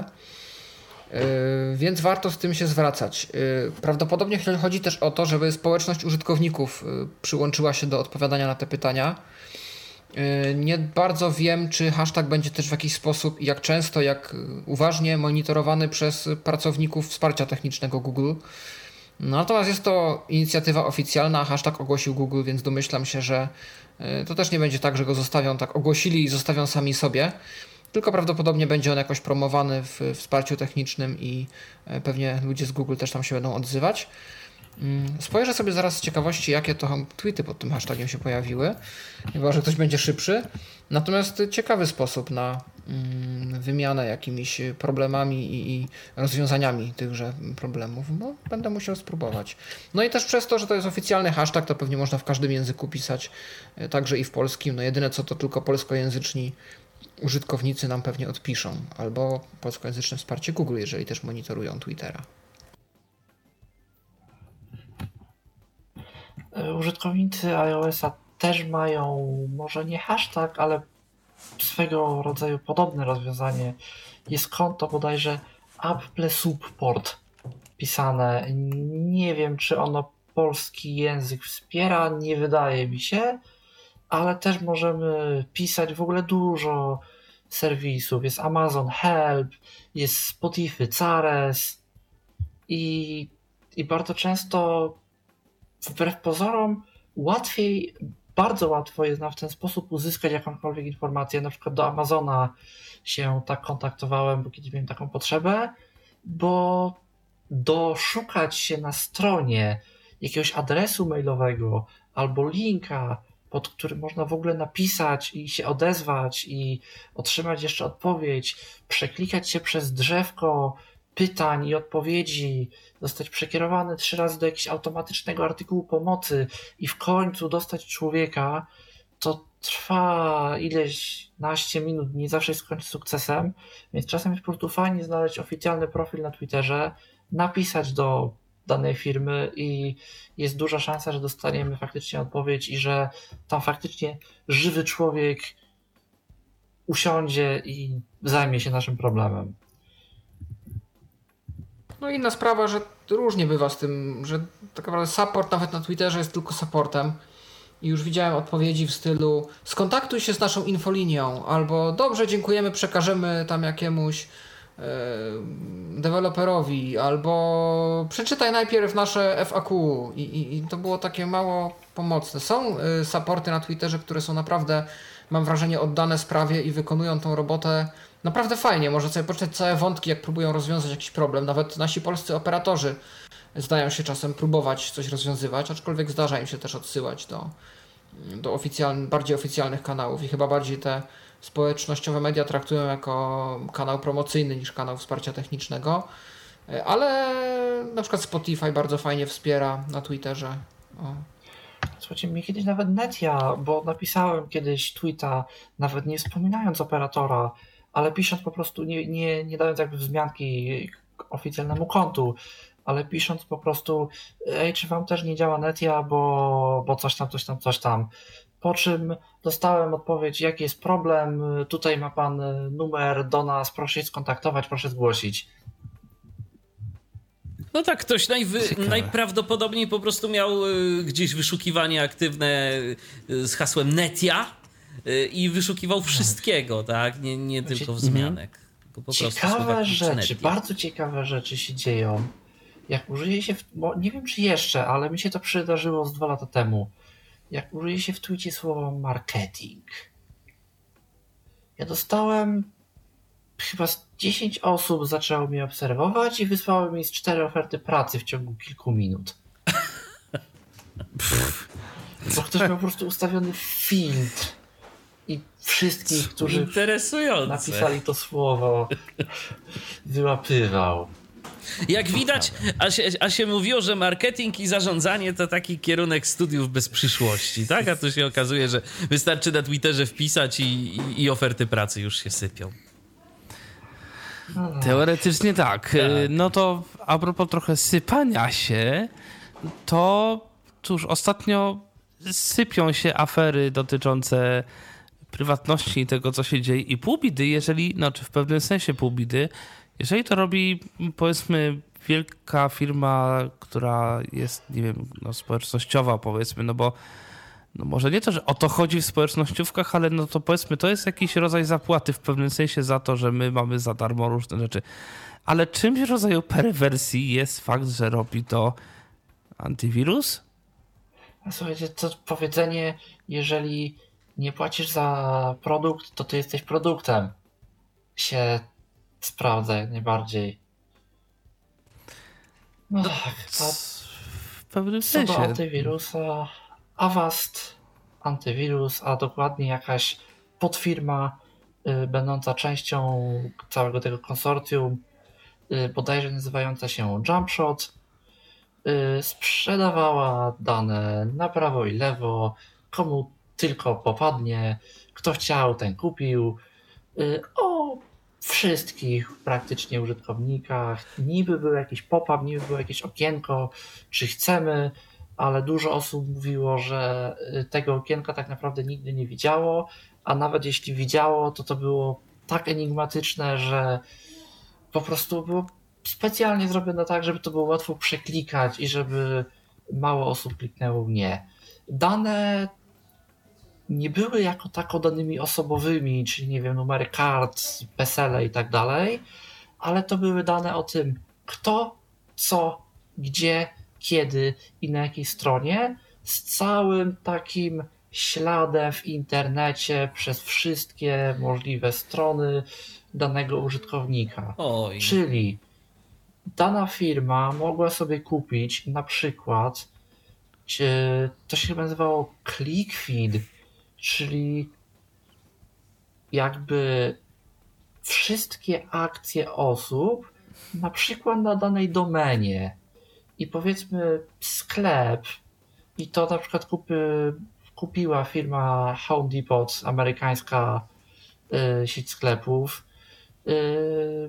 Więc warto z tym się zwracać. Prawdopodobnie chodzi też o to, żeby społeczność użytkowników przyłączyła się do odpowiadania na te pytania. Nie bardzo wiem, czy hashtag będzie też w jakiś sposób, jak często, jak uważnie monitorowany przez pracowników wsparcia technicznego Google. Natomiast jest to inicjatywa oficjalna, hashtag ogłosił Google, więc domyślam się, że to też nie będzie tak, że go zostawią, tak ogłosili i zostawią sami sobie, tylko prawdopodobnie będzie on jakoś promowany w wsparciu technicznym i pewnie ludzie z Google też tam się będą odzywać. Spojrzę sobie zaraz z ciekawości, jakie to tweety pod tym hashtagiem się pojawiły, chyba że ktoś będzie szybszy. Natomiast ciekawy sposób na wymianę jakimiś problemami i, i rozwiązaniami tychże problemów, bo będę musiał spróbować. No i też przez to, że to jest oficjalny hashtag, to pewnie można w każdym języku pisać, także i w polskim. No jedyne co to tylko polskojęzyczni użytkownicy nam pewnie odpiszą, albo polskojęzyczne wsparcie Google, jeżeli też monitorują Twittera. Użytkownicy iOS-a też mają może nie hashtag, ale swego rodzaju podobne rozwiązanie. Jest konto bodajże Apple Support pisane. Nie wiem, czy ono polski język wspiera, nie wydaje mi się, ale też możemy pisać w ogóle dużo serwisów. Jest Amazon Help, jest Spotify, Cares i, i bardzo często wbrew pozorom łatwiej, bardzo łatwo jest nam w ten sposób uzyskać jakąkolwiek informację. Na przykład do Amazona się tak kontaktowałem, bo kiedyś miałem taką potrzebę, bo doszukać się na stronie jakiegoś adresu mailowego albo linka, pod którym można w ogóle napisać i się odezwać i otrzymać jeszcze odpowiedź, przeklikać się przez drzewko pytań i odpowiedzi, zostać przekierowany trzy razy do jakiegoś automatycznego artykułu pomocy i w końcu dostać człowieka, to trwa ileś naście minut, nie zawsze jest skończy sukcesem, więc czasem jest po prostu fajnie znaleźć oficjalny profil na Twitterze, napisać do danej firmy i jest duża szansa, że dostaniemy faktycznie odpowiedź i że tam faktycznie żywy człowiek usiądzie i zajmie się naszym problemem. No inna sprawa, że różnie bywa z tym, że tak naprawdę support nawet na Twitterze jest tylko supportem i już widziałem odpowiedzi w stylu skontaktuj się z naszą infolinią albo dobrze, dziękujemy, przekażemy tam jakiemuś e, deweloperowi albo przeczytaj najpierw nasze F A Q i, i, i to było takie mało pomocne. Są e, supporty na Twitterze, które są naprawdę, mam wrażenie, oddane sprawie i wykonują tą robotę naprawdę fajnie. Można sobie poczytać całe wątki, jak próbują rozwiązać jakiś problem. Nawet nasi polscy operatorzy zdają się czasem próbować coś rozwiązywać, aczkolwiek zdarza im się też odsyłać do, do oficjalnych, bardziej oficjalnych kanałów i chyba bardziej te społecznościowe media traktują jako kanał promocyjny niż kanał wsparcia technicznego. Ale na przykład Spotify bardzo fajnie wspiera na Twitterze. O. Słuchajcie, mi kiedyś nawet Netia, bo napisałem kiedyś tweeta, nawet nie wspominając operatora, ale pisząc po prostu, nie, nie, nie dając jakby wzmianki oficjalnemu kontu, ale pisząc po prostu, ej, czy wam też nie działa Netia, bo, bo coś tam, coś tam, coś tam. Po czym dostałem odpowiedź, jaki jest problem, tutaj ma pan numer do nas, proszę się skontaktować, proszę zgłosić. No tak, ktoś najwy- najprawdopodobniej po prostu miał y, gdzieś wyszukiwanie aktywne y, z hasłem Netia y, i wyszukiwał wszystkiego, tak? Nie, nie tylko wzmianek. Tylko po ciekawe rzeczy, bardzo ciekawe rzeczy się dzieją. Jak użyje się, w, bo nie wiem czy jeszcze, ale mi się to przydarzyło z dwa lata temu. Jak użyje się w tweetie słowa marketing. Ja dostałem chyba dziesięć osób zaczęło mnie obserwować i wysłały mi z cztery oferty pracy w ciągu kilku minut. Bo ktoś miał po prostu ustawiony filtr i wszystkich, którzy napisali to słowo, wyłapywał. Jak widać, a się, a się mówiło, że marketing i zarządzanie to taki kierunek studiów bez przyszłości, tak? A tu się okazuje, że wystarczy na Twitterze wpisać i, i, i oferty pracy już się sypią. Teoretycznie tak. tak. No to a propos trochę sypania się, to cóż, ostatnio sypią się afery dotyczące prywatności i tego, co się dzieje i pół bidy, jeżeli, no czy w pewnym sensie pół bidy, jeżeli to robi, powiedzmy, wielka firma, która jest, nie wiem, no, społecznościowa, powiedzmy, no bo no może nie to, że o to chodzi w społecznościówkach, ale no to powiedzmy, to jest jakiś rodzaj zapłaty w pewnym sensie za to, że my mamy za darmo różne rzeczy. Ale czymś w rodzaju perwersji jest fakt, że robi to antywirus? Słuchajcie, to powiedzenie, jeżeli nie płacisz za produkt, to ty jesteś produktem, się sprawdza jak najbardziej. No tak, a W pewnym co sensie. do antywirusa, Avast Antywirus, a dokładnie jakaś podfirma y, będąca częścią całego tego konsorcjum, y, bodajże nazywająca się Jumpshot, y, sprzedawała dane na prawo i lewo, komu tylko popadnie, kto chciał, ten kupił, y, o wszystkich praktycznie użytkownikach. Niby był jakiś pop-up, niby było jakieś okienko, czy chcemy, ale dużo osób mówiło, że tego okienka tak naprawdę nigdy nie widziało, a nawet jeśli widziało, to to było tak enigmatyczne, że po prostu było specjalnie zrobione tak, żeby to było łatwo przeklikać i żeby mało osób kliknęło w nie. Dane nie były jako tako danymi osobowymi, czyli nie wiem, numery kart, PESEL-e i tak dalej, ale to były dane o tym, kto, co, gdzie, kiedy i na jakiej stronie, z całym takim śladem w internecie przez wszystkie możliwe strony danego użytkownika. Oj. Czyli dana firma mogła sobie kupić na przykład, to się nazywało ClickFeed, czyli jakby wszystkie akcje osób, na przykład na danej domenie, i powiedzmy sklep, i to na przykład kupy, kupiła firma Home Depot, amerykańska y, sieć sklepów, y,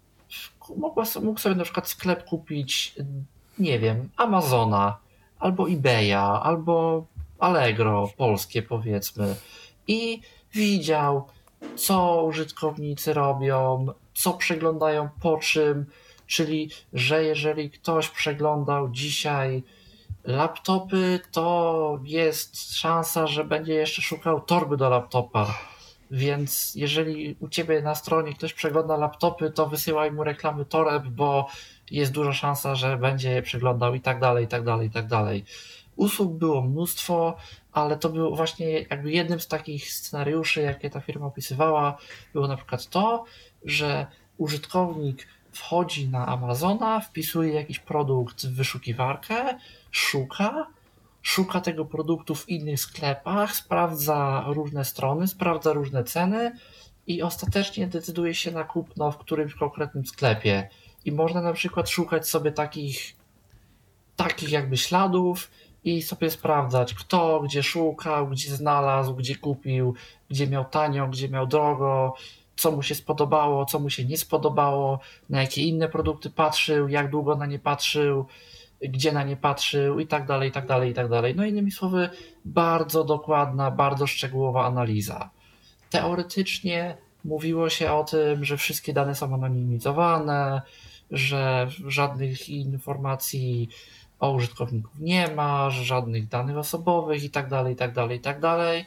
mogła, mógł sobie na przykład sklep kupić, nie wiem, Amazona, albo eBaya, albo Allegro polskie powiedzmy, i widział, co użytkownicy robią, co przeglądają po czym, czyli że jeżeli ktoś przeglądał dzisiaj laptopy, to jest szansa, że będzie jeszcze szukał torby do laptopa. Więc jeżeli u ciebie na stronie ktoś przegląda laptopy, to wysyłaj mu reklamy toreb, bo jest duża szansa, że będzie je przeglądał i tak dalej, i tak dalej, i tak dalej. Usług było mnóstwo, ale to było właśnie jakby jednym z takich scenariuszy, jakie ta firma opisywała, było na przykład to, że użytkownik wchodzi na Amazona, wpisuje jakiś produkt w wyszukiwarkę, szuka, szuka tego produktu w innych sklepach, sprawdza różne strony, sprawdza różne ceny i ostatecznie decyduje się na kupno w którymś konkretnym sklepie. I można na przykład szukać sobie takich, takich jakby śladów i sobie sprawdzać, kto gdzie szukał, gdzie znalazł, gdzie kupił, gdzie miał tanio, gdzie miał drogo, co mu się spodobało, co mu się nie spodobało, na jakie inne produkty patrzył, jak długo na nie patrzył, gdzie na nie patrzył i tak dalej, i tak dalej, i tak dalej. No innymi słowy, bardzo dokładna, bardzo szczegółowa analiza. Teoretycznie mówiło się o tym, że wszystkie dane są anonimizowane, że żadnych informacji o użytkowniku nie ma, że żadnych danych osobowych i tak dalej, i tak dalej, i tak dalej,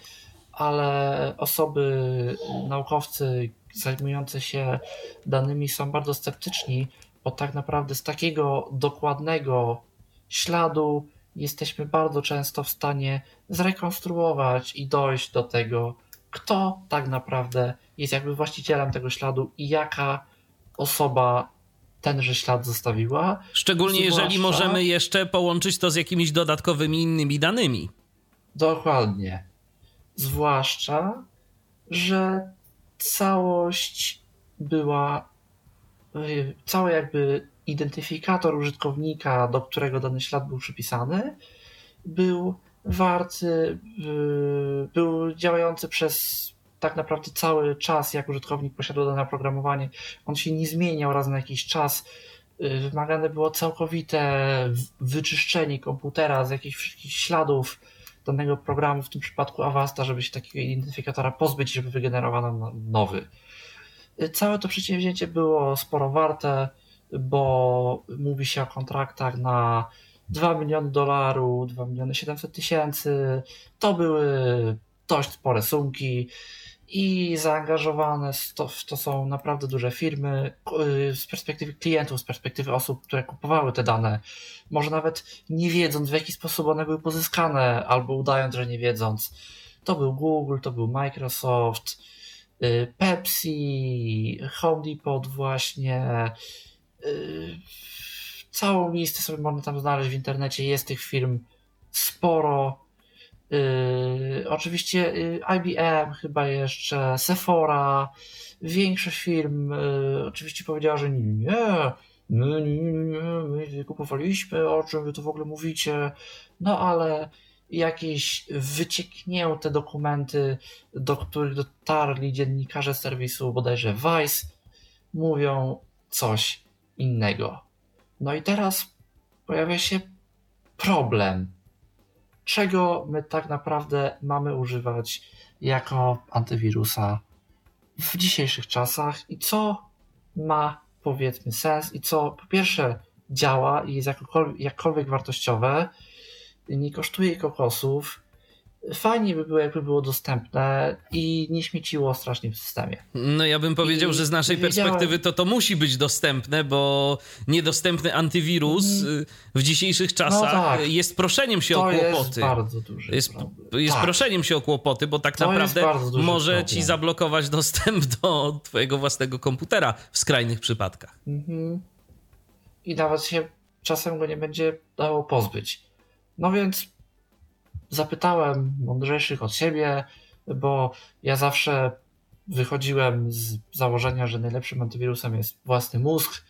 ale osoby, naukowcy zajmujące się danymi są bardzo sceptyczni, bo tak naprawdę z takiego dokładnego śladu jesteśmy bardzo często w stanie zrekonstruować i dojść do tego, kto tak naprawdę jest jakby właścicielem tego śladu i jaka osoba tenże ślad zostawiła. Szczególnie Zwłaszcza... jeżeli możemy jeszcze połączyć to z jakimiś dodatkowymi innymi danymi. Dokładnie. Zwłaszcza, że całość była, cały jakby identyfikator użytkownika, do którego dany ślad był przypisany, był warty, był działający przez tak naprawdę cały czas, jak użytkownik posiadał dane oprogramowanie. On się nie zmieniał raz na jakiś czas. Wymagane było całkowite wyczyszczenie komputera z jakichś wszystkich śladów danego programu, w tym przypadku Avasta, żeby się takiego identyfikatora pozbyć, żeby wygenerowano nowy. Całe to przedsięwzięcie było sporo warte, bo mówi się o kontraktach na dwa miliony dolarów, dwa miliony siedemset tysięcy, to były dość spore sumki i zaangażowane w to, w to są naprawdę duże firmy z perspektywy klientów, z perspektywy osób, które kupowały te dane, może nawet nie wiedząc, w jaki sposób one były pozyskane, albo udając, że nie wiedząc. To był Google, to był Microsoft, Pepsi, Home Depot właśnie. Całą listę sobie można tam znaleźć w internecie, jest tych firm sporo. Yy, oczywiście I B M chyba jeszcze, Sephora, większość firm yy, oczywiście powiedziała, że nie, nie, my nie, nie, my nie kupowaliśmy, o czym wy to w ogóle mówicie, no ale jakieś wycieknięte dokumenty, do których dotarli dziennikarze serwisu bodajże Vice, mówią coś innego. No i teraz pojawia się problem. Czego my tak naprawdę mamy używać jako antywirusa w dzisiejszych czasach i co ma, powiedzmy, sens i co po pierwsze działa i jest jakkolwiek, jakkolwiek wartościowe, nie kosztuje kokosów, fajnie by było, jakby było dostępne i nie śmieciło strasznie w systemie. No ja bym powiedział, I że z naszej wiedziałem... perspektywy to to musi być dostępne, bo niedostępny antywirus mm. w dzisiejszych czasach no tak. jest proszeniem się to o kłopoty. Jest bardzo duży Jest, problem. jest tak. proszeniem się o kłopoty, bo tak to naprawdę może problem. ci zablokować dostęp do twojego własnego komputera w skrajnych przypadkach. Mhm. I nawet się czasem go nie będzie dało pozbyć. No więc zapytałem mądrzejszych od siebie, bo ja zawsze wychodziłem z założenia, że najlepszym antywirusem jest własny mózg.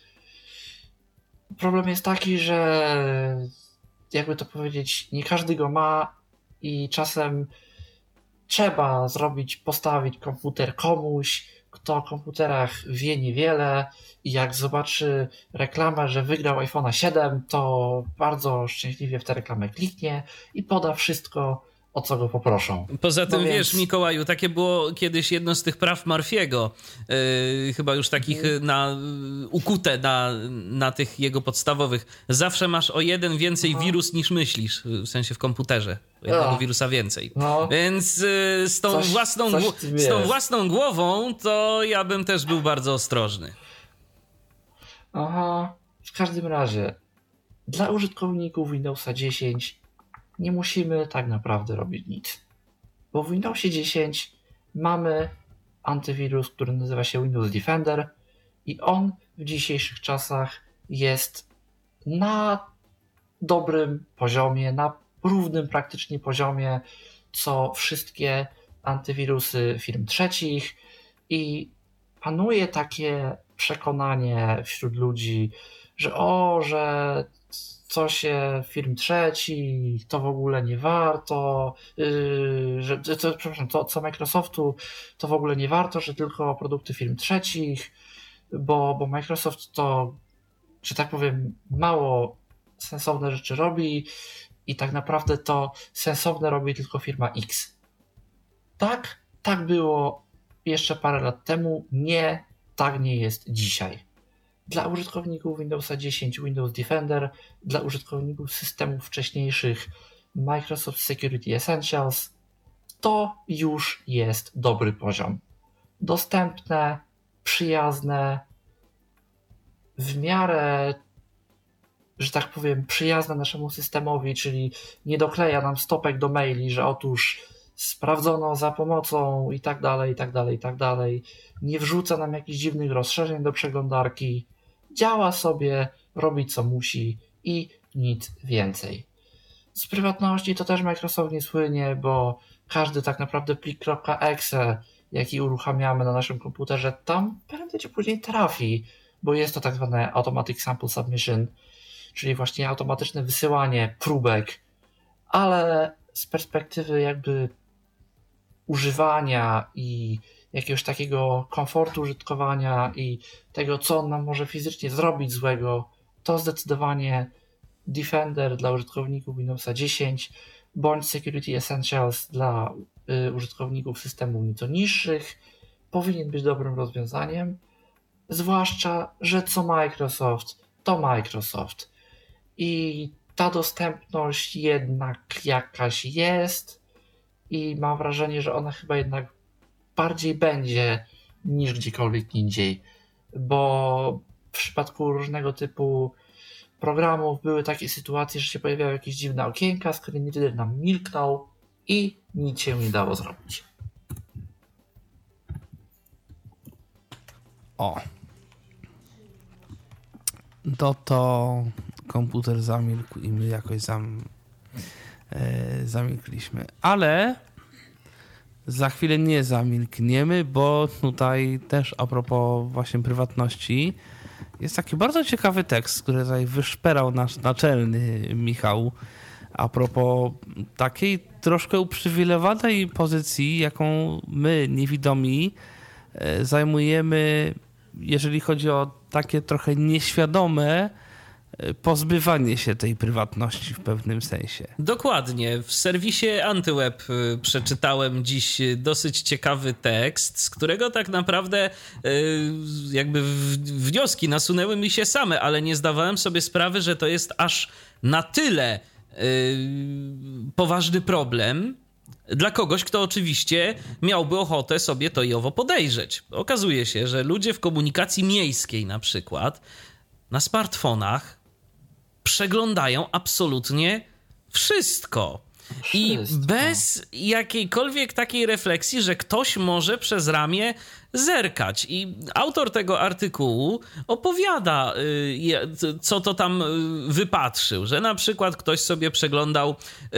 Problem jest taki, że jakby to powiedzieć, nie każdy go ma i czasem trzeba zrobić, postawić komputer komuś, kto o komputerach wie niewiele i jak zobaczy reklamę, że wygrał iPhone'a siedem, to bardzo szczęśliwie w tę reklamę kliknie i poda wszystko, o co go poproszą. Poza tym, no wiesz, więc... Mikołaju, takie było kiedyś jedno z tych praw Murphy'ego, yy, chyba już takich hmm. na, ukute na, na tych jego podstawowych. Zawsze masz o jeden więcej no. wirus niż myślisz, w sensie w komputerze. Jednego no. wirusa więcej. No. Więc yy, z, tą coś, własną, coś z tą własną głową to ja bym też był bardzo ostrożny. Aha, w każdym razie dla użytkowników Windowsa dziesięć nie musimy tak naprawdę robić nic. Bo w Windowsie dziesięć mamy antywirus, który nazywa się Windows Defender i on w dzisiejszych czasach jest na dobrym poziomie, na równym praktycznie poziomie, co wszystkie antywirusy firm trzecich i panuje takie przekonanie wśród ludzi, że o, że co się firm trzecich, to w ogóle nie warto, yy, że to, przepraszam, to co Microsoftu, to w ogóle nie warto, że tylko produkty firm trzecich, bo, bo Microsoft to, że tak powiem, mało sensowne rzeczy robi i tak naprawdę to sensowne robi tylko firma X. Tak, tak było jeszcze parę lat temu, nie, tak nie jest dzisiaj. Dla użytkowników Windowsa dziesięć Windows Defender, dla użytkowników systemów wcześniejszych Microsoft Security Essentials to już jest dobry poziom. Dostępne, przyjazne, w miarę, że tak powiem, przyjazne naszemu systemowi, czyli nie dokleja nam stopek do maili, że otóż sprawdzono za pomocą i tak dalej, i tak dalej, i tak dalej. Nie wrzuca nam jakichś dziwnych rozszerzeń do przeglądarki. Działa sobie, robi co musi i nic więcej. Z prywatności to też Microsoft nie słynie, bo każdy tak naprawdę plik .exe, jaki uruchamiamy na naszym komputerze, tam prędzej później trafi, bo jest to tak zwane Automatic Sample Submission, czyli właśnie automatyczne wysyłanie próbek, ale z perspektywy jakby używania i jakiegoś takiego komfortu użytkowania i tego, co on nam może fizycznie zrobić złego, to zdecydowanie Defender dla użytkowników Windowsa dziesięć bądź Security Essentials dla y, użytkowników systemów nieco niższych powinien być dobrym rozwiązaniem, zwłaszcza, że co Microsoft, to Microsoft. I ta dostępność jednak jakaś jest i mam wrażenie, że ona chyba jednak bardziej będzie niż gdziekolwiek indziej, bo w przypadku różnego typu programów były takie sytuacje, że się pojawiały jakieś dziwne okienka, screen reader nam milknął i nic się nie dało zrobić. O. To to komputer zamilkł i my jakoś zam, e, zamilkliśmy. Ale za chwilę nie zamilkniemy, bo tutaj też a propos właśnie prywatności jest taki bardzo ciekawy tekst, który tutaj wyszperał nasz naczelny Michał a propos takiej troszkę uprzywilejowanej pozycji, jaką my, niewidomi, zajmujemy, jeżeli chodzi o takie trochę nieświadome pozbywanie się tej prywatności w pewnym sensie. Dokładnie. W serwisie Antyweb przeczytałem dziś dosyć ciekawy tekst, z którego tak naprawdę jakby wnioski nasunęły mi się same, ale nie zdawałem sobie sprawy, że to jest aż na tyle poważny problem dla kogoś, kto oczywiście miałby ochotę sobie to i owo podejrzeć. Okazuje się, że ludzie w komunikacji miejskiej na przykład na smartfonach przeglądają absolutnie wszystko. wszystko. I bez jakiejkolwiek takiej refleksji, że ktoś może przez ramię zerkać. I autor tego artykułu opowiada, co to tam wypatrzył, że na przykład ktoś sobie przeglądał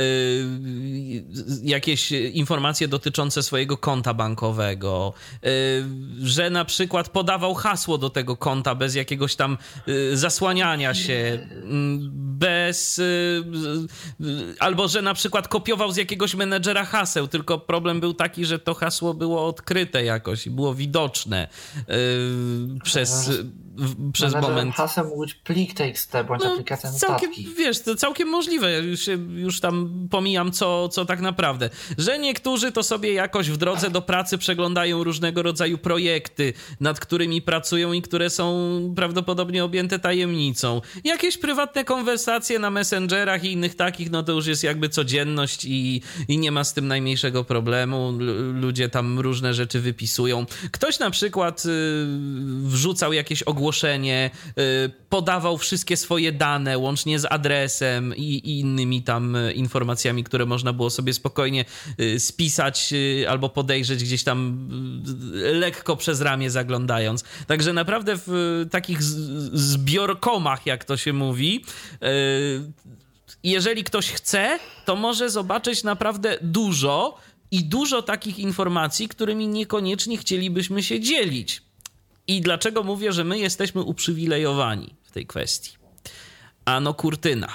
jakieś informacje dotyczące swojego konta bankowego, że na przykład podawał hasło do tego konta bez jakiegoś tam zasłaniania się, bez... albo że na przykład kopiował z jakiegoś menedżera haseł, tylko problem był taki, że to hasło było odkryte jakoś i było widoczne yy, przez, w, przez moment. Hasem mógł być plik T X T bądź no, aplikacja całkiem, notatki. Wiesz, to całkiem możliwe. Już, już tam pomijam, co, co tak naprawdę. Że niektórzy to sobie jakoś w drodze do pracy przeglądają różnego rodzaju projekty, nad którymi pracują i które są prawdopodobnie objęte tajemnicą. Jakieś prywatne konwersacje na Messengerach i innych takich, no to już jest jakby codzienność i, i nie ma z tym najmniejszego problemu. L- ludzie tam różne rzeczy wypisują. Ktoś na przykład y, wrzucał jakieś ogłoszenie, y, podawał wszystkie swoje dane, łącznie z adresem i, i innymi tam y, informacjami, które można było sobie spokojnie y, spisać y, albo podejrzeć gdzieś tam y, lekko przez ramię zaglądając. Także naprawdę w y, takich z- zbiorkomach, jak to się mówi, y, jeżeli ktoś chce, to może zobaczyć naprawdę dużo i dużo takich informacji, którymi niekoniecznie chcielibyśmy się dzielić. I dlaczego mówię, że my jesteśmy uprzywilejowani w tej kwestii? Ano kurtyna.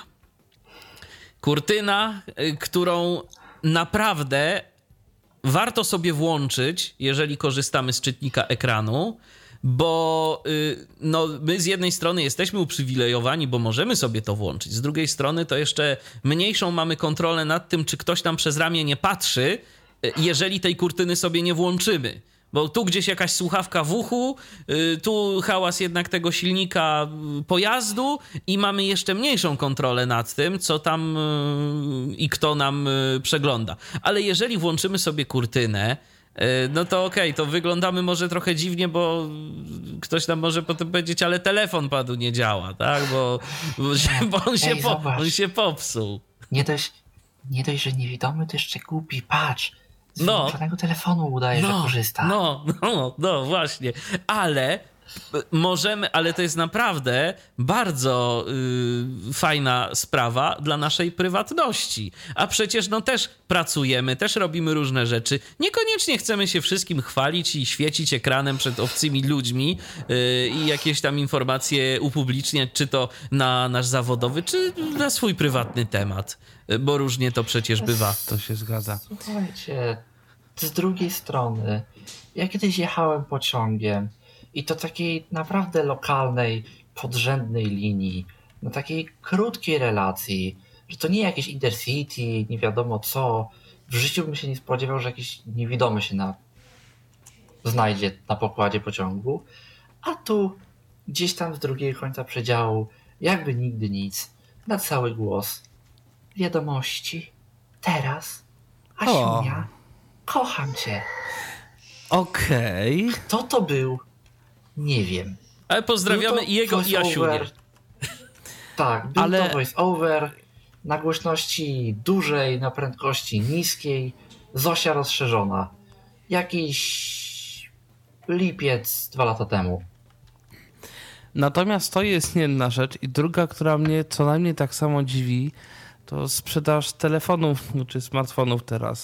Kurtyna, którą naprawdę warto sobie włączyć, jeżeli korzystamy z czytnika ekranu, bo no, my z jednej strony jesteśmy uprzywilejowani, bo możemy sobie to włączyć, z drugiej strony to jeszcze mniejszą mamy kontrolę nad tym, czy ktoś tam przez ramię nie patrzy, jeżeli tej kurtyny sobie nie włączymy. Bo tu gdzieś jakaś słuchawka w uchu, tu hałas jednak tego silnika pojazdu i mamy jeszcze mniejszą kontrolę nad tym, co tam i kto nam przegląda. Ale jeżeli włączymy sobie kurtynę, no to okej, okay, to wyglądamy może trochę dziwnie, bo ktoś nam może potem powiedzieć, ale telefon panu nie działa, tak? Bo, bo, się, bo on, się Ej, po, on się popsuł. Nie dość, nie dość, że niewidomy, to jeszcze głupi, patrz. Z No. włączonego telefonu udaje, no, że korzysta. No, no, no, właśnie. Ale możemy, ale to jest naprawdę bardzo yy, fajna sprawa dla naszej prywatności. A przecież no też pracujemy, też robimy różne rzeczy. Niekoniecznie chcemy się wszystkim chwalić i świecić ekranem przed obcymi ludźmi yy, i jakieś tam informacje upubliczniać, czy to na nasz zawodowy, czy na swój prywatny temat. Bo różnie to przecież bywa. To się zgadza. Słuchajcie, z drugiej strony, ja kiedyś jechałem pociągiem i to takiej naprawdę lokalnej, podrzędnej linii, na takiej krótkiej relacji, że to nie jakieś intercity, nie wiadomo co. W życiu bym się nie spodziewał, że jakiś niewidomy się na... znajdzie na pokładzie pociągu, a tu gdzieś tam z drugiego końca przedziału, jakby nigdy nic, na cały głos. Wiadomości. Teraz. Asiunia. Kocham cię. Okej. Okay. Kto to był? Nie wiem. Ale pozdrawiamy i jego i Asiunię. Tak, był Ale... to voice over na głośności dużej, na prędkości niskiej. Zosia rozszerzona. Jakiś lipiec dwa lata temu. Natomiast to jest jedna rzecz i druga, która mnie co najmniej tak samo dziwi, to sprzedaż telefonów czy smartfonów teraz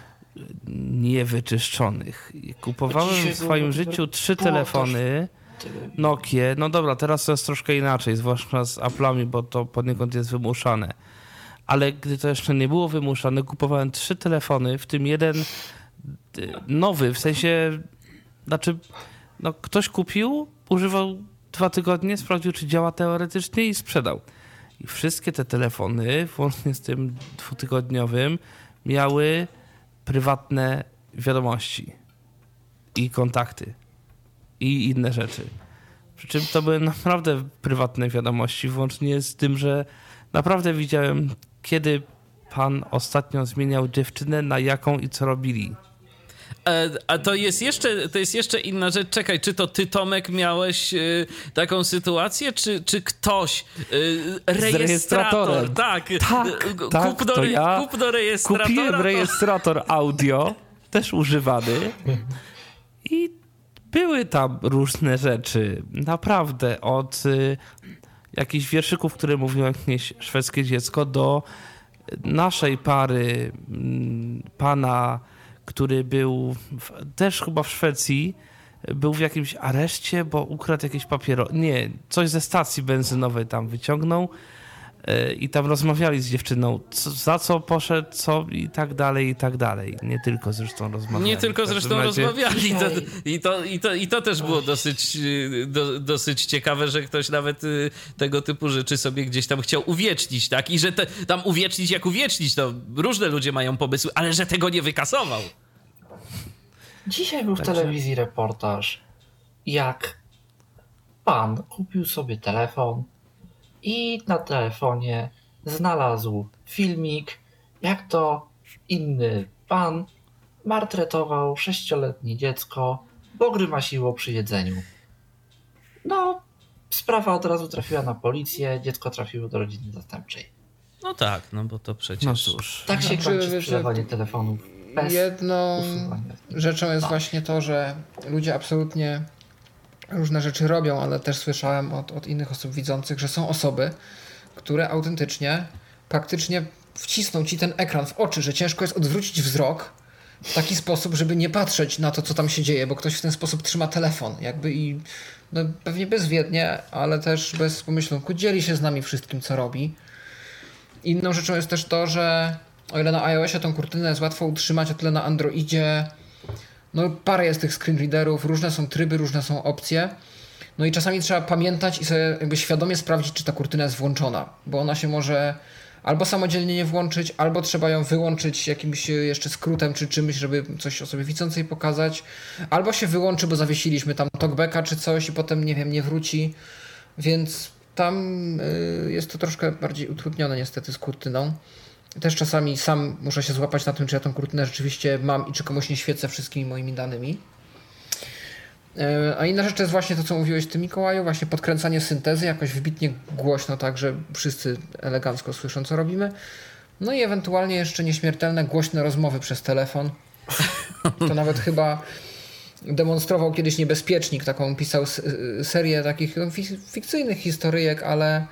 niewyczyszczonych. Kupowałem w swoim życiu trzy telefony Nokie. No dobra, teraz to jest troszkę inaczej, zwłaszcza z Apple'ami, bo to poniekąd jest wymuszane. Ale gdy to jeszcze nie było wymuszane, kupowałem trzy telefony, w tym jeden nowy, w sensie, znaczy, no ktoś kupił, używał dwa tygodnie, sprawdził, czy działa teoretycznie i sprzedał. I wszystkie te telefony, włącznie z tym dwutygodniowym, miały prywatne wiadomości i kontakty i inne rzeczy. Przy czym to były naprawdę prywatne wiadomości, włącznie z tym, że naprawdę widziałem, kiedy pan ostatnio zmieniał dziewczynę, na jaką i co robili. A to jest jeszcze, to jest jeszcze inna rzecz. Czekaj, czy to ty, Tomek, miałeś y, taką sytuację, czy, czy ktoś y, rejestrator, tak, tak, kup, tak, do, to ja kup do rejestratora. Kupiłem rejestrator audio, też używany i były tam różne rzeczy. Naprawdę, od y, jakichś wierszyków, które mówiło jakieś szwedzkie dziecko, do naszej pary y, pana, który był w, też chyba w Szwecji, był w jakimś areszcie, bo ukradł jakieś papiero... Nie, coś ze stacji benzynowej tam wyciągnął yy, i tam rozmawiali z dziewczyną, co, za co poszedł, co i tak dalej, i tak dalej. Nie tylko zresztą rozmawiali. Nie tylko zresztą razie... rozmawiali. To, i, to, i, to, I to też było dosyć, do, dosyć ciekawe, że ktoś nawet tego typu rzeczy sobie gdzieś tam chciał uwiecznić, tak? I że te, tam uwiecznić jak uwiecznić, to różne ludzie mają pomysły, ale że tego nie wykasował. Dzisiaj był w telewizji reportaż, jak pan kupił sobie telefon i na telefonie znalazł filmik, jak to inny pan maltretował sześcioletnie dziecko, bo grymasiło przy jedzeniu. No, sprawa od razu trafiła na policję, dziecko trafiło do rodziny zastępczej. No tak, no bo to przecież... No cóż. Tak się Znaczy, kończy sprzedawanie telefonów. Jedną rzeczą jest właśnie to, że ludzie absolutnie różne rzeczy robią, ale też słyszałem od, od innych osób widzących, że są osoby, które autentycznie, praktycznie wcisną ci ten ekran w oczy, że ciężko jest odwrócić wzrok w taki sposób, żeby nie patrzeć na to, co tam się dzieje, bo ktoś w ten sposób trzyma telefon, jakby i no, pewnie bezwiednie, ale też bez pomyślunku dzieli się z nami wszystkim, co robi. Inną rzeczą jest też to, że o ile na iOSie tą kurtynę jest łatwo utrzymać, o tyle na Androidzie no parę jest tych screen readerów, różne są tryby, różne są opcje. No i czasami trzeba pamiętać i sobie jakby świadomie sprawdzić, czy ta kurtyna jest włączona, bo ona się może albo samodzielnie nie włączyć, albo trzeba ją wyłączyć jakimś jeszcze skrótem czy czymś, żeby coś osobie widzącej pokazać, albo się wyłączy, bo zawiesiliśmy tam talkbacka czy coś i potem, nie wiem, nie wróci, więc tam y, jest to troszkę bardziej utrudnione niestety z kurtyną. Też czasami sam muszę się złapać na tym, czy ja tą kurtynę rzeczywiście mam i czy komuś nie świecę wszystkimi moimi danymi. A inna rzecz to jest właśnie to, co mówiłeś ty, Mikołaju, właśnie podkręcanie syntezy jakoś wybitnie głośno, tak, że wszyscy elegancko słyszą, co robimy. No i ewentualnie jeszcze nieśmiertelne, głośne rozmowy przez telefon. To nawet chyba demonstrował kiedyś Niebezpiecznik, taką pisał serię takich fikcyjnych historyjek, ale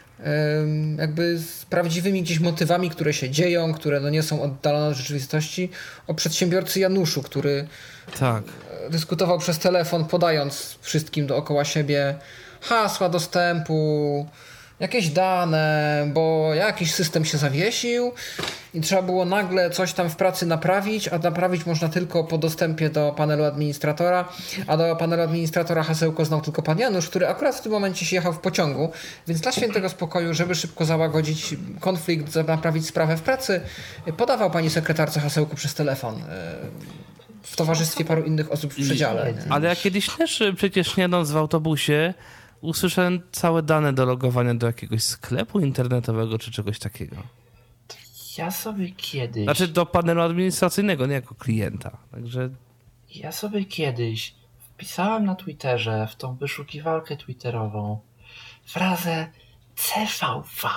jakby z prawdziwymi gdzieś motywami, które się dzieją, które no nie są oddalone od rzeczywistości, o przedsiębiorcy Januszu, który tak dyskutował przez telefon, podając wszystkim dookoła siebie hasła dostępu, jakieś dane, bo jakiś system się zawiesił i trzeba było nagle coś tam w pracy naprawić, a naprawić można tylko po dostępie do panelu administratora, a do panelu administratora hasełko znał tylko pan Janusz, który akurat w tym momencie się jechał w pociągu, więc dla świętego spokoju, żeby szybko załagodzić konflikt, naprawić sprawę w pracy, podawał pani sekretarce hasełko przez telefon w towarzystwie paru innych osób w przedziale. Ale ja kiedyś też przecież jadąc w autobusie usłyszałem całe dane do logowania do jakiegoś sklepu internetowego czy czegoś takiego. Ja sobie kiedyś... Znaczy do panelu administracyjnego, nie jako klienta. Także... Ja sobie kiedyś wpisałem na Twitterze w tą wyszukiwarkę twitterową frazę C V V.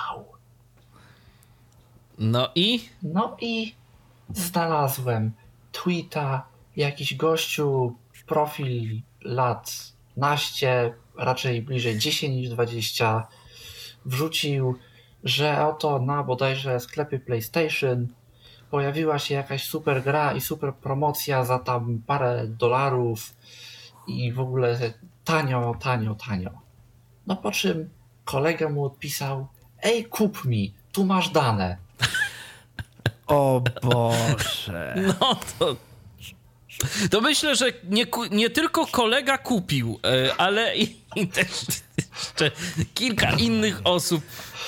No i? No i znalazłem tweeta, jakiś gościu, profil lat naście, raczej bliżej dziesięć niż dwadzieścia, wrzucił, że oto na bodajże sklepie PlayStation pojawiła się jakaś super gra i super promocja za tam parę dolarów i w ogóle tanio, tanio, tanio. No po czym kolega mu odpisał: ej, kup mi, tu masz dane. O Boże. No to... To myślę, że nie, nie tylko kolega kupił, ale i, i też jeszcze kilka innych osób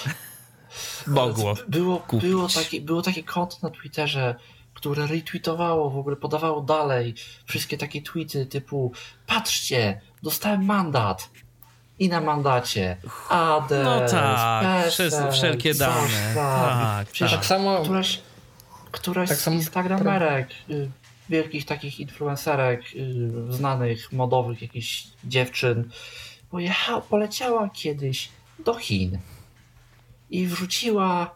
mogło było, kupić. Było, taki, było takie konto na Twitterze, które retweetowało, w ogóle podawało dalej wszystkie takie tweety typu: patrzcie, dostałem mandat. I na mandacie adres, no tak, PESEL, wszelkie dane. Tak, Przecież tak. Tak samo... Któraś, któraś Tak z samo- instagramerek, y, wielkich takich influencerek, y, znanych, modowych jakichś dziewczyn, pojechała, poleciała kiedyś do Chin i wrzuciła: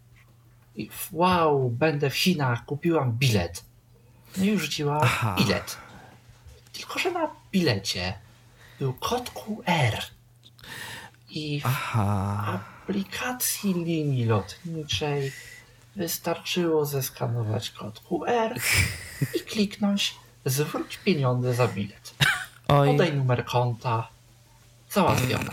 i wow, będę w Chinach, kupiłam bilet. No i wrzuciła Aha. bilet. Tylko że na bilecie był kod Q R i w Aha. aplikacji linii lotniczej wystarczyło zeskanować kod Q R i kliknąć zwróć pieniądze za bilet. Oj. Podaj numer konta. Załatwione.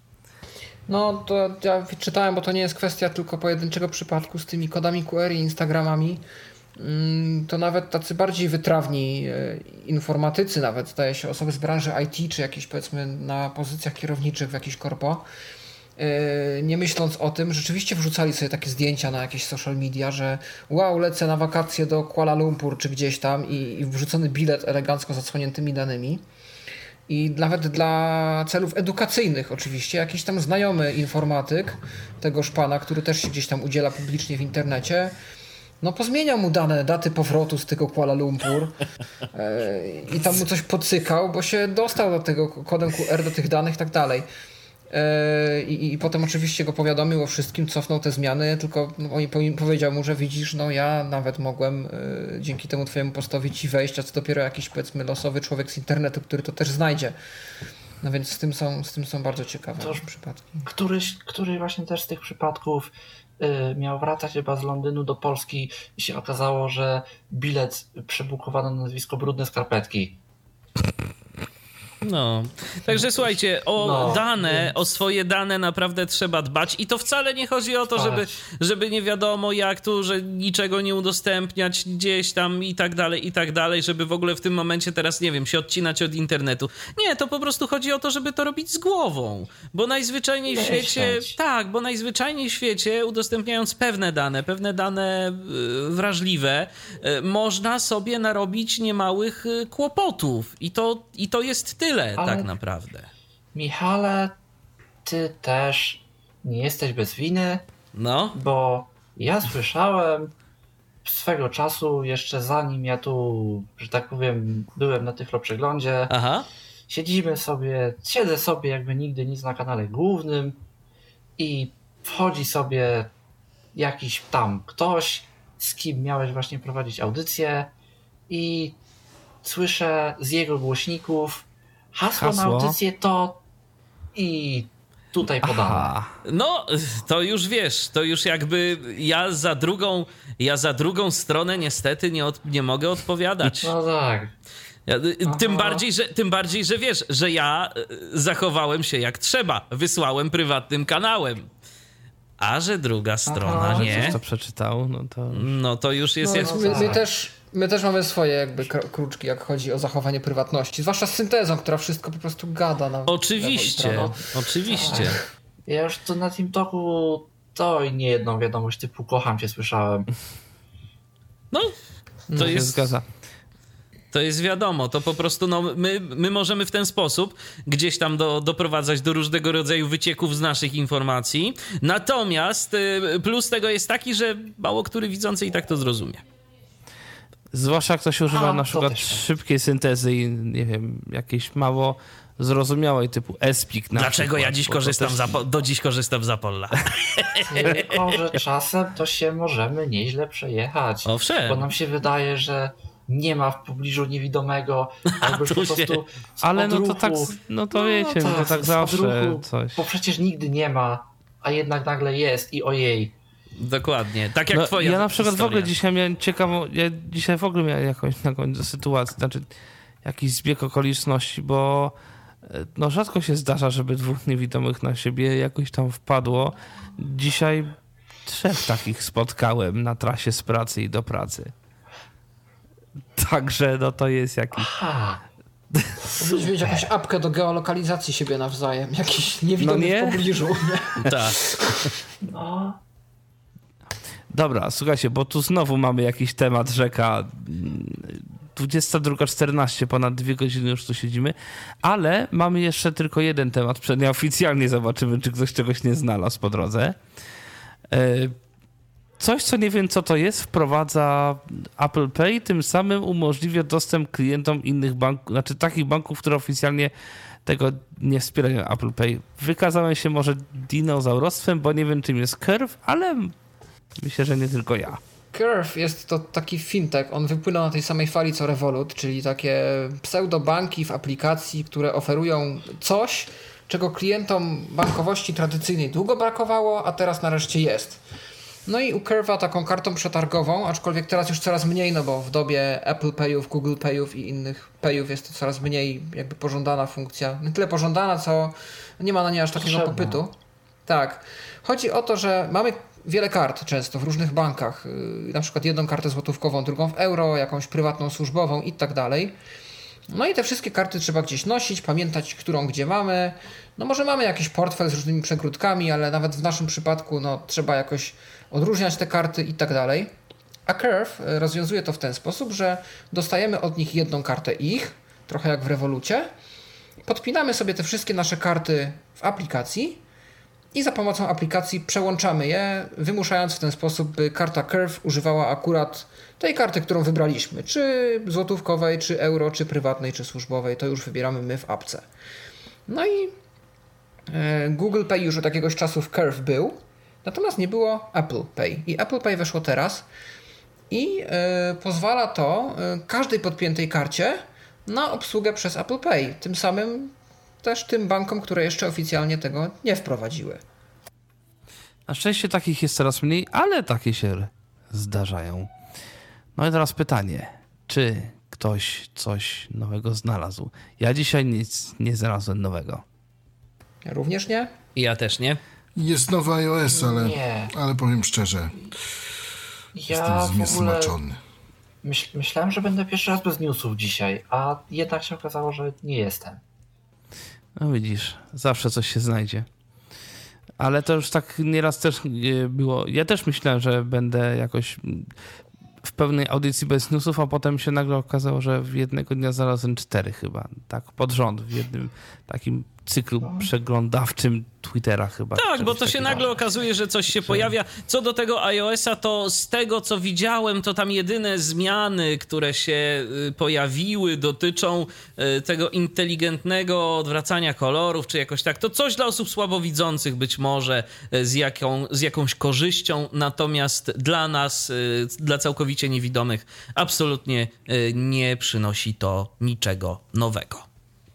No to ja czytałem, bo to nie jest kwestia tylko pojedynczego przypadku z tymi kodami Q R i Instagramami. To nawet tacy bardziej wytrawni informatycy, nawet zdaje się osoby z branży I T, czy jakieś powiedzmy na pozycjach kierowniczych w jakiejś korpo, nie myśląc o tym, rzeczywiście wrzucali sobie takie zdjęcia na jakieś social media, że wow, lecę na wakacje do Kuala Lumpur czy gdzieś tam i, i wrzucony bilet elegancko z odsłoniętymi danymi. I nawet dla celów edukacyjnych oczywiście, jakiś tam znajomy informatyk tegoż pana, który też się gdzieś tam udziela publicznie w internecie, no pozmieniał mu dane, daty powrotu z tego Kuala Lumpur yy, i tam mu coś podcykał, bo się dostał do tego kodem Q R, do tych danych i tak dalej. Yy, I, I potem oczywiście go powiadomił o wszystkim, cofnął te zmiany, tylko no, powiedział mu, że widzisz, no ja nawet mogłem yy, dzięki temu twojemu postowi ci wejść, a co dopiero jakiś powiedzmy losowy człowiek z internetu, który to też znajdzie. No więc z tym są, z tym są bardzo ciekawe Toż przypadki. Któryś, który właśnie też z tych przypadków yy, miał wracać chyba z Londynu do Polski i się okazało, że bilet przebukowano na nazwisko Brudne Skarpetki. No, także słuchajcie, o No, dane, więc- o swoje dane naprawdę trzeba dbać i to wcale nie chodzi o to, żeby, żeby nie wiadomo jak tu, że niczego nie udostępniać gdzieś tam i tak dalej, i tak dalej, żeby w ogóle w tym momencie teraz, nie wiem, się odcinać od internetu. Nie, to po prostu chodzi o to, żeby to robić z głową, bo najzwyczajniej w Myśleć. świecie, tak, bo najzwyczajniej w świecie udostępniając pewne dane, pewne dane y, wrażliwe, y, można sobie narobić niemałych y, kłopotów i to, i to jest tyle. Tyle, Ale- tak naprawdę. Michale, ty też nie jesteś bez winy, No, bo ja słyszałem swego czasu, jeszcze zanim ja tu, że tak powiem, byłem na Tyflo Przeglądzie, aha. siedzimy sobie, siedzę sobie jakby nigdy nic na kanale głównym i wchodzi sobie jakiś tam ktoś, z kim miałeś właśnie prowadzić audycję i słyszę z jego głośników hasło, Hasło? na audycję to i tutaj podane. Aha. No, to już wiesz, to już jakby ja za drugą, ja za drugą stronę niestety nie, od, nie mogę odpowiadać. No tak. Ja, tym, Aha. bardziej, że, tym bardziej, że wiesz, że ja y, zachowałem się jak trzeba. Wysłałem prywatnym kanałem. A że druga strona Aha. nie, Ktoś to przeczytał, no to... no to już jest... No, jest więc my, my, tak. też, my też mamy swoje jakby kro- kruczki, jak chodzi o zachowanie prywatności. Zwłaszcza z syntezą, która wszystko po prostu gada. Na Oczywiście, lewo i prawo. oczywiście. Ja już to na Team Talku to i nie jedną wiadomość typu kocham cię słyszałem. No, To to się jest... zgadza. To jest wiadomo, to po prostu no, my, my możemy w ten sposób gdzieś tam do, doprowadzać do różnego rodzaju wycieków z naszych informacji. Natomiast plus tego jest taki, że mało który widzący i tak to zrozumie. Zwłaszcza jak ktoś używa A, na przykład szybkiej syntezy i nie wiem, jakiejś mało zrozumiałej typu espik. Na Dlaczego przykład, ja dziś bo to korzystam też- za, do dziś korzystam z Apolla? Tylko, że czasem to się możemy nieźle przejechać. Owszem. Bo nam się wydaje, że nie ma w pobliżu niewidomego, albo już tu po się- prostu z Ale no to odruchu- tak, no to wiecie, no to tak z zawsze odruchu, coś. Bo przecież nigdy nie ma, a jednak nagle jest i ojej. Dokładnie, tak jak No, twoja ja na przykład historia. w ogóle dzisiaj miałem ciekawą, ja dzisiaj w ogóle miałem jakąś taką sytuację, znaczy jakiś zbieg okoliczności, bo e, no rzadko się zdarza, żeby dwóch niewidomych na siebie jakoś tam wpadło. Dzisiaj trzech takich spotkałem na trasie z pracy i do pracy. Także no to jest jakiś... Ha, Powinieneś mieć jakąś apkę do geolokalizacji siebie nawzajem. Jakiś niewidomy No nie? w pobliżu. Nie? Tak. no. Dobra, słuchajcie, bo tu znowu mamy jakiś temat rzeka. dwudziesta druga czternaście, ponad dwie godziny już tu siedzimy, ale mamy jeszcze tylko jeden temat. Przed oficjalnie zobaczymy, czy ktoś czegoś nie znalazł po drodze. E, Coś, co nie wiem, co to jest, wprowadza Apple Pay, tym samym umożliwia dostęp klientom innych banków, znaczy takich banków, które oficjalnie tego nie wspierają Apple Pay. Wykazałem się może dinozaurostwem, bo nie wiem, czym jest Curve, ale myślę, że nie tylko ja. Curve jest to taki fintech, on wypłynął na tej samej fali co Revolut, czyli takie pseudobanki w aplikacji, które oferują coś, czego klientom bankowości tradycyjnej długo brakowało, a teraz nareszcie jest. No i u Curve'a taką kartą przetargową, aczkolwiek teraz już coraz mniej, no bo w dobie Apple Payów, Google Payów i innych Payów jest to coraz mniej jakby pożądana funkcja. Nie tyle pożądana, co nie ma na nie aż takiego Potrzebna. popytu. Tak. Chodzi o to, że mamy wiele kart często w różnych bankach. Yy, Na przykład jedną kartę złotówkową, drugą w euro, jakąś prywatną, służbową i tak dalej. No i te wszystkie karty trzeba gdzieś nosić, pamiętać, którą gdzie mamy. No może mamy jakiś portfel z różnymi przegródkami, ale nawet w naszym przypadku no, trzeba jakoś odróżniać te karty i tak dalej. A Curve y, rozwiązuje to w ten sposób, że dostajemy od nich jedną kartę ich, trochę jak w Revolucie, podpinamy sobie te wszystkie nasze karty w aplikacji i za pomocą aplikacji przełączamy je, wymuszając w ten sposób, by karta Curve używała akurat tej karty, którą wybraliśmy, czy złotówkowej, czy euro, czy prywatnej, czy służbowej, to już wybieramy my w apce. No i e, Google Pay już od jakiegoś czasu w Curve był, natomiast nie było Apple Pay. I Apple Pay weszło teraz i e, pozwala to e, każdej podpiętej karcie na obsługę przez Apple Pay. Tym samym też tym bankom, które jeszcze oficjalnie tego nie wprowadziły. Na szczęście takich jest coraz mniej, ale takie się zdarzają. No i teraz pytanie, czy ktoś coś nowego znalazł? Ja dzisiaj nic nie znalazłem nowego. Ja również nie? Ja też nie. Jest nowy iOS, ale, Nie. ale powiem szczerze, Ja jestem w ogóle zniesmaczony. myśl, myślałem, że będę pierwszy raz bez newsów dzisiaj, a jednak się okazało, że nie jestem. No widzisz, zawsze coś się znajdzie. Ale to już tak nieraz też e, było. Ja też myślałem, że będę jakoś w pełnej audycji bez newsów, a potem się nagle okazało, że w jednego dnia znalazłem cztery chyba. Tak pod rząd, w jednym takim cyklu przeglądawczym Twittera chyba. Tak, czegoś bo to się takiego. nagle okazuje, że coś się pojawia. Co do tego iOS-a, to z tego, co widziałem, to tam jedyne zmiany, które się y, pojawiły, dotyczą y, tego inteligentnego odwracania kolorów, czy jakoś tak. To coś dla osób słabowidzących być może y, z, jaką, z jakąś korzyścią, natomiast dla nas, y, dla całkowicie niewidomych, absolutnie y, nie przynosi to niczego nowego.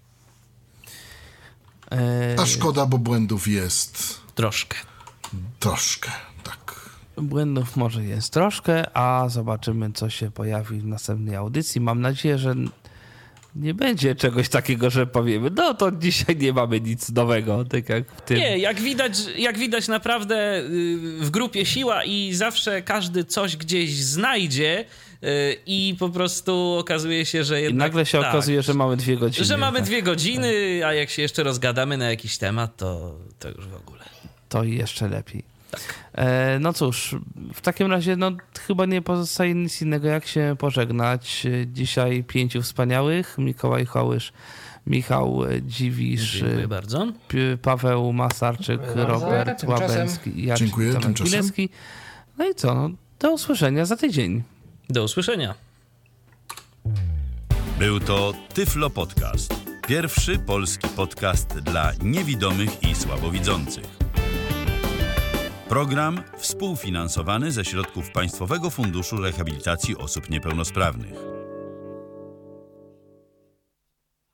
E, A szkoda, bo błędów jest Troszkę. troszkę, tak. Błędów może jest troszkę, a zobaczymy, co się pojawi w następnej audycji. Mam nadzieję, że nie będzie czegoś takiego, że powiemy, no to dzisiaj nie mamy nic nowego, tak jak w tym. Nie, jak widać, jak widać naprawdę y, w grupie siła i zawsze każdy coś gdzieś znajdzie y, i po prostu okazuje się, że I jednak... nagle się tak, okazuje, że mamy dwie godziny. Że mamy tak. dwie godziny, a jak się jeszcze rozgadamy na jakiś temat, to, to już w ogóle. To jeszcze lepiej. E, no cóż, w takim razie no, chyba nie pozostaje nic innego jak się pożegnać. Dzisiaj pięciu wspaniałych: Mikołaj Hołysz, Michał Dziwisz, Dziękuję bardzo. P- Paweł Masarczyk, Dziękuję Robert bardzo. Łabęcki i Jacek Dziękuję, Tomek tymczasem. Bilecki. No i co, no, do usłyszenia za tydzień. Do usłyszenia. Był to Tyflo Podcast. Pierwszy polski podcast dla niewidomych i słabowidzących. Program współfinansowany ze środków Państwowego Funduszu Rehabilitacji Osób Niepełnosprawnych.